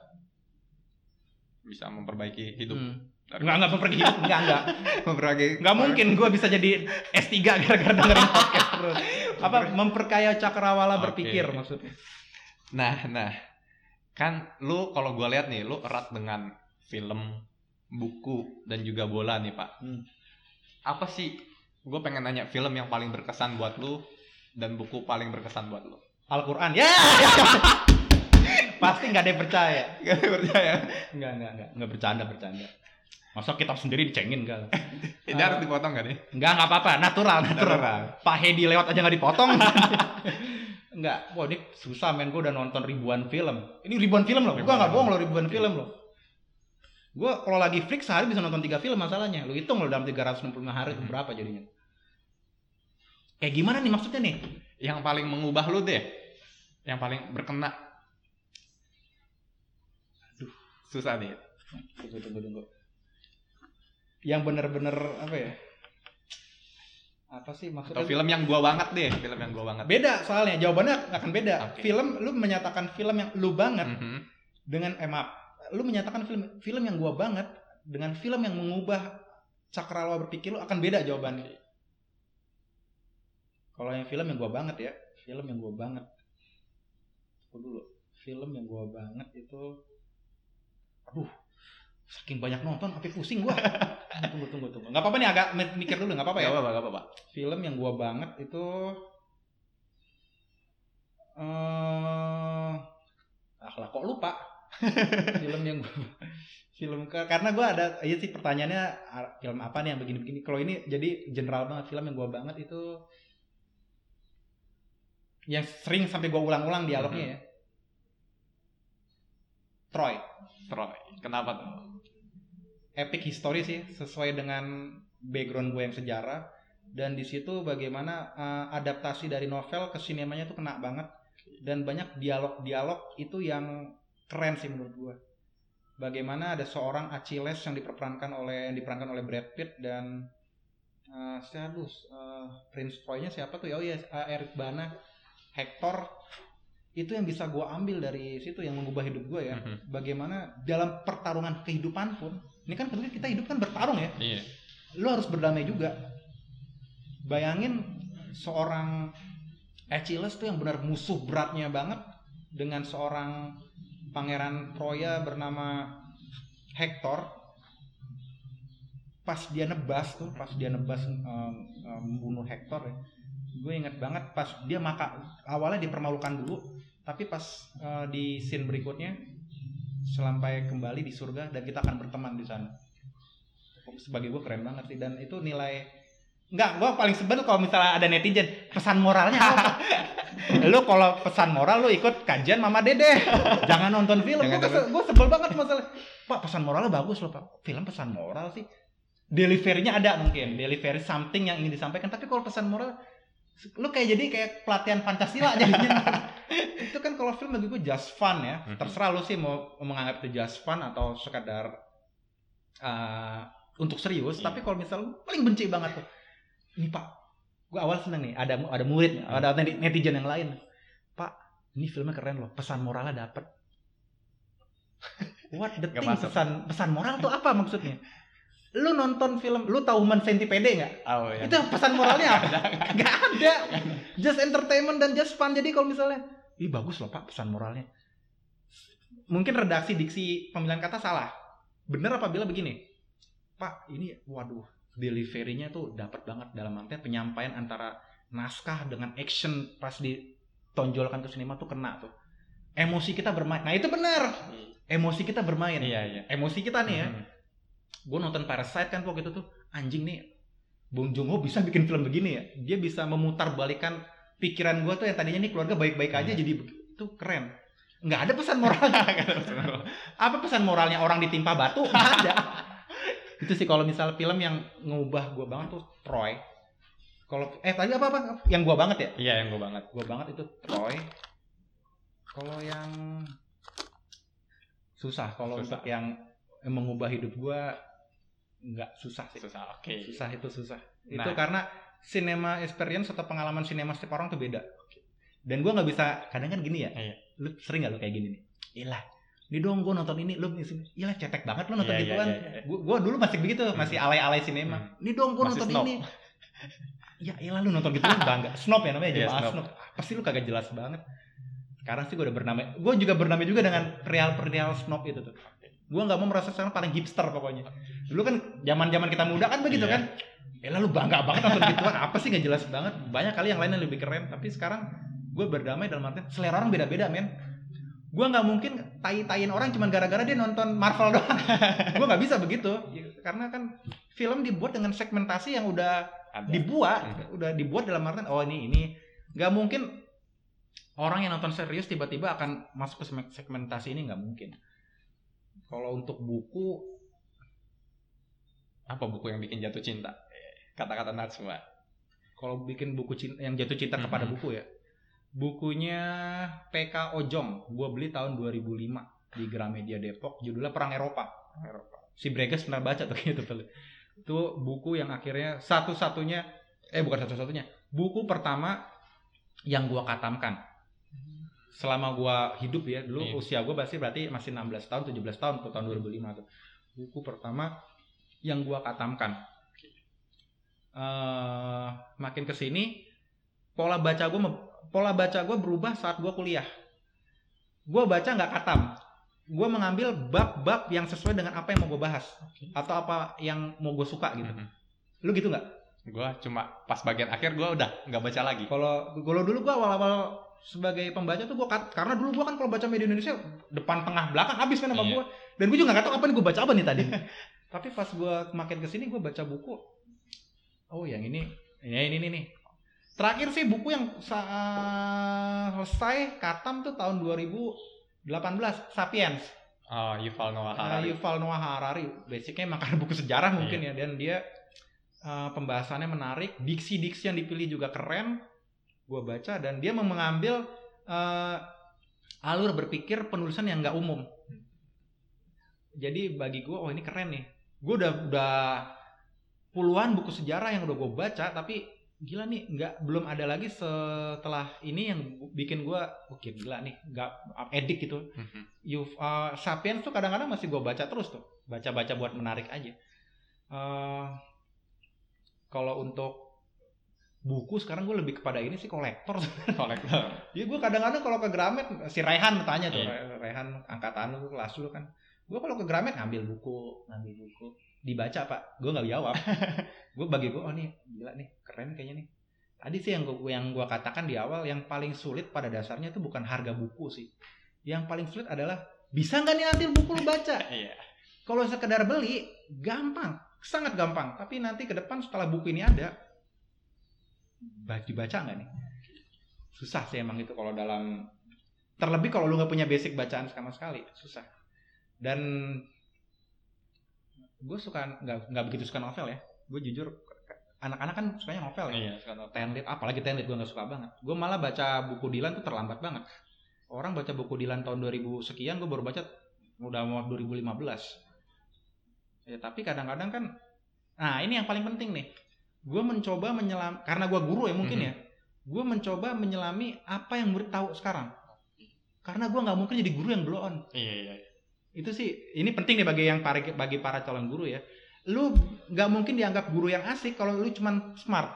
Bisa memperbaiki hidup. Hmm. Enggak, enggak memperbaiki hidup, enggak, enggak. Memperbaiki. Enggak mungkin gue bisa jadi S tiga gara-gara dengerin podcast terus. Apa, memperkaya cakrawala okay. Berpikir maksudnya. Nah, nah. Kan lu kalau gue lihat nih, lu erat dengan film, buku, dan juga bola nih, Pak. Hmm. Apa sih, gue pengen nanya film yang paling berkesan buat lu, dan buku paling berkesan buat lu? Al-Quran, ya! Pasti nggak ada yang percaya. Nggak ada yang percaya. Nggak, nggak, nggak, nggak bercanda, bercanda. Masa kitab sendiri dicengin enggak? Ini uh, harus dipotong kan nih? Enggak, nggak apa-apa, natural, natural. natural. Pak Hedi lewat aja nggak dipotong. Enggak, wah ini susah men, gue udah nonton ribuan film. Ini ribuan film loh, gue nggak bohong loh ribuan film loh. Gue kalau lagi freak sehari bisa nonton tiga film masalahnya. Lu hitung loh dalam tiga ratus enam puluh lima hari itu hmm. berapa jadinya? Kayak gimana nih maksudnya nih? Yang paling mengubah lu deh, yang paling berkena. Aduh, susah nih. Tunggu, tunggu, tunggu. yang bener-bener apa ya? Apa sih maksudnya? Atau film yang gua banget deh, film yang gua banget. Beda soalnya, jawabannya akan beda. Okay. Film lu menyatakan film yang lu banget Mm-hmm. dengan eh maaf, lu menyatakan film film yang gua banget dengan film yang mengubah cakrawala berpikir lu akan beda jawabannya. Okay. Kalau yang film yang gua banget ya, film yang gua banget. Tunggu dulu. Film yang gua banget itu aduh, saking banyak nonton sampai pusing gua. tunggu tunggu tunggu. Enggak apa-apa nih agak mikir dulu, enggak apa-apa ya. Enggak apa-apa, enggak apa-apa. Film yang gua banget itu eh uh, ah lah kok lupa. Film yang gua film karena gua ada iya sih pertanyaannya film apa nih yang begini-begini. Kalau ini jadi general banget, film yang gua banget itu yang sering sampai gua ulang-ulang dialognya mm-hmm. ya. Troy. Troy. Kenapa tuh? Epic history sih, sesuai dengan background gue yang sejarah, dan di situ bagaimana uh, adaptasi dari novel ke sinemanya tuh kena banget, dan banyak dialog-dialog itu yang keren sih menurut gue. Bagaimana ada seorang Achilles yang diperankan oleh yang diperankan oleh Brad Pitt dan uh, siapa uh, Prince Troy-nya siapa tuh ya? Oh ya uh, Eric Bana, Hector. Itu yang bisa gue ambil dari situ yang mengubah hidup gue ya. Mm-hmm. Bagaimana dalam pertarungan kehidupan pun, ini kan kita hidup kan bertarung ya. Iya. Lo harus berdamai juga. Bayangin seorang Achilles tuh yang benar musuh beratnya banget dengan seorang pangeran Troya bernama Hector. Pas dia nebas tuh, pas dia nebas um, um, membunuh Hector ya. Gue inget banget pas dia maka awalnya dipermalukan dulu, tapi pas uh, di scene berikutnya sampai kembali di surga dan kita akan berteman di sana. Sebagai gue keren banget sih, dan itu nilai enggak, gue paling sebel kalau misalnya ada netizen pesan moralnya apa? Lu kalau pesan moral lu ikut kajian Mama Dede, jangan nonton film. Gue kesel, gue sebel banget masalah. Pak pesan moralnya bagus loh Pak. Film pesan moral sih, delivery-nya ada mungkin, delivery something yang ingin disampaikan. Tapi kalau pesan moral lu kayak jadi kayak pelatihan Pancasila jadinya. Itu kan kalau film bagi gue just fun ya. Terserah lu sih mau menganggap itu just fun atau sekadar uh, untuk serius. Yeah. Tapi kalau misalnya lu paling benci banget tuh, ini Pak, gue awal seneng nih ada ada murid, hmm. ada netizen yang lain. Pak, ini filmnya keren loh, pesan moralnya dapet. What the thing, pesan pesan moral tuh apa maksudnya? Lu nonton film, lu tahu Human Centipede nggak? Oh, iya. Itu pesan moralnya nggak ada. Just entertainment dan just fun. Jadi kalau misalnya, ih bagus loh Pak pesan moralnya. Mungkin redaksi diksi pemilihan kata salah. Bener apabila begini, Pak ini waduh delivery-nya tuh dapat banget dalam artian penyampaian antara naskah dengan action pas ditonjolkan ke sinema tuh kena tuh. Emosi kita bermain. Nah itu benar. Emosi kita bermain. Iya iya. Emosi kita nih ya. Hmm. Gue nonton Parasite kan waktu itu tuh anjing nih Bong Joon-ho bisa bikin film begini ya, dia bisa memutar balikan pikiran gue tuh yang tadinya nih keluarga baik-baik aja hmm. jadi begitu keren, nggak ada pesan moralnya. Apa pesan moralnya orang ditimpa batu? Nggak ada. Itu sih kalau misal film yang ngubah gue banget tuh Troy. Kalau eh tadi apa apa yang gue banget ya? Iya yang gue banget. Gue banget itu Troy. Kalau yang susah kalau untuk yang mengubah hidup gue nggak susah sih. Susah, oke. Okay. Susah itu susah. Nah. Itu karena cinema experience atau pengalaman sinema setiap orang tuh beda. Dan gue nggak bisa, kadang kan gini ya. Iya. Lu sering nggak lu kayak gini nih? Ilah, ini dong gue nonton ini, lu ilah cetek banget lu nonton iya, gituan. Iya, iya, iya. Gue dulu masih begitu, masih hmm. alay-alay sinema. Hmm. Ini dong gue nonton snob. ini. Ya ilah lu nonton gituan bangga. Snob ya namanya, jemaah yeah, snob. Pasti lu kagak jelas banget. Sekarang sih gue udah bernama, gue juga bernama juga dengan real-real snob itu tuh. Gue nggak mau merasa sekarang paling hipster pokoknya. Dulu kan zaman-zaman kita muda kan begitu yeah. kan. Ya lalu bangga banget nonton gituan, apa sih nggak jelas banget. Banyak kali yang lain yang lebih keren. Tapi sekarang gue berdamai dalam artian selera orang beda-beda men. Gue nggak mungkin tai-taiin orang cuma gara-gara dia nonton Marvel doang. Gue nggak bisa begitu. Karena kan film dibuat dengan segmentasi yang udah ada. dibuat, hmm. udah dibuat dalam artian oh ini ini nggak mungkin orang yang nonton serius tiba-tiba akan masuk ke segmentasi ini, nggak mungkin. Kalau untuk buku, apa buku yang bikin jatuh cinta? Kata-kata Natsuma. Kalau bikin buku cinta, yang jatuh cinta mm-hmm. kepada buku ya, bukunya P K Ojong, gue beli tahun dua ribu lima di Gramedia Depok, judulnya Perang Eropa. Eropa. Si Bregas pernah baca tuh kayaknya tuh. Itu buku yang akhirnya satu-satunya, eh bukan satu-satunya, buku pertama yang gua katamkan. Selama gua hidup ya, dulu Iya. usia gua pasti berarti masih enam belas tahun, tujuh belas tahun, tuh, tahun dua ribu lima tuh. Buku pertama yang gua katamkan. Uh, makin kesini pola baca gua pola baca gua berubah saat gua kuliah. Gua baca nggak katam. Gua mengambil bab-bab yang sesuai dengan apa yang mau gua bahas atau apa yang mau gua suka gitu. Mm-hmm. Lu gitu nggak? Gua cuma pas bagian akhir gua udah nggak baca lagi. Kalau kalau dulu gua awal-awal sebagai pembaca tuh gua kat, karena dulu gua kan kalau baca media Indonesia depan tengah belakang habis kan sama Iya. gua. Dan gua juga nggak tahu apa nih gua baca apa nih tadi. Tapi pas gua makin kesini gua baca buku. Oh yang ini, ini ini ini nih. Terakhir sih buku yang sa- selesai katam tuh tahun dua ribu delapan belas, Sapiens. Oh, Yuval Noah Uh, Harari. Yuval Noah Harari. Basicnya makan buku sejarah mungkin ya, dan dia uh, pembahasannya menarik, diksi-diksi yang dipilih juga keren. Gue baca dan dia mengambil uh, alur berpikir penulisan yang nggak umum. Jadi bagi gue, oh ini keren nih. Gue udah udah puluhan buku sejarah yang udah gue baca, tapi gila nih, nggak belum ada lagi setelah ini yang bikin gue, oke okay, gila nih, nggak edik gitu. Mhm. You, uh, Sapiens tuh kadang-kadang masih gue baca terus tuh, baca-baca buat menarik aja. Uh, kalau untuk buku sekarang gue lebih kepada ini sih kolektor. Kolektor. Jadi gue kadang-kadang kalau ke Gramet, si Rehan tanya tuh, Iya. Rehan angkatan lu, kelas lu kan. Gue kalau ke Gramet ngambil buku, ngambil buku, dibaca pak, gue nggak jawab. Gue bagi gue, oh nih gila nih, keren kayaknya nih. Tadi sih yang gue yang gue katakan di awal, yang paling sulit pada dasarnya itu bukan harga buku sih. Yang paling sulit adalah bisa nggak nih nanti buku lu baca. Iya. Kalau sekedar beli, gampang, sangat gampang. Tapi nanti ke depan setelah buku ini ada, dibaca nggak nih? Susah sih emang itu kalau dalam, terlebih kalau lu nggak punya basic bacaan sama sekali, susah. Dan gue suka nggak nggak begitu suka novel ya. Gue jujur, anak-anak kan sukanya novel ya. Iya, sekarang. Ten lit, apalagi ten lit gue nggak suka banget. Gue malah baca buku Dylan tuh terlambat banget. Orang baca buku Dylan tahun dua ribu sekian, gue baru baca udah mau dua ribu lima belas. Ya tapi kadang-kadang kan, nah ini yang paling penting nih. Gue mencoba menyelam, karena gue guru ya mungkin Mm-hmm. ya. Gue mencoba menyelami apa yang murid tahu sekarang. Karena gue nggak mungkin jadi guru yang blow on. Iya, iya. Itu sih, ini penting nih bagi yang para, bagi para calon guru ya. Lu nggak mungkin dianggap guru yang asik kalau lu cuman smart.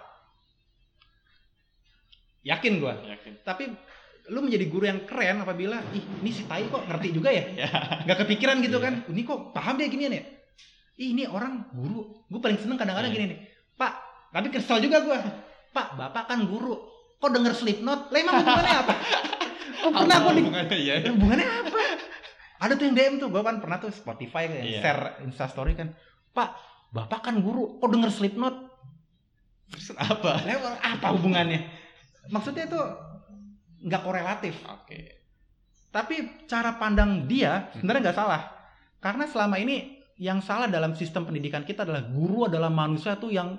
Yakin gue. Yakin. Tapi lu menjadi guru yang keren apabila, ih ini si Tai kok ngerti juga ya. Iya. Nggak kepikiran gitu Iya. kan. Ini kok paham dia ginian ya. Ih ini orang guru. Gue paling seneng kadang-kadang Iya. gini nih. Pak, tapi kesel juga gue. Pak, bapak kan guru. Kok denger Slipknot? Lah emang hubungannya apa? Kok pernah gue di... Hubungannya, iya. Hubungannya apa? Ada tuh yang D M tuh, gue kan pernah tuh Spotify kayak Iya. share Instastory kan, Pak, bapak kan guru, kok denger Slipknot? Terus apa? Lah apa hubungannya? Maksudnya tuh nggak korelatif. Oke. Tapi cara pandang dia sebenarnya nggak salah, karena selama ini yang salah dalam sistem pendidikan kita adalah guru adalah manusia tuh yang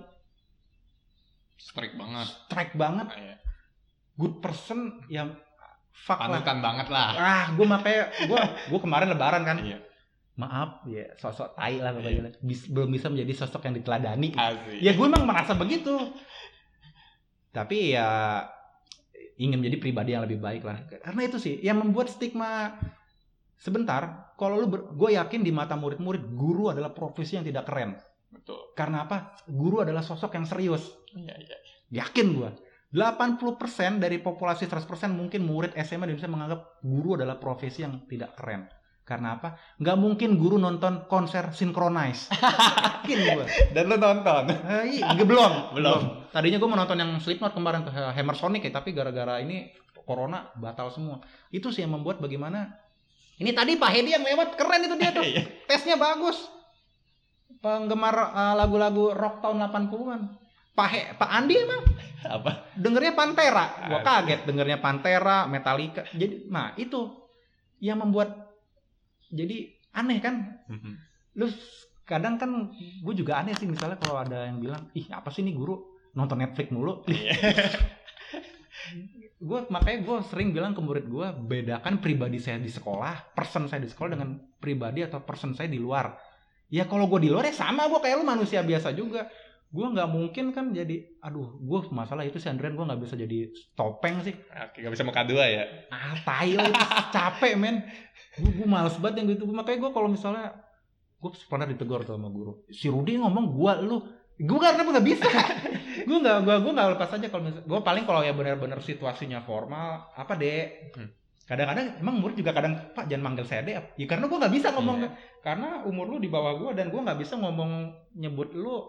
Strict banget. strike banget, Ah, iya. good person yang fuck lah. Panutan banget lah. Ah, gue makanya gue gue kemarin lebaran kan. Iya. Maaf ya, sosok tai lah pokoknya. Bis- belum bisa menjadi sosok yang diteladani. Asik. Ya gue emang merasa begitu. Tapi ya ingin menjadi pribadi yang lebih baik lah. Karena itu sih yang membuat stigma sebentar. Kalau lu ber- gue yakin di mata murid-murid guru adalah profesi yang tidak keren. Betul. Karena apa? Guru adalah sosok yang serius. Iya, iya. Yakin gue. delapan puluh persen dari populasi seratus persen mungkin murid S M A di Indonesia menganggap guru adalah profesi yang tidak keren. Karena apa? Nggak mungkin guru nonton konser synchronize. Yakin gue. Dan lu nonton? Eh, iya, nggak, belum. Belum. Tadinya gue mau nonton yang Slipknot kemarin tuh, Hammer Sonic ya, tapi gara-gara ini corona batal semua. Itu sih yang membuat bagaimana. Ini tadi Pak Hedi yang lewat, keren itu dia tuh. Iya. Tesnya bagus. Penggemar uh, lagu-lagu rock tahun delapan puluhan. Pak He, Pak Andi emang Apa? dengernya Pantera. Gua Asik. kaget dengernya Pantera, Metallica. Jadi nah itu yang membuat jadi aneh kan. Mhm. Lu kadang kan gue juga aneh sih misalnya kalau ada yang bilang, ih apa sih nih guru nonton Netflix mulu. Iya. Gue makanya gue sering bilang ke murid gue, bedakan pribadi saya di sekolah, person saya di sekolah dengan pribadi atau person saya di luar. Ya kalau gue di luar ya sama, gue kayak lu manusia biasa juga. Gue nggak mungkin kan jadi, aduh, gue masalah itu sih Andrian, gue nggak bisa jadi topeng sih. Oke, nggak bisa muka dua ya? Ah, tai lah itu, capek men. Gue gue males banget yang gitu. Makanya gue kalau misalnya, gue pernah ditegur tuh sama guru. Si Rudy ngomong gue lu, gue karena nggak bisa. gue nggak gue gue nggak lepas aja kalau misalnya. Gue paling kalau ya benar-benar situasinya formal, apa deh. Hmm. Kadang-kadang emang murid juga kadang, Pak jangan manggil saya deh. Ya karena gue nggak bisa ngomong, yeah. Karena umur lu di bawah gue dan gue nggak bisa ngomong nyebut lu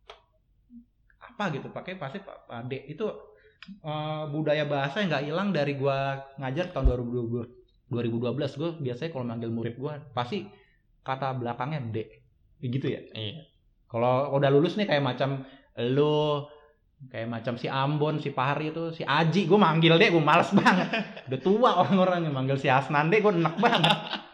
apa gitu. Pakai pasti Pak Dek itu uh, budaya bahasa yang nggak hilang dari gue ngajar tahun dua ribu dua belas. Gue biasanya kalau manggil murid gue pasti kata belakangnya Dek, gitu ya. Iya. Kalau udah lulus nih kayak macam lu. Kayak macam si Ambon, si Pahri itu, si Aji, gue manggil deh, gue males banget. Udah tua orang-orang yang manggil si Asnan deh, gue enak banget.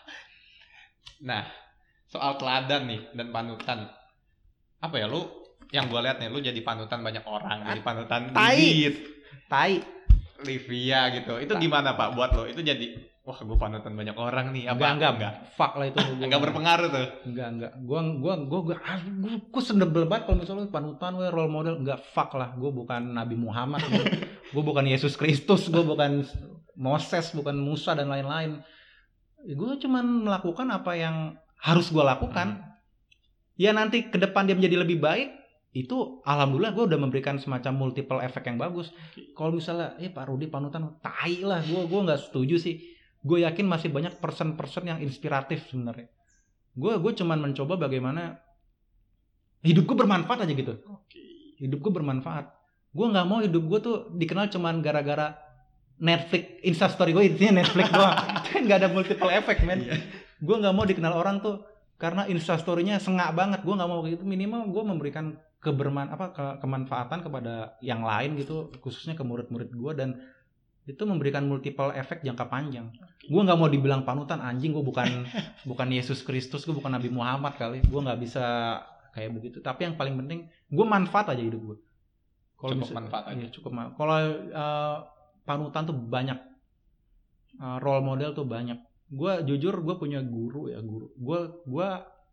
Nah, soal teladan nih dan panutan, apa ya lu? Yang gue lihat nih, lu jadi panutan banyak orang, jadi panutan Didit, Tai, Livia gitu. Itu gimana Pak buat lo? Itu jadi, wah gue panutan banyak orang nih. Apa? Enggak, enggak, enggak. Fuck lah itu. Enggak berpengaruh tuh. Enggak, enggak. Gua gua gua gua gua, gua sendebel banget kalau misalnya panutan gue role model. Enggak, fuck lah. Gue bukan Nabi Muhammad. Gue bukan Yesus Kristus, gue bukan Moses, bukan Musa dan lain-lain. Gue cuman melakukan apa yang harus gue lakukan. Hmm. Ya nanti ke depan dia menjadi lebih baik, itu alhamdulillah gue udah memberikan semacam multiple efek yang bagus. Kalau misalnya, eh Pak Rudy panutan, tai lah. Gue gue nggak setuju sih. Gue yakin masih banyak person-person yang inspiratif sebenarnya. Gue gue cuman mencoba bagaimana hidup gue bermanfaat aja gitu. Hidup gue bermanfaat. Gue nggak mau hidup gue tuh dikenal cuman gara-gara Netflix, Instastory gue intinya Netflix doang. Kan nggak ada multiple effect men. Gue nggak mau dikenal orang tuh karena Instastory-nya sengak banget. Gue nggak mau gitu. Minimal gue memberikan keberman apa ke, kemanfaatan kepada yang lain gitu, khususnya ke murid-murid gue, dan itu memberikan multiple efek jangka panjang. Okay. Gue nggak mau dibilang panutan, anjing. Gue bukan bukan Yesus Kristus, gue bukan Nabi Muhammad kali. Gue nggak bisa kayak begitu. Tapi yang paling penting, gue manfaat aja hidup gue. Kalo cukup bisa, manfaat aja. Ya, cukup. Kalau uh, panutan tuh banyak, uh, role model tuh banyak. Gue jujur, gue punya guru ya guru. Gue gue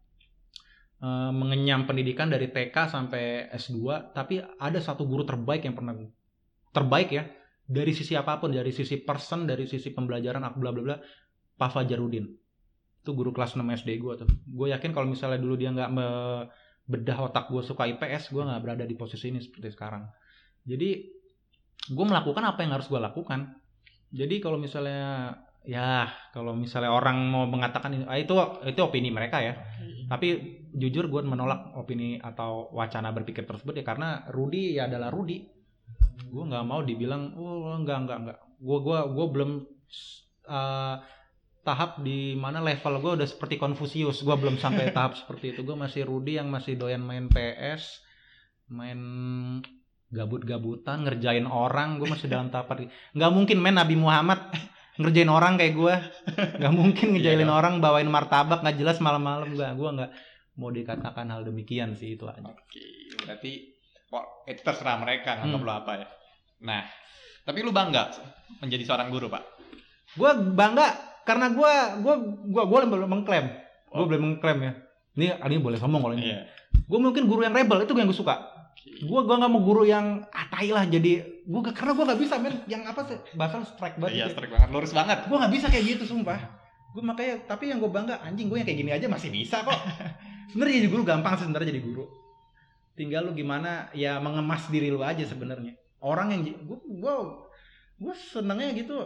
uh, mengenyam pendidikan dari T K sampai S dua. Tapi ada satu guru terbaik yang pernah terbaik ya. Dari sisi apapun, dari sisi person, dari sisi pembelajaran, aku bla bla bla, Pak Fajarudin. Itu guru kelas enam S D gue tuh. Gue yakin kalau misalnya dulu dia nggak bedah otak gue suka I P S, gue nggak berada di posisi ini seperti sekarang. Jadi gue melakukan apa yang harus gue lakukan. Jadi kalau misalnya, ya kalau misalnya orang mau mengatakan ini, ah, itu itu opini mereka ya. Hmm. Tapi jujur gue menolak opini atau wacana berpikir tersebut ya, karena Rudy ya adalah Rudy. Gue nggak mau dibilang oh enggak enggak enggak gue gue gue belum uh, tahap di mana level gue udah seperti Konfusius. Gue belum sampai tahap seperti itu. Gue masih Rudy yang masih doyan main P S, main gabut-gabutan, ngerjain orang. Gue masih dalam tahap nggak mungkin main Nabi Muhammad ngerjain orang kayak gue. Nggak mungkin ngejailin yeah, orang bawain martabak nggak jelas malam-malam. Gue gue nggak mau dikatakan hal demikian sih, itu aja. Oke, berarti kok itu terserah mereka nggak perlu hmm. apa ya. Nah, tapi lu bangga menjadi seorang guru, Pak? Gue bangga karena gue gue gue gue belum mengklaim, oh. gue belum mengklaim ya. Ini ini boleh sombong kalau ini. Yeah. Gue mungkin guru yang rebel, itu yang gue suka. Okay. Gue gue nggak mau guru yang atai lah, jadi gue karena gue nggak bisa men yang apa sih bahasa strike banget. Iya yeah, strike banget, lurus banget. Gue nggak bisa kayak gitu sumpah. Gue makanya, tapi yang gue bangga anjing gue yang kayak gini aja masih bisa kok. Sebenarnya jadi guru gampang sih, sebenarnya jadi guru. Tinggal lu gimana ya mengemas diri lu aja sebenarnya. Orang yang gue gue gue senengnya gitu,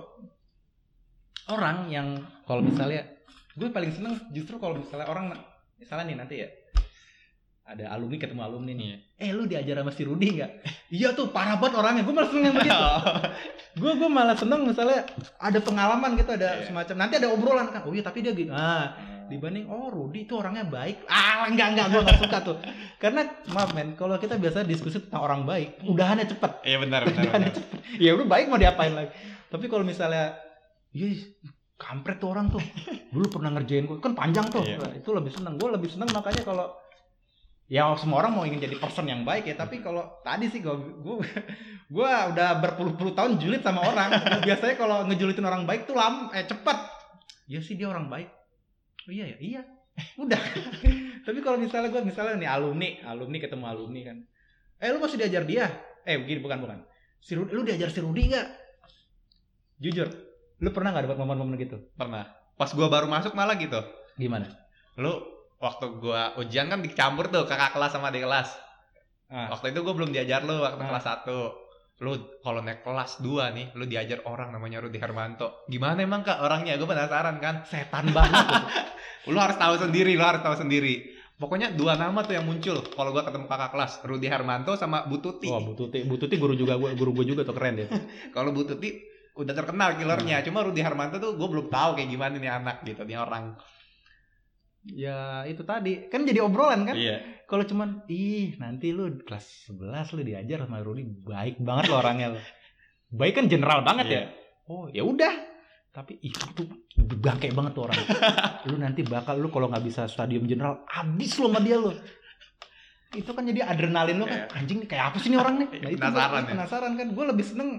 orang yang kalau misalnya gue paling seneng justru kalau misalnya orang misalnya nih nanti ya ada alumni ketemu alumni nih, eh lu diajar sama si Rudy nggak? Iya tuh parah banget orangnya. Gue malah seneng yang begitu. gue gue malah seneng misalnya ada pengalaman gitu, ada yeah. semacam nanti ada obrolan kan. Oh iya tapi dia gitu. Ah dibanding oh Rudy itu orangnya baik. Ah enggak enggak gue nggak suka tuh. Karena maaf men, kalau kita biasa diskusi tentang orang baik, udahannya cepet. Iya benar benar. Udahannya cepet. Ya udah baik mau diapain lagi. Tapi kalau misalnya, iya kampret tuh orang tuh. Dulu pernah ngerjain gue kan panjang tuh. Iya. Nah, itu lebih seneng. Gue lebih seneng makanya kalau ya semua orang mau ingin jadi person yang baik ya. Tapi kalau tadi sih gue gue gue udah berpuluh-puluh tahun julid sama orang. Biasanya kalau ngejulitin orang baik tuh lam eh cepat. Ya sih dia orang baik. Oh iya ya iya. Udah. Tapi kalau misalnya gue misalnya nih alumni, alumni ketemu alumni kan. Eh lu masih diajar dia? Eh begini bukan bukan. Si Rudi, lu diajar si Rudi enggak? Jujur, lu pernah enggak dapat momen-momen gitu? Pernah. Pas gua baru masuk malah gitu. Gimana? Lu waktu gua ujian kan dicampur tuh kakak kelas sama adik kelas. Ah. Waktu itu gua belum diajar lu waktu Ah. kelas satu. Lu kalau naik kelas dua nih, lu diajar orang namanya Rudi Hermanto. Gimana emang Kak orangnya? Gua penasaran kan. Setan banget tuh. Lu harus tahu sendiri, lu harus tahu sendiri. Pokoknya dua nama tuh yang muncul kalau gua ketemu kakak kelas, Rudi Hermanto sama Bu Tuti. Oh, Bu Tuti, Bu Tuti guru juga gua, guru gua juga tuh keren dia. Kalau Bu Tuti udah terkenal killernya, cuma Rudi Hermanto tuh gua belum tahu kayak gimana nih anak gitu, nih orang. Ya itu tadi kan jadi obrolan kan. Iya. Kalau cuman ih nanti lu kelas sebelas lu diajar sama Rudi, baik banget lo orangnya lo. Baik kan general banget Iya. ya. Oh ya udah. Tapi ih itu bangke banget tuh orang. Lu nanti bakal lu kalau nggak bisa stadium general abis lu sama dia lu. Itu kan jadi adrenalin lu kan. Iya. Anjing kayak apa sih nih orang nih? Nah, itu Penasaran gua, ya? penasaran kan. Gue lebih seneng.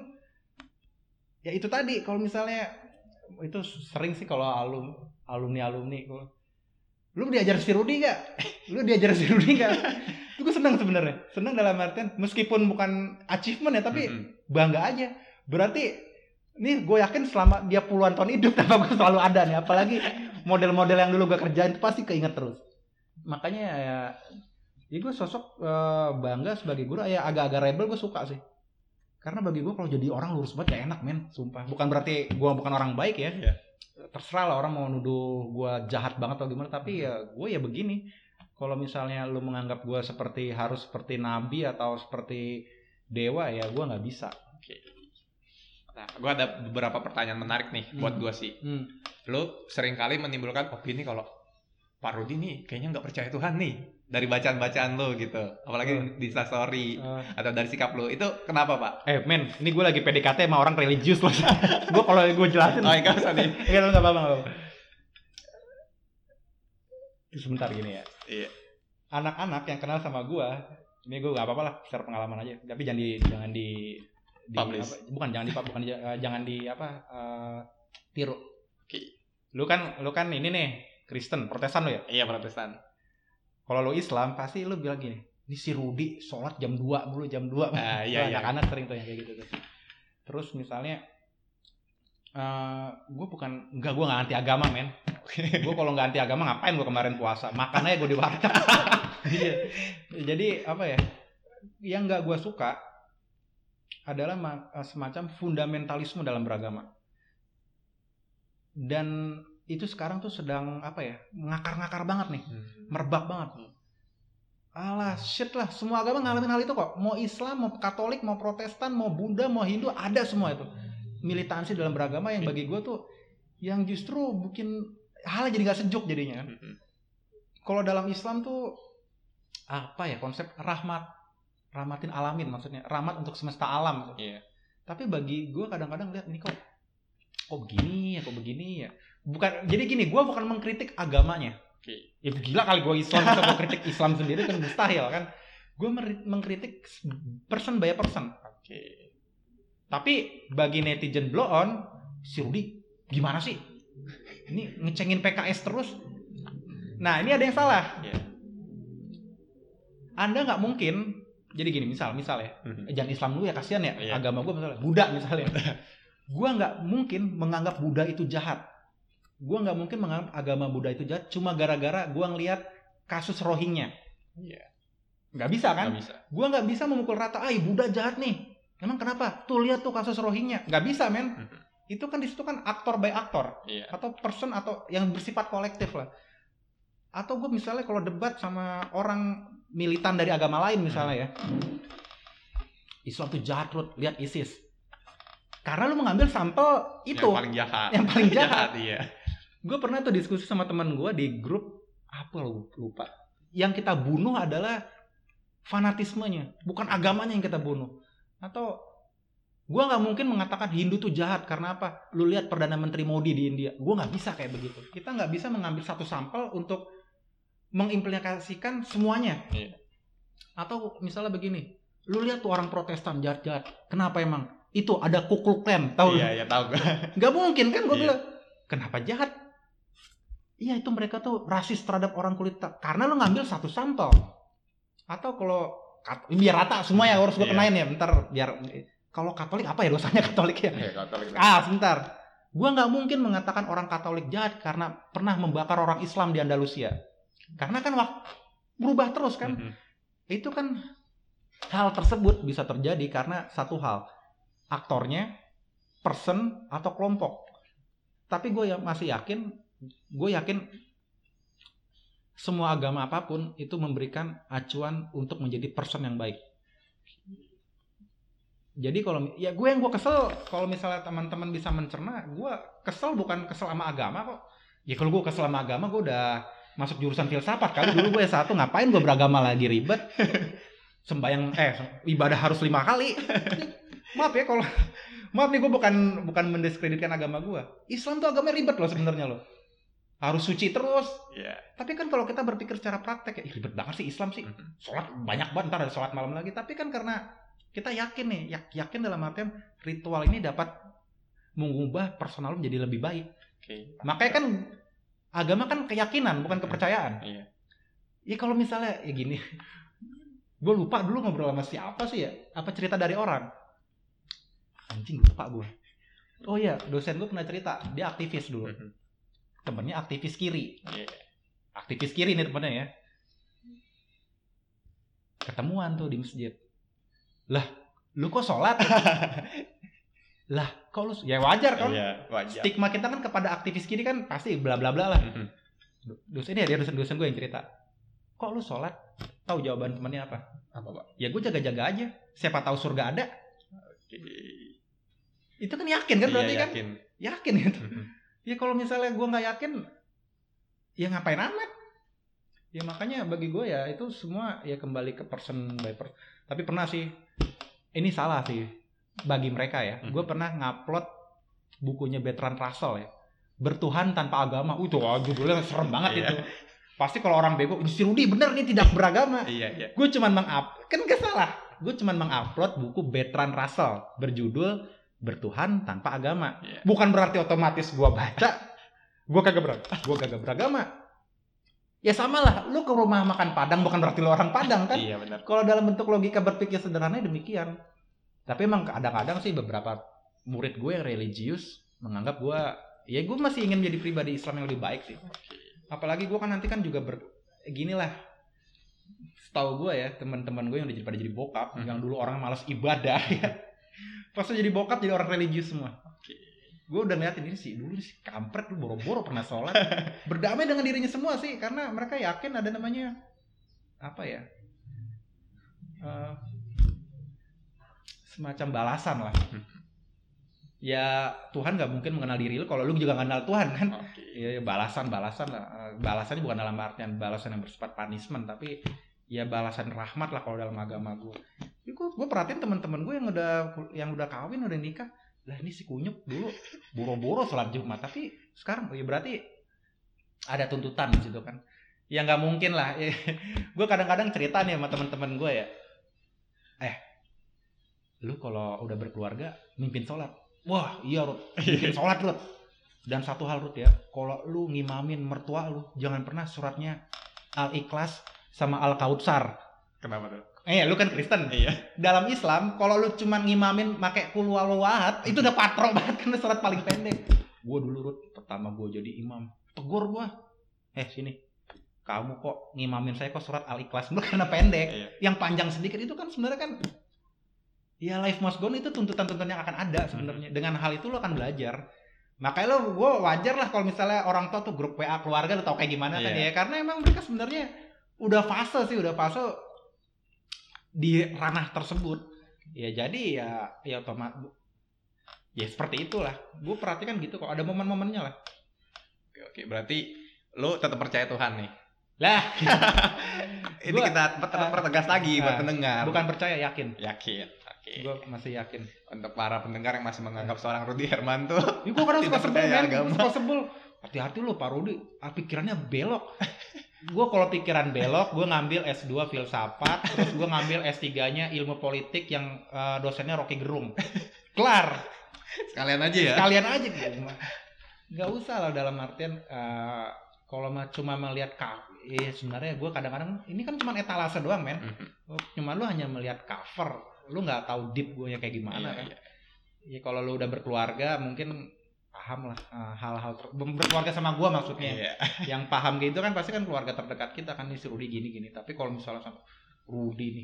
Ya itu tadi kalau misalnya itu sering sih kalau alum alumni alumni kalau lu diajar si Rudi gak? Lu diajar si Rudi gak? Itu gue seneng sebenarnya. Seneng dalam artian meskipun bukan achievement ya, tapi Mm-hmm. bangga aja. Berarti nih gue yakin selama dia puluhan tahun hidup tanpa gue selalu ada nih. Apalagi model-model yang dulu gue kerjain itu pasti keinget terus. Makanya ya, ya gue sosok uh, bangga sebagai guru. Ya agak-agak rebel gue suka sih. Karena bagi gue kalau jadi orang lurus banget ya enak men, sumpah. Bukan berarti gue bukan orang baik ya. Iya. Terserah lah orang mau nuduh gue jahat banget atau gimana. Tapi ya gue ya begini. Kalau misalnya lu menganggap gue seperti harus seperti nabi atau seperti dewa ya gue nggak bisa. Oke. Nah, gue ada beberapa pertanyaan menarik nih Hmm. buat gue sih. Hmm. Lu seringkali menimbulkan opini kalau Pak Rudi nih kayaknya nggak percaya Tuhan nih dari bacaan-bacaan lu gitu. Apalagi Hmm. di Instastory Uh, atau dari sikap lu. Itu kenapa, Pak? eh men, ini gue lagi P D K T sama orang religius loh. Gue kalau gue jelasin. Oh, enggak usah nih. Enggak nggak apa-apa nggak apa-apa. Sebentar gini ya. Iya. Anak-anak yang kenal sama gue, ini gue nggak apa-apa lah, secara pengalaman aja. Tapi jangan di jangan di, di Publish. apa, bukan jangan di bukan di, uh, jangan di apa uh, tiru. Oke. Lu kan lu kan ini nih Kristen, Protestan lu ya. Iya, Protestan. Kalau lu Islam pasti lu bilang gini, ini si Rudi sholat jam dua mulu jam dua. Ah, iya, iya. Anak-anak sering tuh yang kayak gitu tuh. Terus misalnya uh, gue bukan enggak gue nggak anti agama men. Gue kalau nggak anti agama ngapain gue kemarin puasa? Makan aja gue di warteg. Iya. Jadi apa ya? Yang nggak gue suka adalah ma- semacam fundamentalisme dalam beragama. Dan itu sekarang tuh sedang apa ya? Ngakar-ngakar banget nih. Merebak banget. Alah shit lah, semua agama ngalamin hal itu kok. Mau Islam, mau Katolik, mau Protestan, mau Buddha, mau Hindu, ada semua itu. Militansi dalam beragama yang bagi gue tuh yang justru bikin hal jadi gak sejuk jadinya. Kalau dalam Islam tuh apa ya, konsep rahmat, rahmatin alamin maksudnya, rahmat untuk semesta alam. Iya. Tapi bagi gue kadang-kadang lihat ini kok kok begini ya, kok begini ya. Bukan, jadi gini, gue bukan mengkritik agamanya. Oke. Ya gila kali gue Islam bisa gue kritik Islam sendiri kan mustahil kan. Gue mengkritik person by person. Oke. Tapi bagi netizen blow on, si Rudi gimana sih? Ini ngecengin P K S terus. Nah ini ada yang salah. Iya. Anda nggak mungkin. Jadi gini, misal, misal ya. Mhm. Jangan Islam dulu ya, kasihan ya. Iya. Agama gue misalnya Buddha misalnya. Gue nggak mungkin menganggap Buddha itu jahat. Gue nggak mungkin menganggap agama Buddha itu jahat cuma gara-gara gue ngelihat kasus Rohingya. Iya. Nggak bisa kan? Nggak bisa. Gue nggak bisa memukul rata, ah Buddha jahat nih. Emang kenapa? Tuh lihat tuh kasus Rohingya. Nggak bisa men. Mhm. Itu kan di situ kan aktor by aktor. Iya. Atau person atau yang bersifat kolektif lah. Atau gue misalnya kalau debat sama orang militan dari agama lain misalnya ya. Islam tuh jahat, Rud. Lihat ISIS. Karena lu mengambil sampel itu. Yang paling jahat. Yang paling jahat. Iya. Gue pernah tuh diskusi sama teman gue di grup apa lu lupa. Yang kita bunuh adalah fanatismenya, bukan agamanya yang kita bunuh. Atau gue nggak mungkin mengatakan Hindu tuh jahat karena apa? Lu lihat Perdana Menteri Modi di India. Gue nggak bisa kayak begitu. Kita nggak bisa mengambil satu sampel untuk mengimplikasikan semuanya. Iya. Atau misalnya begini, lu lihat tuh orang Protestan jahat-jahat. Kenapa emang? Itu ada Ku Klux Klan, tahu? Iya, ya tahu gue. Nggak mungkin kan gue Iya. bilang. Kenapa jahat? iya itu mereka tuh rasis terhadap orang kulit hitam karena lo ngambil satu sampel. Atau kalau biar rata semua ya harus gue kenain ya, bentar biar kalau Katolik apa ya dosanya Katolik ya? Iya, Katolik. Ah, sebentar. Gue nggak mungkin mengatakan orang Katolik jahat karena pernah membakar orang Islam di Andalusia. Karena kan waktu berubah terus kan. Mm-hmm. Itu kan hal tersebut bisa terjadi karena satu hal, aktornya, person atau kelompok. Tapi gue yang masih yakin, gue yakin semua agama apapun itu memberikan acuan untuk menjadi person yang baik. Jadi kalau ya gue yang gue kesel kalau misalnya teman-teman bisa mencerna, gue kesel bukan kesel sama agama kok. Ya kalau gue kesel sama agama, gue udah masuk jurusan filsafat kali dulu gue S satu, ngapain gue beragama lagi ribet. Sembayang eh ibadah harus lima kali. Maaf ya kalau maaf nih gue bukan bukan mendiskreditkan agama gue. Islam tuh agama ribet loh sebenarnya loh. Harus suci terus. Yeah. Tapi kan kalau kita berpikir secara praktek ya Ih, ribet banget sih Islam sih. Sholat banyak banget, ntar ada sholat malam lagi. Tapi kan karena kita yakin nih, yakin dalam artian ritual ini dapat mengubah personal menjadi lebih baik. Okay. Makanya kan agama kan keyakinan bukan kepercayaan. Iya. Ya kalau misalnya ya gini, gue lupa dulu ngobrol sama siapa sih ya? Apa cerita dari orang? Anjing lupa gue. Oh iya, dosen gue pernah cerita, dia aktivis dulu. Mm-hmm. Temennya aktivis kiri. Yeah. Aktivis kiri nih temennya ya. Ketemuan tuh di masjid. Lah, lu kok sholat? Lah, kok lu ya wajar kan? Iya, wajar. Stigma kita kan kepada aktivis kiri kan pasti bla bla bla lah. Mm-hmm. Dosen ini ya, dia dosen-dosen gue yang cerita. Kok lu sholat? Tahu jawaban temannya apa? Apa, Pak? Ya gue jaga-jaga aja. Siapa tahu surga ada. Okay. Itu kan yakin kan berarti iya, kan? yakin. Yakin gitu. Mm-hmm. Ya kalau misalnya gue nggak yakin, ya ngapain amat? Ya makanya bagi gue ya itu semua ya kembali ke person by person. Tapi pernah sih, ini salah sih bagi mereka ya. Hmm. Gue pernah ngupload bukunya Bertrand Russell ya, Bertuhan Tanpa Agama. Uh, itu oh, judulnya serem banget itu. Pasti kalau orang bego, si Rudy bener nih tidak beragama. Iya, iya. Gue cuman meng-up, kan gak salah. Gue cuman mengupload buku Bertrand Russell berjudul Bertuhan Tanpa Agama. Yeah. Bukan berarti otomatis gue baca, gue kagak beragama. Gue kagak beragama. Ya sama lah, lu ke rumah makan Padang bukan berarti lu orang Padang kan? Iya benar. Kalau dalam bentuk logika berpikir sederhana demikian. Tapi emang kadang-kadang sih beberapa murid gue yang religius menganggap gue, ya gue masih ingin menjadi pribadi Islam yang lebih baik sih. Apalagi gue kan nanti kan juga ber, gini lah. Setahu gue ya teman-teman gue yang udah pada jadi bokap, hmm. yang dulu orang malas ibadah ya. Pas jadi bokap jadi orang religius semua. Gue udah ngeliatin ini sih dulu sih kampret lu boro-boro pernah sholat, berdamai dengan dirinya semua sih karena mereka yakin ada namanya apa ya uh, semacam balasan lah. Ya Tuhan nggak mungkin mengenal diri lu kalau lu juga nggak kenal Tuhan kan. Okay. Ya balasan balasan lah, balasannya bukan dalam artian balasan yang bersifat punishment tapi ya balasan rahmat lah kalau dalam agama gue. Ya, gue gue perhatiin teman-teman gue yang udah yang udah kawin udah nikah. Lah ini si kunyuk dulu boro-boro sholat Jumat tapi sekarang ya berarti ada tuntutan di situ kan. Ya nggak mungkin lah. Gue kadang-kadang cerita nih sama teman-teman gue ya. Eh, lu kalau udah berkeluarga mimpin sholat. Wah iya Rut, mimpin sholat Rut. Dan satu hal Rut ya, kalau lu ngimamin mertua lu jangan pernah suratnya Al-Ikhlas sama Al-Kautsar. Kenapa tuh? Eh, lu kan Kristen. Iya. Dalam Islam, kalau lu cuma ngimamin pakai qul huwallahu ahad, itu udah patro banget kan surat paling pendek. Gua dulu Rut, pertama gua jadi imam, tegur gua. Eh, sini. Kamu kok ngimamin saya kok surat Al-Ikhlas lu karena pendek. Iya. Yang panjang sedikit itu kan sebenarnya kan ya life must go on itu tuntutan-tuntutan yang akan ada sebenarnya. Hmm. Dengan hal itu lu akan belajar. Makanya lo gua wajar lah kalau misalnya orang tua tuh grup W A keluarga lu tau kayak gimana iya. kan ya. Karena emang mereka sebenarnya udah fase sih, udah fase di ranah tersebut ya jadi ya ya otomatis ya seperti itulah gue perhatikan gitu kok ada momen-momennya lah. Oke, oke berarti lo tetap percaya Tuhan nih lah. Ini gua, kita pertegas uh, lagi buat uh, pendengar bukan percaya yakin yakin oke okay. Gue masih yakin untuk para pendengar yang masih menganggap seorang Rudy Hermanto ya, gue kadang suka sebel kan suka sebel hati-hati lo Pak Rudy pikirannya belok. Gue kalau pikiran belok, gue ngambil S dua filsafat, terus gue ngambil S tiga-nya ilmu politik yang uh, dosennya Rocky Gerung. Kelar. Sekalian aja ya? Sekalian aja. Gak usah lah dalam artian uh, kalau cuma melihat cover, eh sebenarnya gue kadang-kadang ini kan cuma etalase doang men. Mm-hmm. Cuma lu hanya melihat cover, lu nggak tahu deep gue kayak gimana yeah, kan. Yeah. Ya kalau lu udah berkeluarga mungkin paham lah uh, hal-hal ter- berkeluarga sama gue maksudnya. Yeah. Yang paham gitu kan pasti kan keluarga terdekat kita kan, nih si Rudy gini-gini. Tapi kalau misalnya sama Rudy nih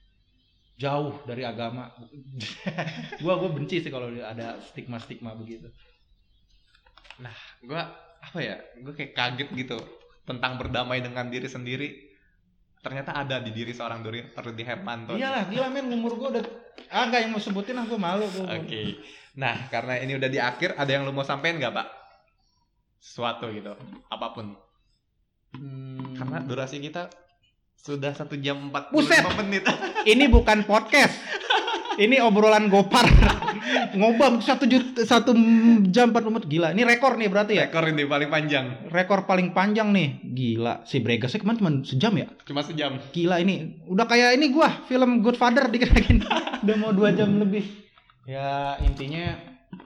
jauh dari agama, gue gue benci sih kalau ada stigma-stigma begitu. Nah, gue apa ya, gue kayak kaget gitu tentang berdamai dengan diri sendiri. Ternyata ada di diri seorang Rudy Hermanto. Iyalah, gila men, umur gue udah ah nggak yang mau sebutin, aku malu. Oke. Okay. Nah, karena ini udah di akhir, ada yang lu mau sampein nggak, Pak? Sesuatu gitu, apapun. Hmm. Karena durasi kita sudah satu jam empat puluh lima menit. Ini bukan podcast. Ini obrolan gopar. Ngobam satu juta, satu jam empat puluh menit. Gila, ini rekor nih berarti ya? Rekor ini paling panjang. Rekor paling panjang nih. Gila, si Bregasnya kemarin cuma sejam ya? Cuma sejam. Gila ini, udah kayak ini gua, film Godfather dikira-kira. Udah mau dua jam lebih. Ya intinya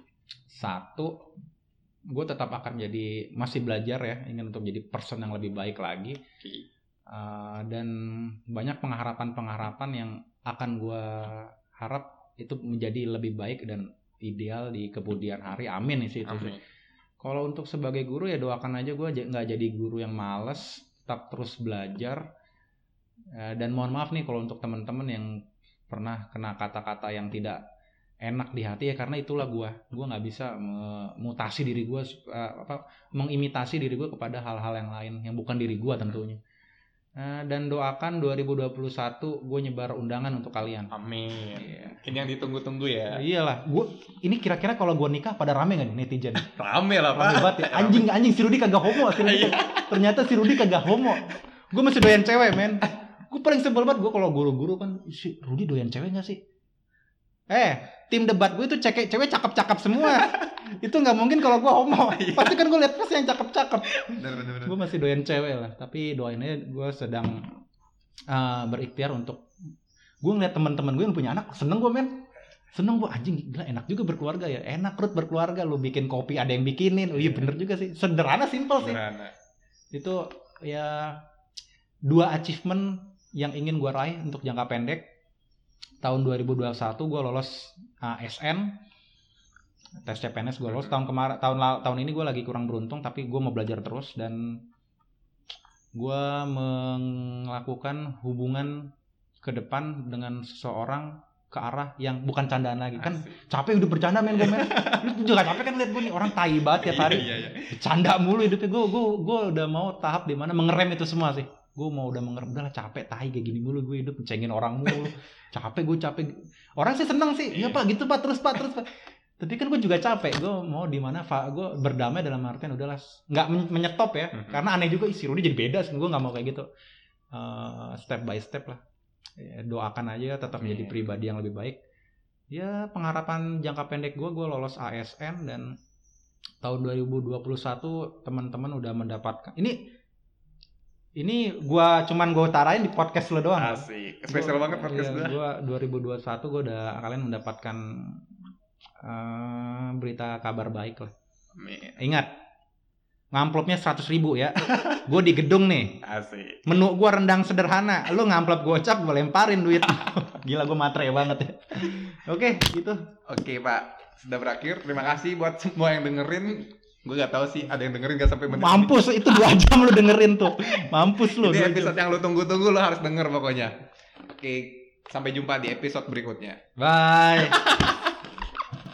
satu, gue tetap akan jadi, masih belajar ya, ingin untuk jadi person yang lebih baik lagi. Uh, dan banyak pengharapan-pengharapan yang akan gue harap itu menjadi lebih baik dan ideal di kemudian hari. Amin sih itu. Amin. Kalau untuk sebagai guru ya doakan aja gue nggak jadi guru yang malas, tetap terus belajar. Uh, dan mohon maaf nih kalau untuk teman-teman yang pernah kena kata-kata yang tidak enak di hati ya, karena itulah gue. Gue nggak bisa memutasi diri gue, uh, apa, mengimitasi diri gue kepada hal-hal yang lain yang bukan diri gue tentunya. Uh, dan doakan dua ribu dua puluh satu gue nyebar undangan untuk kalian. Amin. Yeah. Ini yang ditunggu-tunggu ya. Iyalah, gue ini kira-kira kalau gue nikah pada rame nggak nih netizen? Rame lah Pak. Rame banget ya. Anjing anjing si Rudy kagak homo. Si Rudy kagak, ternyata si Rudy kagak homo. Gue masih doyan cewek men. Gue paling sebel banget gue kalau guru-guru kan, si Rudy doyan cewek nggak sih? Eh, tim debat gue itu cewek cewek cakep-cakep semua. Itu nggak mungkin kalau gue homo. Pasti kan gue lihat pasti yang cakep-cakep. Gue masih doyan cewek lah. Tapi doain aja, gue sedang uh, berikhtiar untuk, gue ngeliat teman-teman gue yang punya anak, seneng gue men. Seneng gue, anjing gila enak juga berkeluarga ya. Enak Rut berkeluarga, lu bikin kopi ada yang bikinin. Oh iya bener juga sih. Sederhana, simple sih. Sederhana. Itu ya dua achievement yang ingin gue raih untuk jangka pendek. Tahun dua ribu dua puluh satu gue lolos A S N, tes C P N S gue lolos. Tahun kemarin, tahun tahun ini gue lagi kurang beruntung, tapi gue mau belajar terus dan gue melakukan hubungan ke depan dengan seseorang ke arah yang bukan candaan lagi. Kan capek udah bercanda men gue men. Lu juga capek kan lihat gue nih orang tai banget tiap hari. Bercanda mulu hidupnya. Gue gue gue udah mau tahap di mana mengerem itu semua sih. Gue mau udah mengerem, udahlah capek tai kayak gini mulu gue hidup, cengin orang mulu. Capek gue capek. Orang sih seneng sih. Ya Pak gitu Pak, terus Pak, terus Pak. Tapi kan gue juga capek. Gue mau di mana gue berdamai dalam artian udahlah nggak menyetop ya. Mm-hmm. Karena aneh juga isi Rudy jadi beda sih. Gue nggak mau kayak gitu. Uh, step by step lah. Ya, doakan aja tetap menjadi yeah. pribadi yang lebih baik. Ya pengharapan jangka pendek gue, gue lolos A S N dan tahun dua ribu dua puluh satu teman-teman udah mendapatkan. Ini ini gua cuman gua utarain di podcast lo doang. Asik. Spesial banget podcast iya, gua. dua ribu dua puluh satu gua udah kalian mendapatkan uh, berita kabar baik lah. Amin. Ingat, ngamplopnya seratus ribu ya. Gua di gedung nih. Asik. Menu gua rendang sederhana. Lu ngamplop gocap, gua lemparin duit. Gila gua matre banget ya. Oke, gitu. Oke, Pak. Sudah berakhir. Terima kasih buat semua yang dengerin. Gue gak tahu sih ada yang dengerin gak sampai menit. Mampus ini. Itu dua jam lu dengerin tuh. Mampus lu. Ini episode jam yang lu tunggu-tunggu, lu harus denger pokoknya. Oke, sampai jumpa di episode berikutnya. Bye.